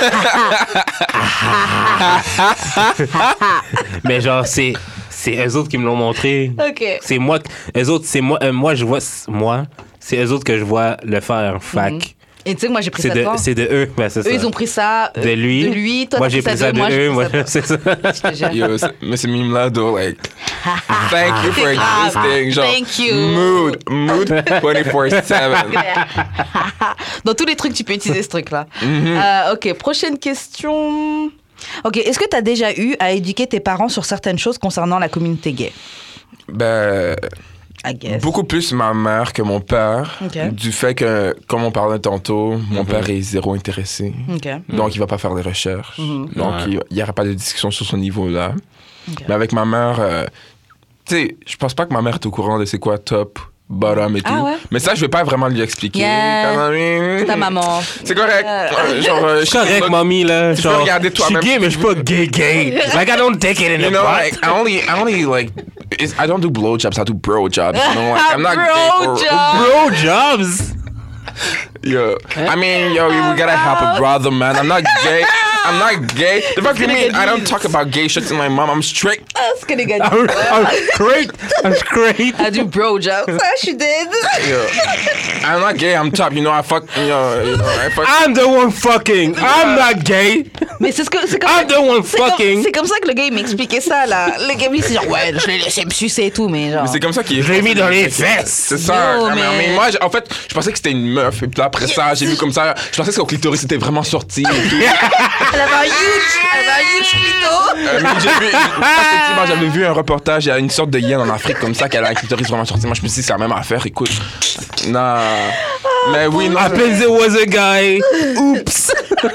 Mais genre, c'est. C'est eux autres qui me l'ont montré. Ok. C'est moi. Eux autres, c'est moi. euh, moi, je vois. Moi, c'est eux autres que je vois le faire. Fac. Mhm. Et tu sais que moi, j'ai pris C'est ça de de, toi. c'est de eux. Ben, c'est Eux, ça. ils ont pris ça euh, De lui. De lui. Toi, moi, t'as j'ai pris ça de moi, j'ai eux. pris Moi, ça de toi. c'est ça. Je te jure. Yo, c'est- mais ce mime-là, though, like, thank you for Ah, existing. Genre, thank you. mood, mood vingt-quatre sept. Dans tous les trucs, tu peux utiliser ce truc-là. Mhm. Euh, ok, prochaine question. Ok, est-ce que tu as déjà eu à éduquer tes parents sur certaines choses concernant la communauté gay? Ben, I guess. beaucoup plus ma mère que mon père. Ok. Du fait que, comme on parlait tantôt, mon Mhm. père est zéro intéressé. Ok. Donc, il va pas faire des recherches. Mhm. Donc, Ouais. il n'y aura pas de discussion sur ce niveau-là. Ok. Mais avec ma mère, euh, tu sais, je pense pas que ma mère est au courant de c'est quoi top, bottom et Ah tout. ouais? Mais ça, je vais pas vraiment lui expliquer. Yeah. Comme, euh, C'est ta maman. C'est correct. Euh. Euh, Genre, euh, Je suis correct, je- mamie, là. Tu peux Genre, regarder je suis toi-même. gay, mais je suis pas gay gay. Like, I don't take it in You the know, butt. like I only, I only like, it's, I don't do blowjobs. I do bro jobs. You know, like I'm not gay Bro for job. Bro jobs. Yo, I mean, yo, we gotta help a brother, man. I'm not gay. I'm not gay. The fuck you gonna mean? get I don't used. talk about gay shit to my mom. I'm straight. Ah, ce que les gars I'm, disent. I'm straight. I'm straight. Ah, du bro job. Ça, je suis dead. Yo, I'm not gay. I'm top. You know, I fuck. You know, you know I fuck. I'm the one fucking. I'm not gay. Mais c'est ce que c'est comme I'm the one c'est comme- fucking. c'est comme ça que le gars il m'expliquait ça là. Le gars il c'est genre ouais, je l'ai laissé me sucer et tout mais genre. Mais c'est comme ça qu'il est. Je l'ai mis dans les fesses. C'est ça. Yo, I mean, I mais- mean, moi, j'ai- en fait, je pensais que c'était une meuf. Et puis là, après ça, j'ai vu comme ça. Je pensais que son clitoris était vraiment sorti. Et tout. Elle avait un huge, elle avait un huge clito. Euh, mais j'ai vu, effectivement, j'avais vu un reportage, il y a une sorte de hyène en Afrique comme ça, qu'elle a un clitoris vraiment sorti. Moi, je me suis dit, c'est la même affaire, écoute. Non. Mais oui, non. I think it was a guy. Oops.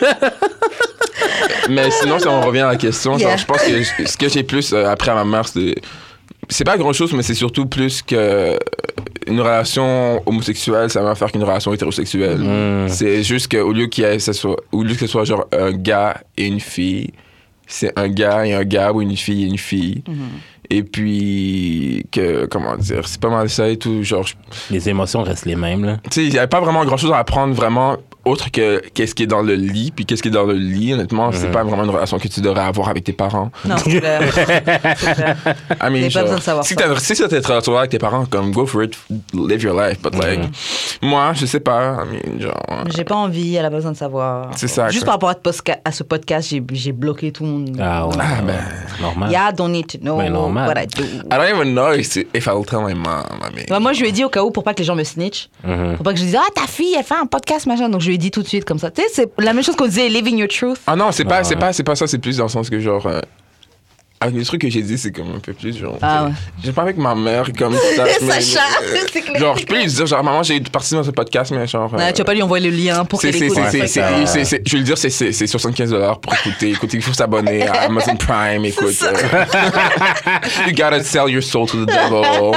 Mais sinon, si on revient à la question, genre, Yeah. je pense que ce que j'ai plus euh, appris à ma mère, c'est. C'est pas grand chose, mais c'est surtout plus que une relation homosexuelle, ça va faire qu'une relation hétérosexuelle. Mm. C'est juste qu'au lieu qu'il y ait, ça soit, au lieu que ce soit genre un gars et une fille, c'est un gars et un gars ou une fille et une fille. Et puis, que, comment dire, c'est pas mal ça et tout. Genre, je- Les émotions restent les mêmes, là. tu sais, il n'y avait pas vraiment grand chose à apprendre vraiment autre que qu'est-ce qui est dans le lit, puis qu'est-ce qui est dans le lit, honnêtement, c'est pas vraiment une relation que tu devrais avoir avec tes parents. Non, c'est clair. C'est clair. I mean, T'as pas genre, besoin de savoir si ça. t'as si ça t'es retrouvé avec tes parents, comme go for it, live your life. But like, moi, je sais pas. I mean, genre. J'ai pas envie, elle a pas besoin de savoir. C'est ça, Juste quoi. par rapport à, posca- à ce podcast, j'ai, j'ai bloqué tout le monde. Ah ouais. Ah, ben. Normal. Yeah, I don't need to know Ben, normal. what I do. I don't even know if, if I'll tell my mom. I mean. Ouais, moi, je lui ai dit au cas où pour pas que les gens me snitch. Mhm. Pour pas que je dise, ah, ta fille, elle fait un podcast, machin. Donc, je lui ai dit tout de suite comme ça. Tu sais, c'est la même chose qu'on disait, living your truth. Ah non, c'est pas, Ah, c'est ouais. pas, c'est pas ça. C'est plus dans le sens que genre. Euh, avec les trucs que j'ai dit, c'est comme un peu plus genre. Ah ouais. J'ai pas avec ma mère comme ça. mais- Sacha, c'est clair. Genre, je peux lui dire, genre, maman, j'ai participé dans ce podcast, mais genre. Ouais, euh, tu vas pas lui envoyer le lien pour C'est, qu'elle c'est, écoute. c'est, Ouais, c'est, ça, c'est, ça. c'est, c'est- je vais le dire, c'est, c'est, c'est soixante-quinze dollars pour écouter. Écoutez, il faut s'abonner à Amazon Prime. Écoute, euh, you gotta sell your soul to the devil.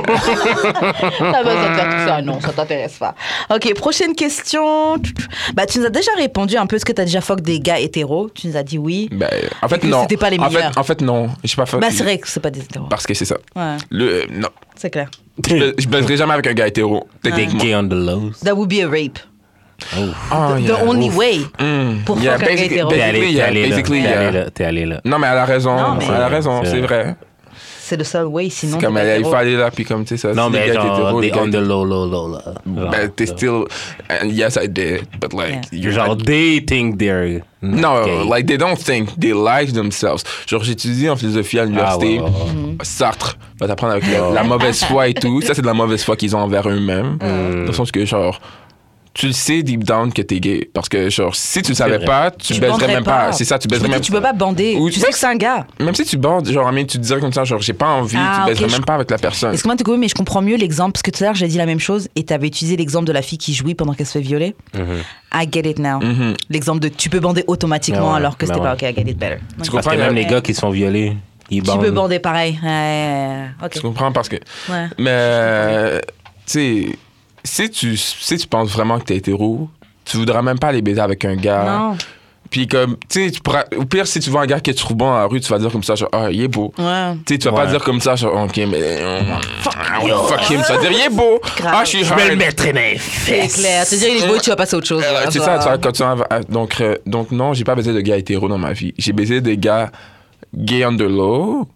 T'as besoin de faire tout ça. Non, ça t'intéresse pas. Ok, prochaine question. Bah, tu nous as déjà répondu un peu. Est-ce que t'as déjà fuck des gars hétéros? Tu nous as dit oui. Ben, en fait, que non. c'était pas les en fait, meilleurs. en fait, non. Je sais pas fait. Bah, c'est vrai que c'est pas des hétéros. Parce que c'est ça. Ouais, Le, euh, non. c'est clair. Je, bais- je baiserai jamais avec un gars hétéro. Des Techniquement. gay on the lows. That would be a rape. Oh. Oh, The yeah. only Ouf. way Mm. pour Yeah, fuck un gars basic- hétéro. T'es Basically, allé, t'es yeah, allé là. basically, T'es allé yeah. là. T'es allé là. Non, mais elle a raison. Non, mais- Elle a raison, C'est c'est vrai. vrai. C'est le seul way, sinon. Comme t'es pas elle, il hétéro. faut aller là, puis comme, tu sais, ça. Non, si les mais gars étaient genre, hétéros, les des gars on the étaient- low, low, low, là. Genre, Ben, t'es ça. still. And yes, I did. But like. Yeah. you're Genre, not- they think they're. No, gay. like they don't think, they lie to themselves. Genre, j'étudie en philosophie à l'université. Ah, ouais, ouais, ouais. Sartre va t'apprendre avec la, la mauvaise foi et tout. Ça, c'est de la mauvaise foi qu'ils ont envers eux-mêmes. Dans le sens que, genre, tu le sais deep down que t'es gay. Parce que, genre, si tu le savais vrai. pas, tu, Tu baiserais banderais même pas. C'est ça, tu Je baiserais me dis, même tu peux pas bander. Ou- Tu sais que c'est un gars. Même si tu bandes, genre, I mean, tu te dirais comme ça, genre, j'ai pas envie, Ah, tu ok, baiserais je- même pas avec la personne. Excuse-moi de te couper, mais je comprends mieux l'exemple. Parce que tout à l'heure, j'ai dit la même chose et t'avais utilisé l'exemple de la fille qui jouit pendant qu'elle se fait violer. I get it now. Mhm. L'exemple de tu peux bander automatiquement Ah ouais, alors que c'était ben pas ouais. ok, I get it better. Tu Ok. Parce que comprends, même là? les gars qui se font violer, ils Tu bandent. peux bander pareil. Ouais, ouais, ouais. Tu Ok. comprends? Parce que. Ouais. Mais, euh, tu sais, si tu, si tu penses vraiment que t'es hétéro, tu voudras même pas aller baiser avec un gars. Non. Puis comme, tu sais, tu pourras- au pire, si tu vois un gars que tu trouves bon dans la rue, tu vas dire comme ça, genre, ah, il est beau. Ouais. Tu sais, tu vas pas Ouais. dire comme ça, genre, ok, mais. euh, ah, ouais, fuck him. Tu vas dire, il est beau. Grave. Ah, je suis Je vais le hard. mettre dans les C'est fesses. clair. Te dire il est beau, tu vas passer à autre chose. Euh, là, c'est genre. ça, tu vas continuer à- à- donc, euh, donc, non, j'ai pas baisé de gars hétéros dans ma vie. J'ai baisé des gars gay under low,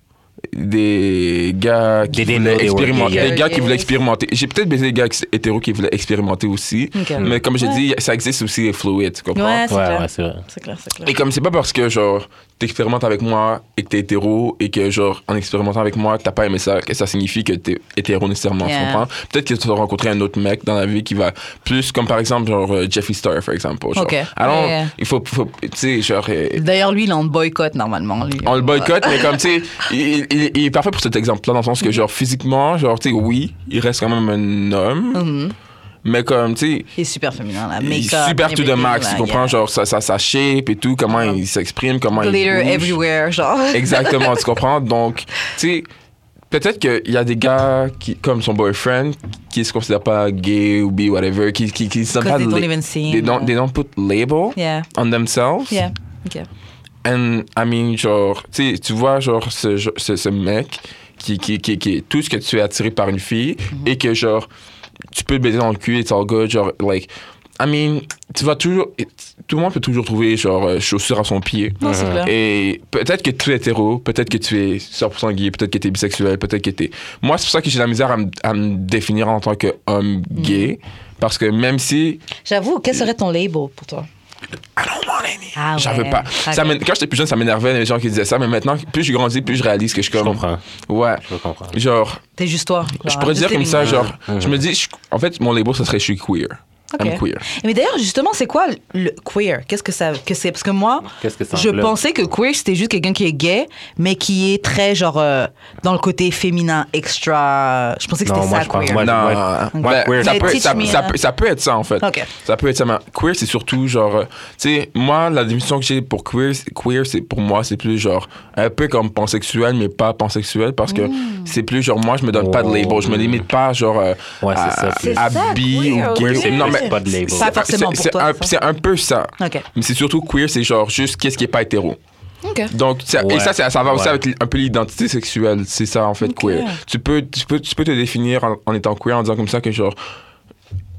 des gars qui They didn't voulaient know they were expérimenter, gay. des gars qui Yeah. voulaient expérimenter. J'ai peut-être baisé des gars ex- hétéros qui voulaient expérimenter aussi, Ok. mais comme j'ai Ouais. dit, ça existe aussi les fluides, tu comprends? Ouais, c'est Ouais, clair. ouais, c'est vrai. C'est clair, c'est clair. Et comme c'est pas parce que genre t'expérimentes avec moi et que t'es hétéro et que genre en expérimentant avec moi t'as pas aimé ça que ça signifie que t'es hétéro nécessairement, Yeah. tu comprends? Peut-être que tu vas rencontrer un autre mec dans la vie qui va plus comme par exemple genre euh, Jeffree Star par exemple. Genre. Ok. Alors Yeah. il faut, faut tu sais genre euh, D'ailleurs, lui, il est en boycott normalement. Lui. on le boycotte, mais comme, tu sais, il, il- il est parfait pour cet exemple-là, dans le sens que, genre, physiquement, genre, tu sais, oui, il reste quand même un homme, Mhm. mais comme, tu sais, Il est super féminin, là. il est Make-up, super to the everything, max, là, tu comprends, yeah. genre, sa, sa, sa shape et tout, comment il s'exprime, comment Glitter il bouge. everywhere, genre. Exactement, tu comprends? Donc, tu sais, peut-être qu'il y a des gars qui, comme son boyfriend, qui se considèrent pas gay ou bi, whatever, qui, qui, qui se donnent Because pas they de don't la- even see They him, don't, yeah. they don't put label Yeah, on themselves. yeah. Ok. And, I mean, genre, tu sais, tu vois, genre, ce, ce, ce mec qui, qui, qui, qui est tout ce que tu es attiré par une fille et que, genre, tu peux le baiser dans le cul, it's all good, genre, like, I mean, tu vas toujours, tout le monde peut toujours trouver, genre, euh, chaussure à son pied. Non, c'est clair. Et peut-être que tu es hétéro, peut-être que tu es cent pour cent gay, peut-être que tu es bisexuel, peut-être que tu es... Moi, c'est pour ça que j'ai de la misère à me, à me définir en tant qu'homme gay, parce que même si... J'avoue, quel serait ton label pour toi? I don't want any. Ah J'en ouais. veux pas. Ok. Ça m'én- quand j'étais plus jeune, ça m'énervait les gens qui disaient ça, mais maintenant, plus je grandis, plus je réalise que je suis Je comme... comprends. Ouais. Je comprends. Genre, T'es juste toi. je genre, pourrais just dire comme living ça, life. genre, je me dis, je- en fait, mon label, ça serait je suis queer. Ok. I'm queer. Mais d'ailleurs, justement, c'est quoi le queer? Qu'est-ce que ça que c'est? Parce que moi, Qu'est-ce que ça je englobe? pensais que queer, c'était juste quelqu'un qui est gay, mais qui est très, genre, euh, dans le côté féminin, extra. Je pensais que c'était Non, moi, ça, je pense- queer. moi, Non, moi- ben, moi, queer, ça, Mais peut, teach ça, me, ça là. peut, ça peut être ça, en fait. Ok. Ça peut être ça, mais queer, c'est surtout genre... euh, tu sais, moi, la définition que j'ai pour queer, c'est- queer, c'est pour moi, c'est plus genre un peu comme pansexuel, mais pas pansexuel, parce que c'est plus genre, moi, je me donne pas de label. Je me limite pas, genre, euh, Ouais, c'est à, ça. C'est à ça, bi queer, ou gay. ok. Non, mais pas de label. Pas forcément c'est- pour c'est toi, un- ça. C'est un peu ça. Ok. Mais c'est surtout queer, c'est genre juste qu'est-ce qui est pas hétéro. Ok. Donc, ça- et Ouais. ça, ça, ça va aussi Ouais. avec l- un peu l'identité sexuelle. C'est ça, en fait, Ok. queer. Tu peux, tu, peux, tu peux te définir en, en étant queer en disant comme ça que, genre,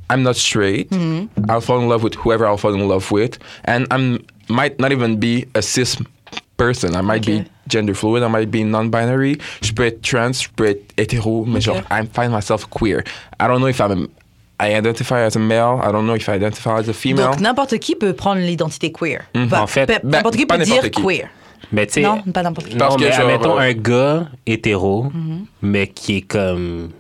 I'm not straight. Mm-hmm. I'll fall in love with whoever I'll fall in love with. And I might not even be a cis person. I might okay. be gender fluid. I might be non-binary. Je peux être trans, je peux être hétéro, mais okay. genre, I find myself queer. I don't know if I'm a, I identify as a male. I don't know if I identify as a female. Donc, n'importe qui peut prendre l'identité queer. Mm-hmm. Bah, en fait, pe- ben, n'importe qui peut n'importe dire qui. queer. Mais tu sais, non, pas n'importe qui. Parce non, que, mais genre, admettons euh, un gars hétéro, mm-hmm. mais qui est comme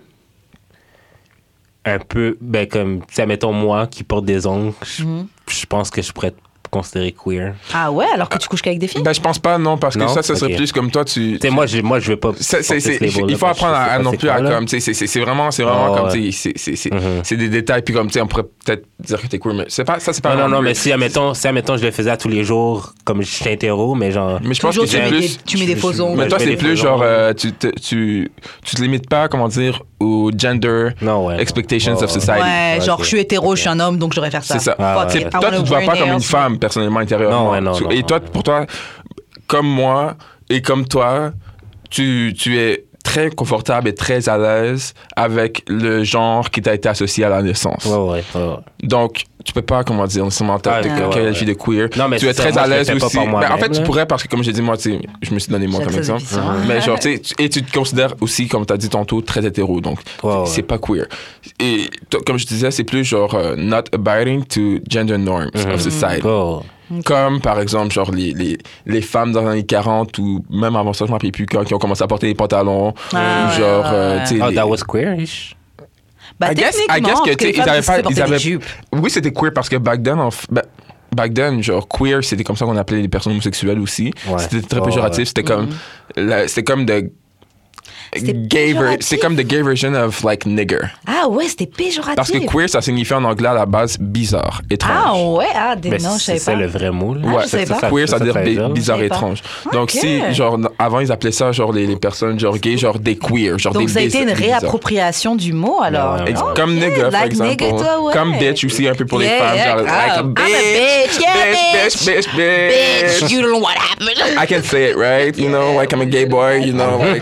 un peu, ben comme, tu sais, admettons moi qui porte des ongles, mm-hmm. je pense que je pourrais être considéré queer. Ah ouais, alors que tu couches qu'avec des filles? Ben je pense pas, non, parce que non? ça, ça serait okay. plus comme toi, tu... Tu sais, moi, je, moi, je veux pas... C'est, c'est, c'est, il faut apprendre à, à non plus à comme, tu sais, c'est, c'est vraiment, c'est vraiment oh, comme, ouais. tu sais, c'est, c'est, mm-hmm. c'est des détails, puis comme, tu sais, on pourrait peut-être dire que t'es queer, mais c'est pas, ça, c'est pas... Non, non, non, mais si, admettons, si, admettons, je le faisais à tous les jours, comme je suis hétéro, mais genre... Mais je pense que c'est plus... Tu mets des faux ongles. Mais toi, c'est plus genre, tu tu tu te limites pas, comment dire, au gender expectations of society. Ouais, genre, je suis hétéro, je suis un homme, donc je devrais faire ça. C'est ça. Toi, tu te vois pas comme une femme, personnellement, intérieurement. Non, ouais, non, et toi, pour toi, comme moi et comme toi, tu, tu es très confortable et très à l'aise avec le genre qui t'a été associé à la naissance. Ouais, ouais, ouais. Donc, tu peux pas, comment dire, nécessairement te qualifier de queer. Non, mais tu es ça, très moi, à l'aise aussi. Ben, en fait, tu pourrais, parce que comme j'ai dit, moi, tu sais, je me suis donné moi comme exemple. Uh-huh. Mais genre, tu sais, et tu te considères aussi, comme tu as dit tantôt, très hétéro. Donc, ouais, c'est ouais. pas queer. Et comme je disais, c'est plus genre uh, not abiding to gender norms mm-hmm. of society. Oh. Comme, par exemple, genre les, les, les femmes dans les années quarante ou même avant ça, je m'en rappelle plus, quand, qui ont commencé à porter des pantalons. Ah, genre, ouais, euh, tu sais. Oh, les... that was queerish? Bah, I guess, I guess que, tu sais, ils avaient pas. Ils avaient... Oui, c'était queer parce que back then, en f... bah, back then, genre, queer, c'était comme ça qu'on appelait les personnes homosexuelles aussi. Ouais. C'était très péjoratif. Oh, ouais. C'était comme. Mm-hmm. La... C'était comme de. Gay ver- c'est comme the gay version of like nigger. Ah ouais, c'était péjoratif. Parce que queer, ça signifie en anglais à la base bizarre, étrange. Ah ouais, ah des non, je savais pas. C'est le vrai mot. Là. Ah, ouais, je savais pas. Queer, ça veut dire bizarre, étrange. Okay. Donc si, genre, avant ils appelaient ça genre les, les personnes genre gays, genre des queer, genre donc, des. Donc ça a été une réappropriation du mot alors. Ouais, ouais, ouais. Comme okay. nigger, par like exemple. Nigger, toi, ouais. Comme bitch aussi un peu pour yeah, les femmes, yeah. genre Ah, like a I'm bitch, a bitch, yeah, bitch, bitch, bitch, bitch, bitch. You don't know what happened. I can say it, right? You know, like I'm a gay boy, you know, like.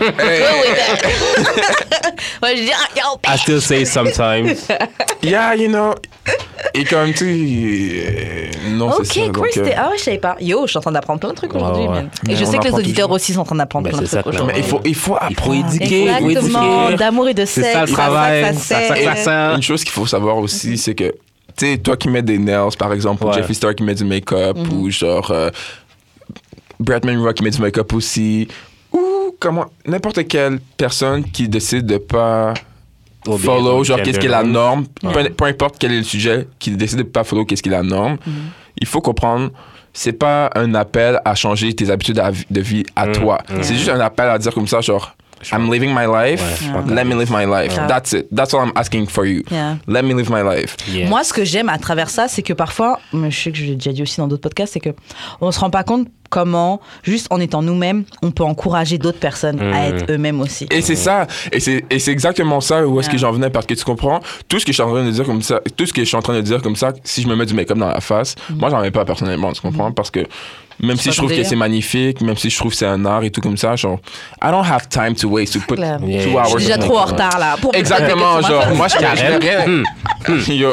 Ouais, je dis, yo, I still say sometimes. Yeah, you know. Et comme tu euh, non, okay, c'est ça. Ok, donc, cool. euh... Ah ouais, je savais pas. Yo, je suis en train d'apprendre plein de trucs aujourd'hui. Oh, ouais. Et je sais que les auditeurs toujours. Aussi sont en train d'apprendre ben, plein de trucs ça, aujourd'hui. Mais il faut, il faut apprendre. Il faut éduquer. Exactement, d'amour et de sexe. C'est ça le travail. Ça, ça, ça, ça, une chose qu'il faut savoir aussi, c'est que, tu sais, toi qui mets des nails, par exemple, ou ouais. Jeffree Star qui met du make-up, mm-hmm. ou genre euh, Brett Monroe qui met du make-up aussi, ou comment, n'importe quelle personne qui décide de pas follow, genre qu'est-ce qui est la norme, ouais. peu, peu importe quel est le sujet, qui décide de pas follow qu'est-ce qui est la norme, mm-hmm. il faut comprendre, c'est pas un appel à changer tes habitudes de vie à mm-hmm. toi. Mm-hmm. C'est juste un appel à dire comme ça, genre, I'm living my life, ouais, let me live my life. Yeah. That's it. That's all I'm asking for you. Yeah. Let me live my life. Yeah. Moi, ce que j'aime à travers ça, c'est que parfois, mais je sais que je l'ai déjà dit aussi dans d'autres podcasts, c'est qu'on se rend pas compte comment, juste en étant nous-mêmes, on peut encourager d'autres personnes mmh. à être eux-mêmes aussi. Et c'est ça. Et c'est, et c'est exactement ça où est-ce yeah. que j'en venais, parce que tu comprends, tout ce que je suis en train de dire comme ça, tout ce que je suis en train de dire comme ça, si je me mets du make-up dans la face, mmh. moi, j'en mets pas personnellement, tu comprends? Mmh. Parce que même si je trouve que c'est magnifique, même si je trouve que c'est un art et tout comme ça, genre, I don't have time to waste to put yeah. two hours. Je suis déjà trop en retard là. Pour exactement, genre, moi je carrément. Yo.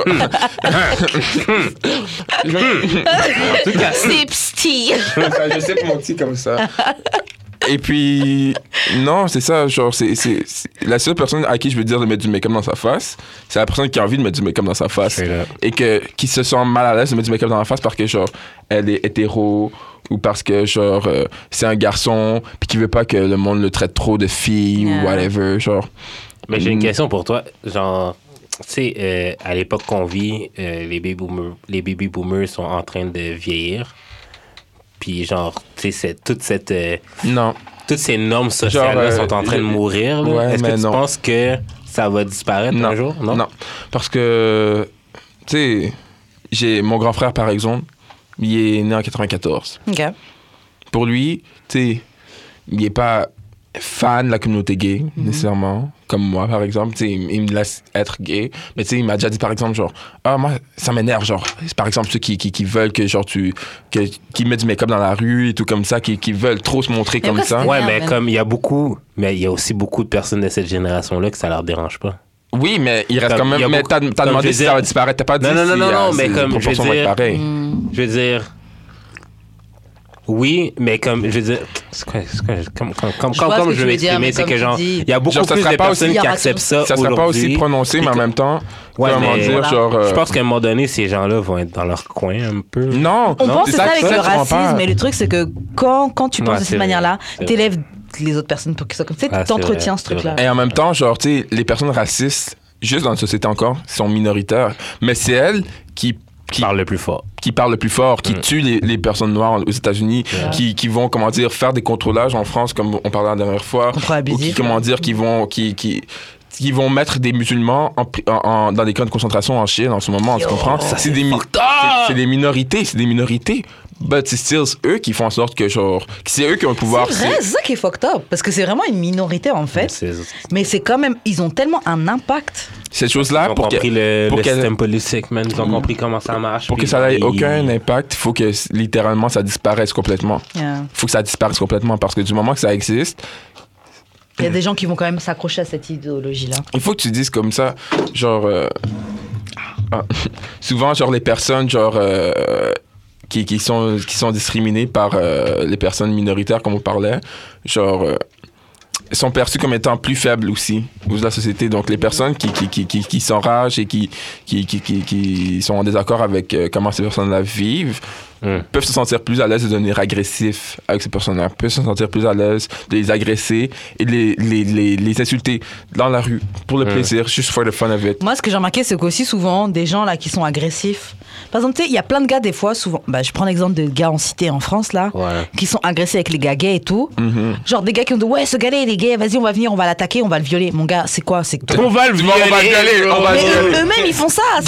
Sips tea. Je sais pour mon petit comme ça. Et puis, non, c'est ça, genre, c'est, c'est, c'est la seule personne à qui je veux dire de mettre du make-up dans sa face, c'est la personne qui a envie de mettre du make-up dans sa face. Et que, qui se sent mal à l'aise de mettre du make-up dans la face parce que, genre, elle est hétéro, ou parce que, genre, euh, c'est un garçon, puis qui veut pas que le monde le traite trop de fille, yeah. ou whatever, genre. Mais j'ai une question pour toi, genre, tu sais, euh, à l'époque qu'on vit, euh, les baby boomers, les baby boomers sont en train de vieillir. Puis genre, tu sais, toute cette... Euh, non. Toutes ces normes sociales-là euh, sont en train je, de mourir. Là. Ouais, Est-ce que tu non. penses que ça va disparaître non. un jour? Non, non. Parce que, tu sais, j'ai mon grand frère, par exemple, il est né en quatre-vingt-quatorze. OK. Pour lui, tu sais, il n'est pas fan de la communauté gay, mm-hmm. nécessairement. Comme moi, par exemple, tu sais, il, il me laisse être gay. Mais tu sais, il m'a déjà dit, par exemple, genre, ah, moi, ça m'énerve, genre, c'est par exemple ceux qui, qui, qui veulent que, genre, tu, que, qui mettent du make-up dans la rue et tout comme ça, qui, qui veulent trop se montrer mais comme ça. Ouais, mais comme il y a beaucoup, mais il y a aussi beaucoup de personnes de cette génération-là que ça leur dérange pas. Oui, mais il reste Comme, quand même. il y a Mais beaucoup- t'as, t'as comme demandé je si veux ça va dire- disparaître. T'as pas dit Non, non, si non, non, euh, non, si mais les comme, je veux proportions vont être dire- pareilles. Je veux dire. Oui, mais comme, je veux dire, c'est quoi, c'est quoi, comme, comme, comme, Je comme, vois ce comme que je tu veux veux dire, m'exprimer, mais c'est comme que tu genre, dis- il y a beaucoup Genre, ça plus sera de pas personnes aussi- qui acceptent ça Ça sera pas aussi aujourd'hui. prononcé, mais en Puis même temps, Ouais, comment mais- dire, Voilà. genre. euh, Je pense qu'à un moment donné, ces gens-là vont être dans leur coin un peu. Non, On non, pense que c'est ça avec que le tu comprends pas. racisme, mais le truc, c'est que quand, quand tu Ouais, penses de c'est cette vrai. manière-là, C'est t'élèves les autres personnes pour qu'ils soient comme ça. Tu sais, Ah, c'est t'entretiens vrai, ce c'est truc-là. Et en même temps, genre, tu sais, les personnes racistes, juste dans la société encore, sont minoritaires. Mais c'est elles qui, Qui parle le plus fort. qui parlent le plus fort, qui Mm. tuent les, les personnes noires aux États-Unis, Yeah. qui, qui vont, comment dire, faire des contrôlages en France, comme on parlait la dernière fois. Contrôle Ou qui, abusif. comment dire, qui vont. Qui, qui, qui vont mettre des musulmans en, pri- en- en- dans des camps de concentration en Chine en ce moment, tu Yo, comprends? ça, C'est des, mi- c'est- c'est des minorités, c'est des minorités. But c'est still eux qui font en sorte que, genre, c'est eux qui ont le pouvoir. C'est vrai, c'est ça qui est fucked up. Parce que c'est vraiment une minorité, en fait. C'est- Mais c'est quand même. Ils ont tellement un impact. Cette chose-là, Ils ont pour que, compris le, pour le qu'elle- système politique, man. Ils ont Mm. compris comment ça marche. pour que puis ça n'ait ils- aucun impact, il faut que littéralement ça disparaisse complètement. Yeah. Il faut que ça disparaisse complètement parce que du moment que ça existe, Il y a des gens qui vont quand même s'accrocher à cette idéologie-là. il faut que tu dises comme ça, genre. euh, ah, souvent, genre, les personnes, genre. euh, qui, qui, sont, qui sont discriminées par euh, les personnes minoritaires, comme on parlait, genre. euh, sont perçues comme étant plus faibles aussi au sein de la société. Donc, les personnes qui, qui, qui, qui, qui s'enragent et qui, qui, qui, qui, qui sont en désaccord avec euh, comment ces personnes-là vivent, Mm. peuvent se sentir plus à l'aise de devenir agressifs avec ces personnes-là, peuvent se sentir plus à l'aise de les agresser et de les, les, les, les insulter dans la rue pour le Mm. plaisir, juste for the fun of it. Moi, ce que j'ai remarqué, c'est qu'aussi souvent, des gens là qui sont agressifs. Par exemple, tu sais, il y a plein de gars, des fois, souvent. Bah, je prends l'exemple de gars en cité en France, là, Ouais. qui sont agressés avec les gars gays et tout. Mhm. Genre des gars qui ont dit, ouais, ce gars-là, il est gay, vas-y, on va venir, on va l'attaquer, on va le violer. Mon gars, c'est quoi? C'est que. On va le Tu vois, on va le violer, on va le Mais violer. eux- eux-mêmes, ils font ça. C'est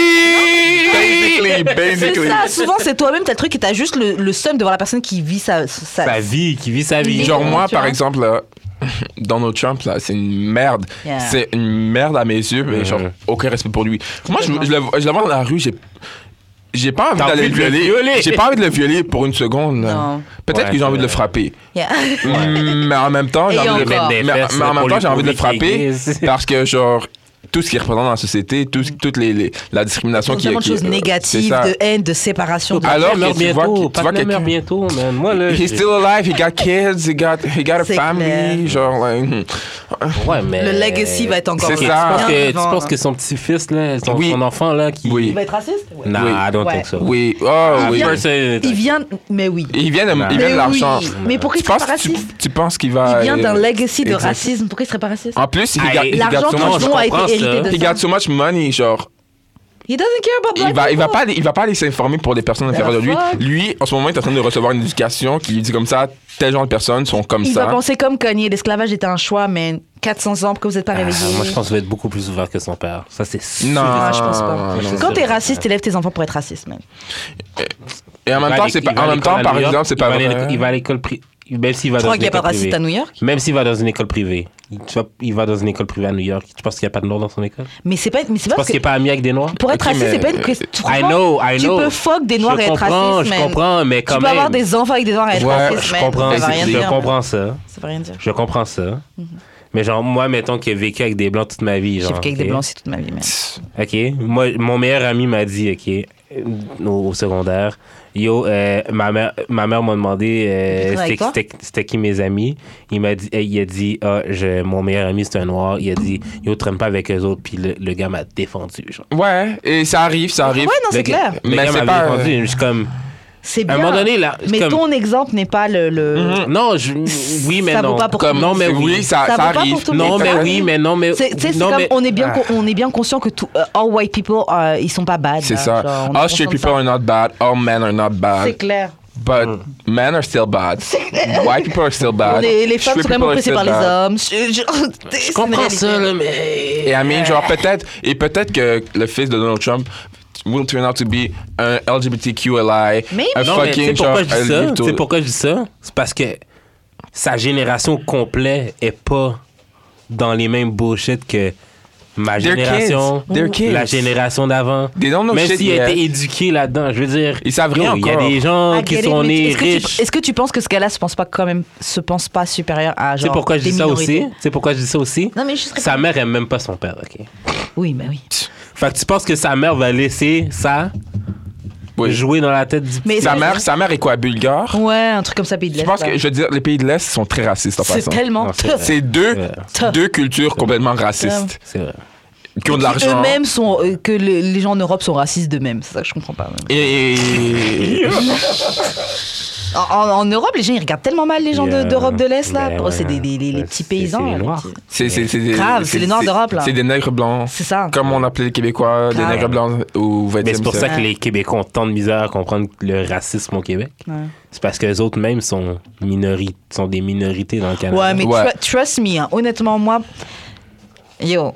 Basically, c'est basically. ça. Souvent, c'est toi-même, t'as le truc et t'as juste le, le seum de voir la personne qui vit sa. sa- Sa vie, qui vit sa vie. Genre, moi, Tu par vois? exemple, là, Donald Trump, là, c'est une merde. Yeah. C'est une merde à mes yeux, mais Mhm. genre, aucun respect pour lui. Moi, je, Complètement. je, le, vois- je le vois dans la rue, j'ai. J'ai pas envie T'as d'aller envie le de le violer. violer. J'ai pas envie de le violer pour une seconde. là. Non. Peut-être Ouais, que j'ai c'est envie de le vrai. frapper. Yeah. Mm, mais en même temps, j'ai Et envie de le encore. mais, Des fesses, mais en même pour temps, lui j'ai envie de le prouver qu'il frapper est gay. parce que, genre, tout ce qui est représentant dans la société, tout, toutes les, les- la discrimination qui Tellement de qui- choses euh, c'est négatives, ça. de haine, de séparation. de- Alors Patna meurt que tu vois bientôt. que- tu vois Patna quelqu'un- meurt bientôt, man. Moi, là. He's j'ai- still alive, he got kids, he got, he got a C'est family, clair. genre, like, hmm. Ouais, mais. Le legacy va être encore C'est Ok, ça. Tu penses, que, tu vivant, penses hein. que son petit-fils, là, son, Oui. son enfant, là, qui. Oui. Il va être raciste? Ouais. Nah, Oui. I don't Ouais. think so. Oui, oh, Ah, oui. vient- personne- Il vient. Mais oui. Il vient de, il Mais vient de l'argent. oui. Mais pourquoi Tu il serait penses, pas tu, raciste? tu penses qu'il va... Il vient d'un euh, legacy de exact. racisme. Pourquoi il serait pas raciste? En plus, he Ah, got, et he got L'argent so non, much, je qu'ils ont a comprends été ça. hérité de he ça. got so much money, genre... He doesn't care about black Il va, il va people. pas, aller- il va pas aller s'informer pour des personnes inférieures de lui. fuck? Lui, en ce moment, il est en train de recevoir une éducation qui lui dit comme ça, tel genre de personnes sont comme Il ça. va penser comme Kanye, l'esclavage était un choix, mais quatre cents ans, pourquoi vous n'êtes pas Ah, réveillés? moi, je pense qu'il va être beaucoup plus ouvert que son père. Ça, c'est sûr. Non, Ah, je pense pas. non. Quand t'es c'est- raciste, t'élèves tes enfants pour être raciste, man. Et en même Il va temps, à c'est l'école- pas, il va en à même temps, l'école à par New York, exemple, c'est il pas va à l'école- vrai. Il va à l'école privée. Même s'il va Tu dans crois une qu'il n'y a pas de école raciste privée. à New York? Même s'il va dans une école privée. Tu vois, il va dans une école privée à New York. Tu penses qu'il n'y a pas de noirs dans son école? Mais c'est pas, mais c'est Tu pas penses parce qu'il que n'est pas ami avec des noirs? pour être Ok, raciste, mais- c'est pas une question. I know, I Tu know. peux fuck des noirs je et être comprends, raciste, je man. comprends, mais quand Tu peux même. avoir des enfants avec des noirs et être Ouais, raciste, Je man. comprends, Ça veut rien je dire. je comprends ça. Ça veut rien dire. Je comprends ça. Mais genre, moi, mettons qu'il a vécu avec des blancs toute ma vie. J'ai Genre, vécu avec des ok? blancs aussi toute ma vie, man. OK. Moi, mon meilleur ami m'a dit, OK, euh, au, au secondaire, yo, euh, ma mère, ma mère m'a demandé euh, Il était avec c'était, toi? c'était, c'était qui mes amis. Il m'a dit, il a dit, ah, je, mon meilleur ami, c'est un noir. Il a dit, yo, traîne pas avec eux autres. Puis le, le gars m'a défendu. Genre. Ouais, et ça arrive, ça arrive. Ouais, non, c'est Le gars- clair. Le Mais gars c'est m'avait pas, défendu. Je suis comme, C'est à bien. un moment donné, là, Mais comme, ton exemple n'est pas le. le... Mhm. non, je, oui, mais Ça non. vaut pas pour comme, tout le non, monde. mais oui, oui. ça, Ça ça vaut pas arrive. pour tout le Non, monde. mais Ça oui, arrive. mais non, mais. C'est, tu sais, c'est non, comme mais- on est bien, Ah. con- on est bien conscient que tout, euh, all white people, euh, ils sont pas bad. C'est là. ça. Genre, on est All conscient straight de people ça. are not bad, all men are not bad. C'est clair. But men are still bad. White people are still bad. Les, les femmes Straight sont quand même people are oppressées still par les bad. hommes. Je, je, Je comprends ça, là, mais. Et I mean, genre, peut-être, et peut-être que le fils de Donald Trump will turn out to be un L G B T Q L I, Mais- un Non, mais tu sais fucking pourquoi genre. je dis ça? L G B T. Tu sais pourquoi je dis ça? C'est parce que sa génération complète est pas dans les mêmes bullshit que ma They're génération, kids. They're kids. la génération d'avant, They don't know même shit s'ils yet. étaient éduqués là-dedans, je veux dire, Ils savent rien yo, il y a encore. des gens I qui get it, sont mais nés est-ce que tu- riches. Est-ce que tu penses que ce gars-là se pense pas quand même, se pense pas supérieur à genre C'est pourquoi je des dis ça minorités? aussi. C'est pourquoi je dis ça aussi. Non mais je serais Sa mère aime même pas son père, ok. Oui, mais oui. Fait que tu penses que sa mère va laisser ça Oui. jouer dans la tête du Mais Sa est-ce que- mère, sa mère est quoi, bulgare? Ouais, un truc comme ça, pays de Je l'Est. pense là. que, je veux dire, les pays de l'Est sont très racistes en c'est passant. tellement Non, c'est tough. vrai. C'est deux, Ouais. deux cultures complètement racistes C'est vrai. qui ont de l'argent. Eux-mêmes sont euh, que le- les gens en Europe sont racistes d'eux-mêmes. C'est ça que je comprends pas. même. Et, et- En, en- en Europe, les gens ils regardent tellement mal les gens de- Yeah. d'Europe de l'Est là. Ben Oh, c'est ouais. des, des- les, les Ouais, petits c'est- paysans. c'est les là, les Noirs. petits- c'est, c'est, c'est des, Grave, c'est les Noirs d'Europe, là. C'est des nègres blancs. C'est ça. Comme on appelait les Québécois, des Grave. nègres blancs au vingtième Mais c'est pour ça siècle. que les Québécois ont tant de misère à comprendre le racisme au Québec. Ouais. C'est parce que les autres même sont, minori- sont des minorités dans le Canada. Ouais, mais Ouais. tru- trust me, hein, honnêtement, moi. Yo.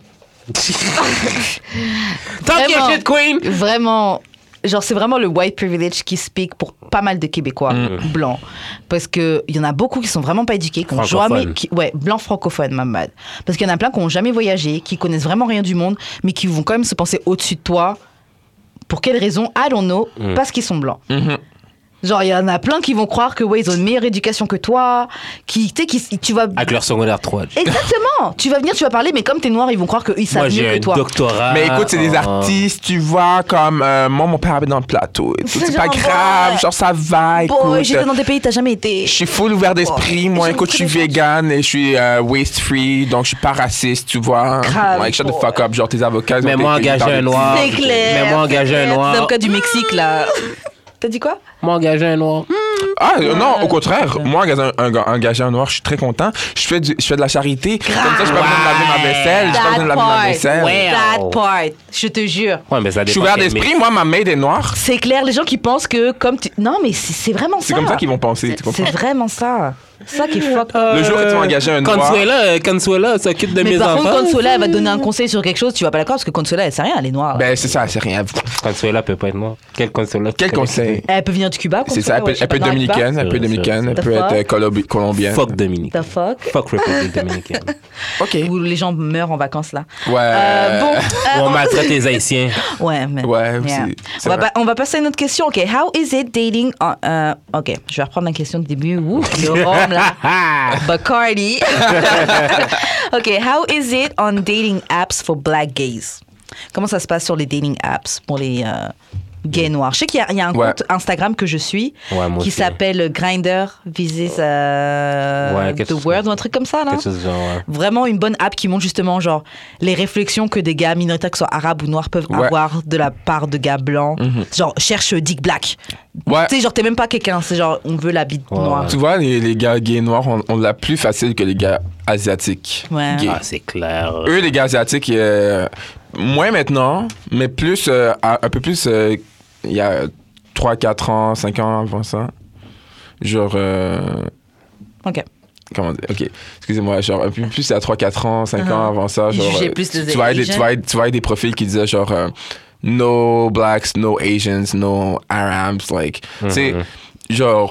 Talk your Vraiment. shit, Queen! Vraiment. Genre, c'est vraiment le white privilege qui speak pour pas mal de Québécois Mm. blancs. Parce qu'il y en a beaucoup qui sont vraiment pas éduqués, qui ont Francophones. jamais. Qui, ouais, blancs francophones, ma bad. Parce qu'il y en a plein qui ont jamais voyagé, qui connaissent vraiment rien du monde, mais qui vont quand même se penser au-dessus de toi. Pour quelle raison? I don't know. Mm. Parce qu'ils sont blancs. Mhm. Genre, il y en a plein qui vont croire que, ouais, ils ont une meilleure éducation que toi. Qui, tu sais, qui, tu vas. Avec leur secondaire trois. Exactement! Tu vas venir, tu vas parler, mais comme t'es noir, ils vont croire qu'ils savent Moi, mieux j'ai que un toi. doctorat. Mais écoute, c'est des en- artistes, tu vois, comme euh, moi, mon père habite dans le plateau. et tout. C'est C'est pas genre, grave, ouais. genre ça va, Boy, écoute. j'étais dans des pays, t'as jamais été. Je suis full ouvert d'esprit. Oh. Moi, J'aime écoute, je suis beaucoup les gens. vegan et je suis euh, waste free, donc je suis pas raciste, tu vois. Grave, Like, shut the boy. fuck up. Genre, tes avocats. ils Mais ont moi, été payés engager par un les- noir. C'est clair. Mais moi, c'est engager un clair. noir. C'est l'avocat du Mexique, là. T'as dit quoi? Moi, engager un noir. Ah, euh, non, au contraire. Moi, engager un, un, engager un noir, je suis très content. Je fais, du, je fais de la charité. Comme ça, je pas besoin de laver ma vaisselle. J'ai pas besoin de laver ma vaisselle. Ouais. That part. Je te jure. Ouais, mais ça Je suis dépend ouvert quel d'esprit. mix. Moi, ma maid est noire. C'est clair, les gens qui pensent que comme tu... Non, mais c'est c'est vraiment ça. C'est comme ça qu'ils vont penser, tu C'est comprends? c'est vraiment ça. C'est ça qui est fuck. Le jour que tu vas engager un noir. Consuela, euh, Consuela s'occupe de Mais mes par enfants. contre, Consuela, elle va te donner un conseil sur quelque chose, tu vas pas d'accord parce que Consuela, elle sait rien, elle est noire. Ben, c'est ça, c'est rien. Consuela peut pas être noire. Quel Consuela? Quel conseil? Elle peut venir du Cuba, C'est Consuela, ça, elle peut, ouais, je sais elle peut pas, être dans le Cuba. dominicaine, elle peut être C'est vrai, dominicaine, c'est elle peut vrai. être euh, colombi- colombienne. Fuck Dominique. The fuck. Fuck République dominicaine. OK. Où les gens meurent en vacances là. Ouais. Euh, bon. Où on maltraite les Haïtiens. Ouais, mais. Ouais, Yeah. c'est- c'est On va, vrai. pas- on va passer à une autre question. OK. How is it dating. on- euh, OK. Je vais reprendre la question du début. Ouh, le rhum là. Bacardi. OK. How is it on dating apps for black gays? Comment ça se passe sur les dating apps pour les euh, gays noirs? Je sais qu'il y a, il y a un Ouais. compte Instagram que je suis Ouais, moi qui aussi. s'appelle Grindr Visits euh, Ouais, quelque the chose- World ou un truc comme ça là. Quelque chose du genre, ouais. Vraiment une bonne app qui montre justement genre les réflexions que des gars minoritaires que ce soit arabes ou noirs peuvent Ouais. avoir de la part de gars blancs. Genre cherche Dick Black. Ouais. Tu sais genre t'es même pas quelqu'un, c'est genre on veut la bite Ouais. noire. Tu vois, les, les gars gays noirs ont, ont la plus facile que les gars asiatiques. Ouais. gays. Ah, c'est clair. Eux, les gars asiatiques, euh, moins maintenant, mais plus, euh, un un peu plus, euh, il y a trois, quatre ans, cinq ans avant ça. Genre, euh, OK. comment dire, ok, excusez-moi, genre, un peu plus, il y a trois, quatre ans, cinq Uh-huh. ans avant ça. Ils Genre, jugeaient euh, plus les tu vois, des, Asians. tu, vois, tu vois des profils qui disaient genre, euh, no blacks, no Asians, no Arabs, like, tu sais, genre,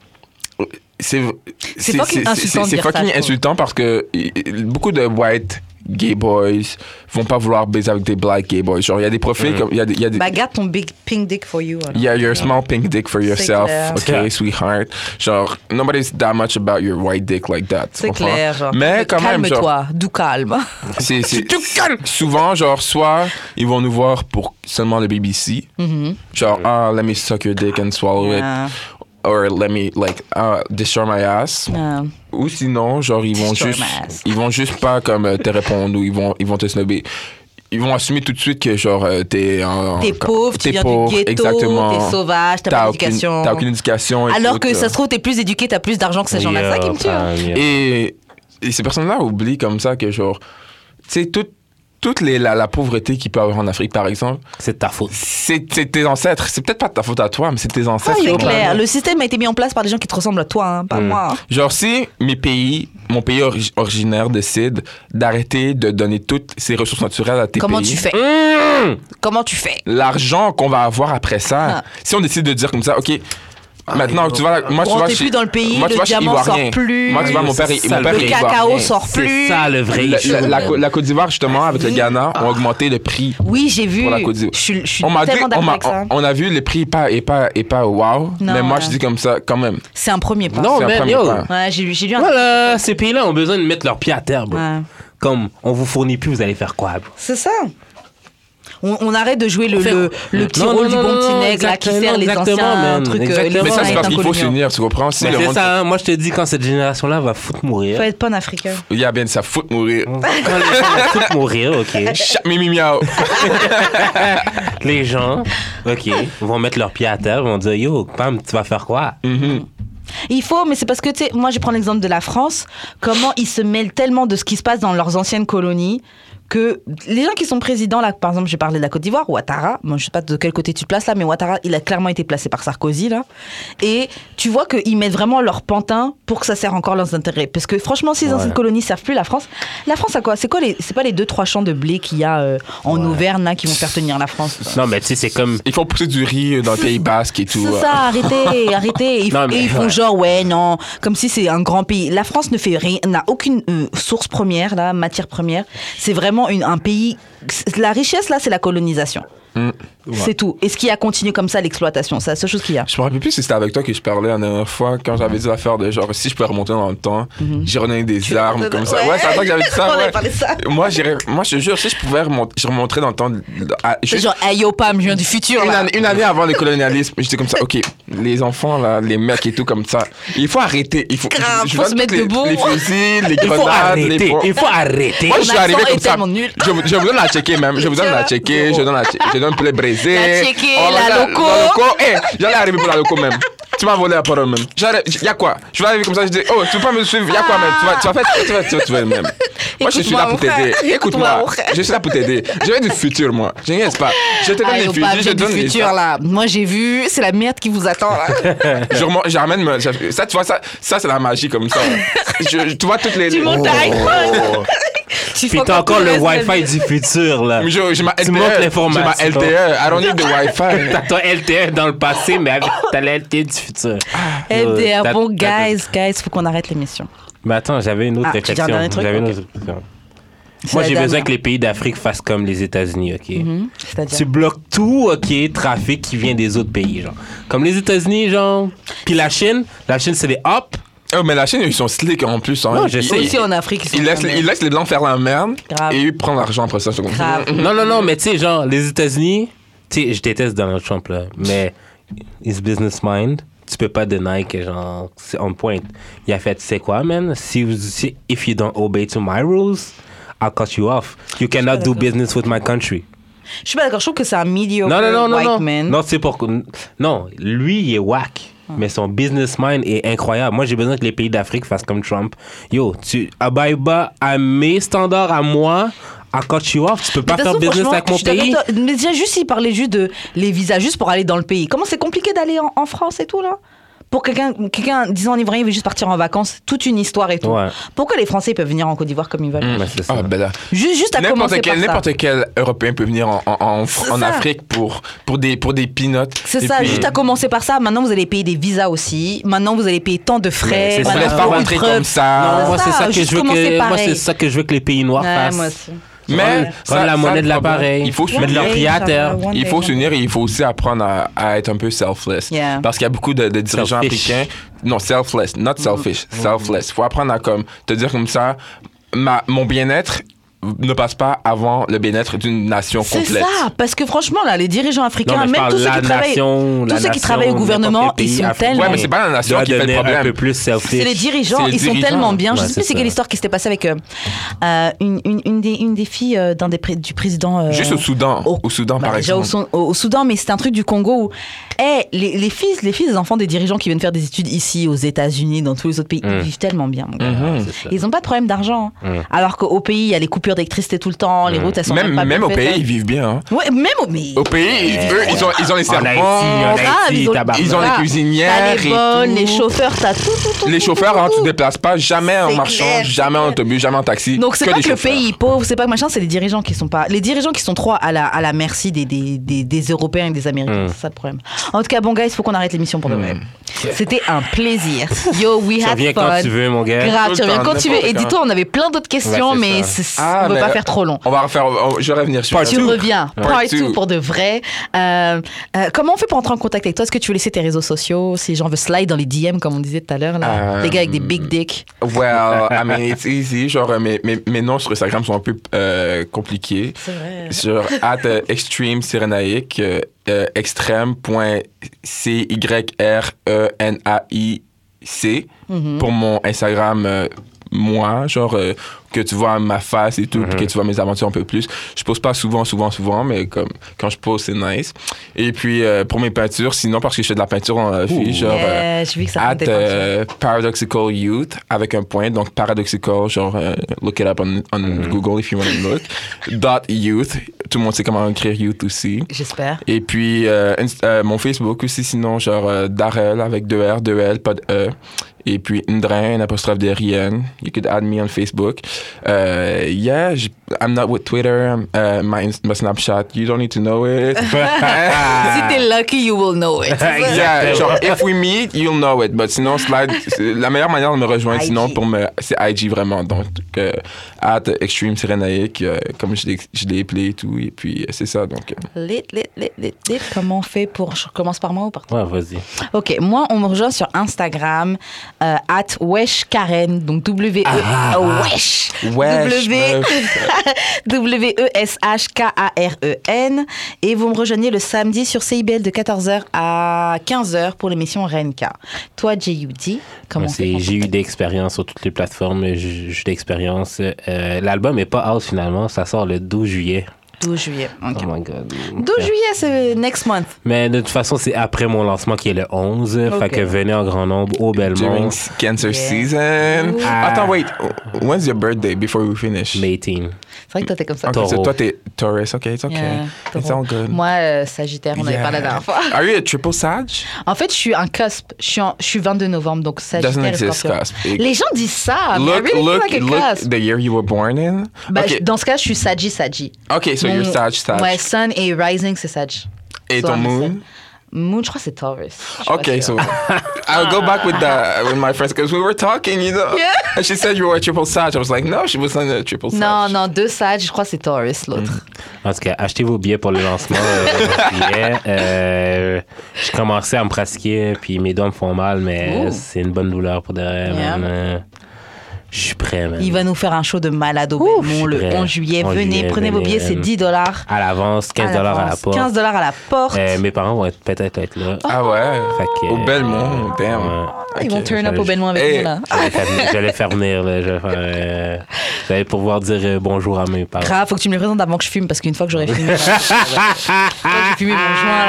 c'est C'est fucking insultant de c'est dire ça, fucking je trouve. insultant parce que y- y- beaucoup de white gay boys vont pas vouloir baiser avec des black gay boys. Genre, il y a des profils comme, il y a des, il y a des, Bah garde ton big pink dick for you. alors. yeah, your small pink dick for yourself, clair. okay, clair. sweetheart. Genre, nobody's that much about your white dick like that. tu C'est comprends? clair, genre. Mais quand même, genre, calme-toi, d'où calme. c'est, c'est, souvent, genre, soit ils vont nous voir pour seulement le B B C, genre, ah, let me suck your dick and swallow it, Yeah. or let me, like, ah, destroy my ass. Yeah. Ou sinon, genre, ils vont Destroy juste, my ass. ils vont juste pas comme euh, te répondre ou ils vont, ils vont te snobber. Ils vont assumer tout de suite que genre euh, t'es en- T'es pauvre, tu t'es viens pauvre, du ghetto, exactement. t'es sauvage, t'as pas aucune, d'éducation. t'as aucune éducation. et Alors tout, que euh. ça se trouve, t'es plus éduqué, t'as plus d'argent que ces gens-là. C'est ça qui me tue. hein. Et, et ces personnes-là oublient comme ça que genre, tu sais, toute, toute les, la, la pauvreté qu'il peut y avoir en Afrique, par exemple, C'est de ta faute. c'est, c'est tes ancêtres. C'est peut-être pas de ta faute à toi, mais c'est tes Ah, ancêtres. c'est qui ont clair. parlé. Le système a été mis en place par des gens qui te ressemblent à toi, hein, pas Mm. moi. Genre, si mes pays, mon pays ori- originaire décide d'arrêter de donner toutes ses ressources naturelles à tes Comment pays, tu fais Mmh! Comment tu fais l'argent qu'on va avoir après ça, Ah. si on décide de dire comme ça, OK, Maintenant, tu vois, moi, tu On vois, rentre chez- plus dans le pays, moi, tu le vois, je suis diamant sort ivoirien. plus. Moi, tu vois, mon père, C'est est- ça, mon père le est le ivoirien. cacao sort C'est plus. ça le vrai La, issue, la- la man. Cô- la Côte d'Ivoire, justement, avec le Ghana, ont augmenté le prix. Oui, j'ai vu. Pour la Côte d'Ivoire. Je suis, je suis On m'a dit, tellement on, d'accord m'a- avec ça. on a vu les prix pas, et pas, et pas wow, Non, mais moi, ouais. je dis comme ça, quand même. C'est un premier pas. Non, C'est un man, premier yo. pas. Ouais, j'ai, j'ai lu un... Voilà, ces pays-là ont besoin de mettre leurs pieds à terre, bro. Ouais. Comme, on vous fournit plus, vous allez faire quoi, bro? C'est ça. On, on arrête de jouer le, Fait- le, le petit Non, rôle non, du non, bon non, petit non, nègre là, qui exactement, sert les exactement, anciens man. trucs. euh, Exactement. les Mais ça, anciens c'est parce qu'il faut coloniaux. s'unir, tu comprends? Si Mais le c'est monde- ça, hein. Moi, je te dis, quand cette génération-là va foutre mourir. Faut être pan-africain. Il y a bien ça, fout mourir. Quand les gens vont foutre mourir, OK. Chat, mimi, miaou. Les gens, OK, vont mettre leurs pieds à terre, vont dire, yo, Pam, tu vas faire quoi? Mhm. Il faut, mais c'est parce que, tu sais, moi, je prends l'exemple de la France, comment ils se mêlent tellement de ce qui se passe dans leurs anciennes colonies que les gens qui sont présidents, là, par exemple, j'ai parlé de la Côte d'Ivoire, Ouattara, moi, je sais pas de quel côté tu te places là, mais Ouattara, il a clairement été placé par Sarkozy, là. Et tu vois qu'ils mettent vraiment leur pantin pour que ça sert encore leurs intérêts. Parce que franchement, si les Ouais. anciennes colonies servent plus la France, la France, a quoi? C'est quoi les, c'est pas les deux, trois champs de blé qu'il y a euh, en Ouais. Auvergne, là, qui vont faire tenir la France? Non, mais tu sais, c'est comme... Ils font pousser du riz dans le Pays Basque et tout. C'est euh. ça, arrêtez, arrêtez. Ils, Non, mais- et ils font ouais. genre, ouais, non, comme si c'est un grand pays. La France ne fait rien, n'a aucune euh, source première, là, matière première. C'est vraiment une, un pays. La richesse, là, c'est la colonisation. Mm. C'est tout. Et ce qui a continué comme ça, l'exploitation, c'est la seule chose qu'il y a. Je me rappelle plus si c'était avec toi que je parlais la dernière fois quand j'avais dit l'affaire de genre si je pouvais remonter dans le temps, j'ai redonné des armes comme ça. Ouais, c'est à toi que j'avais dit ça. On avait Ouais. parlé de ça. Moi, j'irais- moi, je te jure, si je pouvais remonter, je remonterais dans le temps. de- à- C'est juste genre, hey yo, Pam, je viens du futur, une, là. année, une année avant le colonialisme, j'étais comme ça. Ok, les enfants là, les mecs et tout comme ça. Il faut arrêter. Il faut. Grave, je, je faut donne se mettre toutes les, debout. les fusils, les Il faut grenades, les. arrêter, po- il faut arrêter. Moi, je suis Mon arrivé accent comme est ça. tellement nul. Je, vous- je vous donne la checker même. Je vous donne la checker. Je donne la che- je donne poulet braisé. La checker, Oh, la voilà, loco. La loco. Eh, j'allais arriver pour la loco même. Tu m'as volé la parole même. J'allais- y a quoi? Je vais arriver comme ça. Je dis, oh, tu peux pas me suivre. Y a quoi même? Tu vas, tu vas faire, tu vas, tu vas, tu vas le même. Moi, je suis Écoute-moi, là pour mon frère. t'aider. Écoute-moi, Écoute-moi. mon frère. Je suis là pour t'aider. Je viens du futur, moi. Je niaise pas. Je te donne Ah, les yo, fusils. Pam, Je j'ai te du donne les. futur, là. Moi, j'ai vu, c'est la merde qui vous attend, là. Je remonte, je ramène. me- Ça, tu vois, ça, ça c'est la magie comme ça. Je, tu vois toutes les. Tu montes ta iPhone. Tu Puis fais t'as encore le tout reste de Wi-Fi la du futur, là. Mais je- J'ai ma Tu L T E. montes J'ai l'information. ma L T E. I don't need the Wi-Fi. T'as ton L T E dans le passé, mais avec- t'as le L T E du futur. L D R, T'as- bon, t'as- guys, guys, faut qu'on arrête l'émission. Mais attends, j'avais une autre Ah, tu dis un réflexion. dernier truc? J'avais une Ok. autre réflexion. C'est Moi, la j'ai besoin dernière. que les pays d'Afrique fassent comme les États-Unis, OK? Mhm. C'est-à-dire. Tu bloques tout, OK, trafic qui vient des autres pays, genre. Comme les États-Unis, genre. Puis la Chine, la Chine, c'est des hop. Oh, mais la Chine, ils sont slick en plus. Hein. Non, je Ils- sais. Aussi en Afrique, ils sont Ils laissent, comme- ils laissent les Blancs faire la merde Grave. et ils prennent l'argent après ça. c'est comme- Grave. Non, non, non, mais tu sais, genre, les États-Unis, tu sais, je déteste Donald Trump, là, mais his business mind, tu peux pas deny que, genre, c'est on point. Il a fait, tu sais quoi, man? Si vous, si, if you don't obey to my rules, I'll cut you off. You cannot do d'accord. business with my country. Je suis pas d'accord, je trouve que c'est un mediocre Non, non, non, non, white non. man. Non, c'est pour non, lui, il est whack. Mais son business mind est incroyable. Moi, j'ai besoin que les pays d'Afrique fassent comme Trump. Yo, tu abide pas à mes standards à moi, à cut you off. Tu peux pas Mais de faire toute façon, business franchement, avec mon je suis d'accord pays. avec toi. Mais déjà, juste s'il parlait juste de les visas, juste pour aller dans le pays. Comment c'est compliqué d'aller en, en France et tout, là? Pour quelqu'un, quelqu'un disant en Ivoirien, il veut juste partir en vacances, toute une histoire et tout. Ouais. Pourquoi les Français peuvent venir en Côte d'Ivoire comme ils veulent? Ouais, c'est ça. Ah, ben là. Juste, juste à N'importe commencer quel, par ça. n'importe quel Européen peut venir en, en, en, C'est en ça. Afrique pour, pour, des, pour des peanuts. C'est Et ça, puis- juste à commencer par ça. Maintenant, vous allez payer des visas aussi. Maintenant, vous allez payer tant de Mais frais. c'est On ça. ne Maintenant, laisse pas beaucoup de rentrer preuves. comme ça. Non, moi, ça, c'est ça que juste je veux commencer que, moi, pareil. c'est ça que je veux que les pays noirs Ouais, fassent. moi aussi. Mais Prendre- ça- prendre la ça, monnaie le de l'appareil. problème, il faut se Mettre leur One pied day, à ça terre. va, one Il day, faut one s'unir et il faut aussi apprendre à, à être un peu selfless. Yeah. Parce qu'il y a beaucoup de, de dirigeants Selfish. africains. Non, selfless, not selfish, selfless. Il faut apprendre à comme, te dire comme ça, ma, mon bien-être ne passe pas avant le bien-être d'une nation C'est complète. ça, parce que franchement, là, les dirigeants Non, africains, mais je même parle tous ceux la qui travaillent, nation, tous la ceux qui nation, travaillent au gouvernement, n'importe quel ils pays sont africain tellement- Ouais, mais c'est pas la nation doit qui fait le devenir problème. un peu plus selfish. c'est les dirigeants, C'est les ils sont dirigeants. tellement bien. Je Ouais, sais c'est plus c'est ça. quelle histoire qui s'était passée avec euh, euh, une, une, une, des, une des filles euh, d'un des pré- du président. euh, Juste au Soudan. au- Au Soudan, bah, par déjà au, exemple. Sou- au- au Soudan, mais c'était un truc du Congo où eh, les, les fils, les fils des enfants des dirigeants qui viennent faire des études ici, aux États-Unis, dans tous les autres pays, ils Mm. vivent tellement bien. mon gars. Mhm. C'est ça. Ils n'ont pas de problème d'argent. hein. Mm. Alors qu'au pays, il y a les coupures d'électricité tout le temps, les Mm. routes, elles sont Même, pas même bien au faites, pays, hein. ils vivent bien. Hein. Ouais, même au pays. Au pays, ils- eux, ils ont, ils ont les En Haïti, serpents, en Grave, Haïti, ils ont- tabarnak. ils ont les T'as cuisinières les et bonnes, tout. les chauffeurs, t'as tout, tout, tout. Les tout, chauffeurs, tout, hein, tu tout. te déplaces pas jamais en C'est marchant, clair, jamais en c'est clair. autobus, jamais en taxi. Donc c'est que pas des que le chauffeurs. pays est pauvre, trop, c'est pas que machin, c'est les dirigeants qui sont pas. Les dirigeants qui sont trop à la, à la merci des, des, des, des Européens et des Américains. Mm. C'est ça le problème. En tout cas, bon, guys, il faut qu'on arrête l'émission pour de vrai. Mm. C'était un plaisir. Yo, we Tu had reviens fun. quand tu veux, mon gars. Grave, Tout tu le reviens temps, quand tu veux. Et n'importe dis-toi, on avait plein d'autres questions, Ouais, c'est mais ça. c'est- Ah, on ne veut mais pas faire trop long. On va refaire. on- je vais revenir sur Part ça. Tu two. reviens. Ouais. Part Part two two. pour de vrai. Euh, euh, comment on fait pour entrer en contact avec toi? Est-ce que tu veux laisser tes réseaux sociaux? Si les gens veulent slide dans les D M, comme on disait tout à l'heure, là. Euh, Les gars avec des big dicks. Well, I mean, it's easy. Genre, euh, mes, mes, mes noms sur Instagram sont un peu euh, compliqués. C'est vrai. Sur at euh, extreme cyrénaïque, euh, euh, extrême.c-y-r-e-n-a-i-c Mhm. pour mon Instagram, euh, moi, genre euh, que tu vois ma face et tout, puis que tu vois mes aventures un peu plus. Je pose pas souvent, souvent, souvent, mais comme quand je pose, c'est nice. Et puis euh, pour mes peintures, sinon parce que je fais de la peinture en euh, fille, genre euh, Yeah, j'ai vu que ça at comptait pas. euh, Paradoxical Youth avec un point, donc Paradoxical, genre euh, look it up on, on Google if you want to look. Dot youth, tout le monde sait comment écrire youth aussi. J'espère. Et puis euh, Inst- euh, mon Facebook aussi, sinon genre euh, Darrell avec deux R, deux L, pas de E. Et puis Ndrin, apostrophe de Rien. You could add me on Facebook. Uh, yeah, j- I'm not with Twitter. I'm, uh, my, Inst- my Snapchat, you don't need to know it. Si t'es lucky, you will know it. Yeah, genre, if we meet, you'll know it. But sinon, slide, c'est la meilleure manière de me rejoindre, I G. sinon, pour me, c'est I G vraiment. Donc, euh, at Extreme Cyrénaïque, euh, comme je l'ai, je l'ai appelé et tout. Et puis, euh, c'est ça. Donc, euh. Lit, lit, lit, lit, lit. Comment on fait pour. Je commence par moi ou par toi? Ouais, vas-y. Ok, moi, on me rejoint sur Instagram, euh, at Wesh Karen, donc W E Ah. Wesh. Wesh, W meuf. W E S H K A R E N. Et vous me rejoignez le samedi sur C I B L de quatorze heures à quinze heures pour l'émission Renka. Toi, J U D, comment Moi, on fait c'est- pour J'ai eu contacter? d'expérience sur toutes les plateformes. J'ai j'ai d'expérience. Euh, L'album est pas out finalement. Ça sort le douze juillet. douze juillet. Ok. Oh my God. douze juillet, c'est next month. Mais de toute façon, c'est après mon lancement qui est le onze. Ok. Fait que venez en grand nombre au During Belmont. cancer Yeah. season. Ah. Attends, wait. When's your birthday before we finish? May eighteenth. C'est vrai que toi, t'es comme ça. Okay, Taureau. so toi, t'es Taurus. OK, it's OK. Yeah, It's taureau. all good. Moi, euh, Sagittaire, on avait Yeah. parlé la dernière fois. Are you a triple Sag? En fait, je suis un cusp. Je suis, en- je suis vingt-deux novembre, donc Sagittaire Doesn't et exist, Scorpion. cusp. Les gens disent ça, mais I Look, really look, feel like a look cusp. the year you were born in. Bah, OK, je- Dans ce cas, je suis Sagi Sagi. OK, so Mon- you're Sag, Sag. Ouais, Sun et Rising, c'est Sag. Et So ton I'm a moon? Sun. Moon, je crois que c'est Taurus. Je suis pas Okay, sûre. so I'll go back with that with my friends because we were talking, you know. Yeah. And she said you were a triple Sag. I was like, no, she was not a triple Sag. Non, non, deux Sag, je crois que c'est Taurus, l'autre. En tout cas, achetez vos billets pour le lancement. euh, billets. Euh, je commençais à me pratiquer, puis mes doigts me font mal, mais Ouh. c'est une bonne douleur pour derrière. Yeah. man. Euh, Je suis prêt, man. Il va nous faire un show de malade au Ouf, Belmont je le suis prêt. onze juillet. onze Venez, juillet, prenez vos venez, billets, c'est man. dix dollars. À l'avance, quinze dollars à la porte. quinze dollars à la porte. Euh, mes parents vont être- peut-être être là. Ah ouais. Fait que, Au Belmont, damn. ouais. Ils vont Ok, turn up je- au Belmont avec Hey. nous, là. Je vais faire, je vais les faire venir. Là. Je vais faire, euh, vous allez pouvoir dire euh, bonjour à mes parents. Grave, faut que tu me les présentes avant que je fume, parce qu'une fois que j'aurai fumé, là, une fois que j'ai fumé mon joint,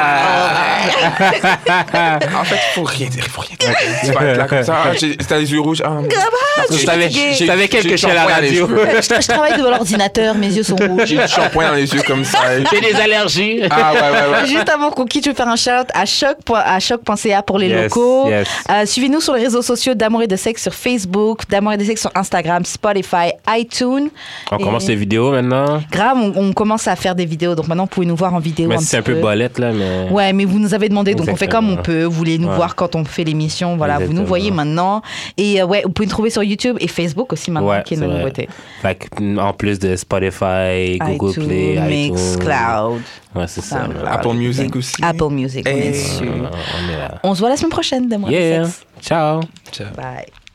là. En fait, il faut rien dire, il faut rien dire. Tu vas être là comme ça. Ah, j'ai- t'as les yeux rouges. Ah, je Je suis savais, fatiguée. je savais J'ai quelque le chose à la shampoing dans les radio. cheveux. je, je travaille devant l'ordinateur, mes yeux sont rouges. J'ai du shampoing dans les yeux comme ça. J'ai des allergies. Ah ouais, ouais, ouais. Juste avant qu'on quitte, je vais faire un shout à choc à choc point c a pour les Yes, locaux. yes. Euh, Suivez-nous sur les réseaux sociaux d'Amour et de Sexe sur Facebook, d'Amour et de Sexe sur Instagram, Spotify, iTunes. On Et- commence les vidéos maintenant. Grave, on, on commence à faire des vidéos, donc maintenant vous pouvez nous voir en vidéo. Mais un c'est un petit peu bolette, là. Mais... Ouais, mais vous nous avez demandé, donc on fait comme on Exactement. peut. Vous voulez nous Ouais. voir quand on fait l'émission, voilà, vous nous Exactement. voyez maintenant. Et euh, ouais, vous pouvez nous trouver sur YouTube et Facebook aussi maintenant, Ouais, qui est c'est une vrai. nouveauté. Fait que, en plus de Spotify, Google iTunes, Play, iTunes. Mixcloud, Ouais, c'est ça. SoundCloud, man. Apple Music everything. aussi. Apple Music, on est Hey. dessus. On est là. On se voit la semaine prochaine, d'amour et de Yeah. sexe. Ciao. Ciao. Bye.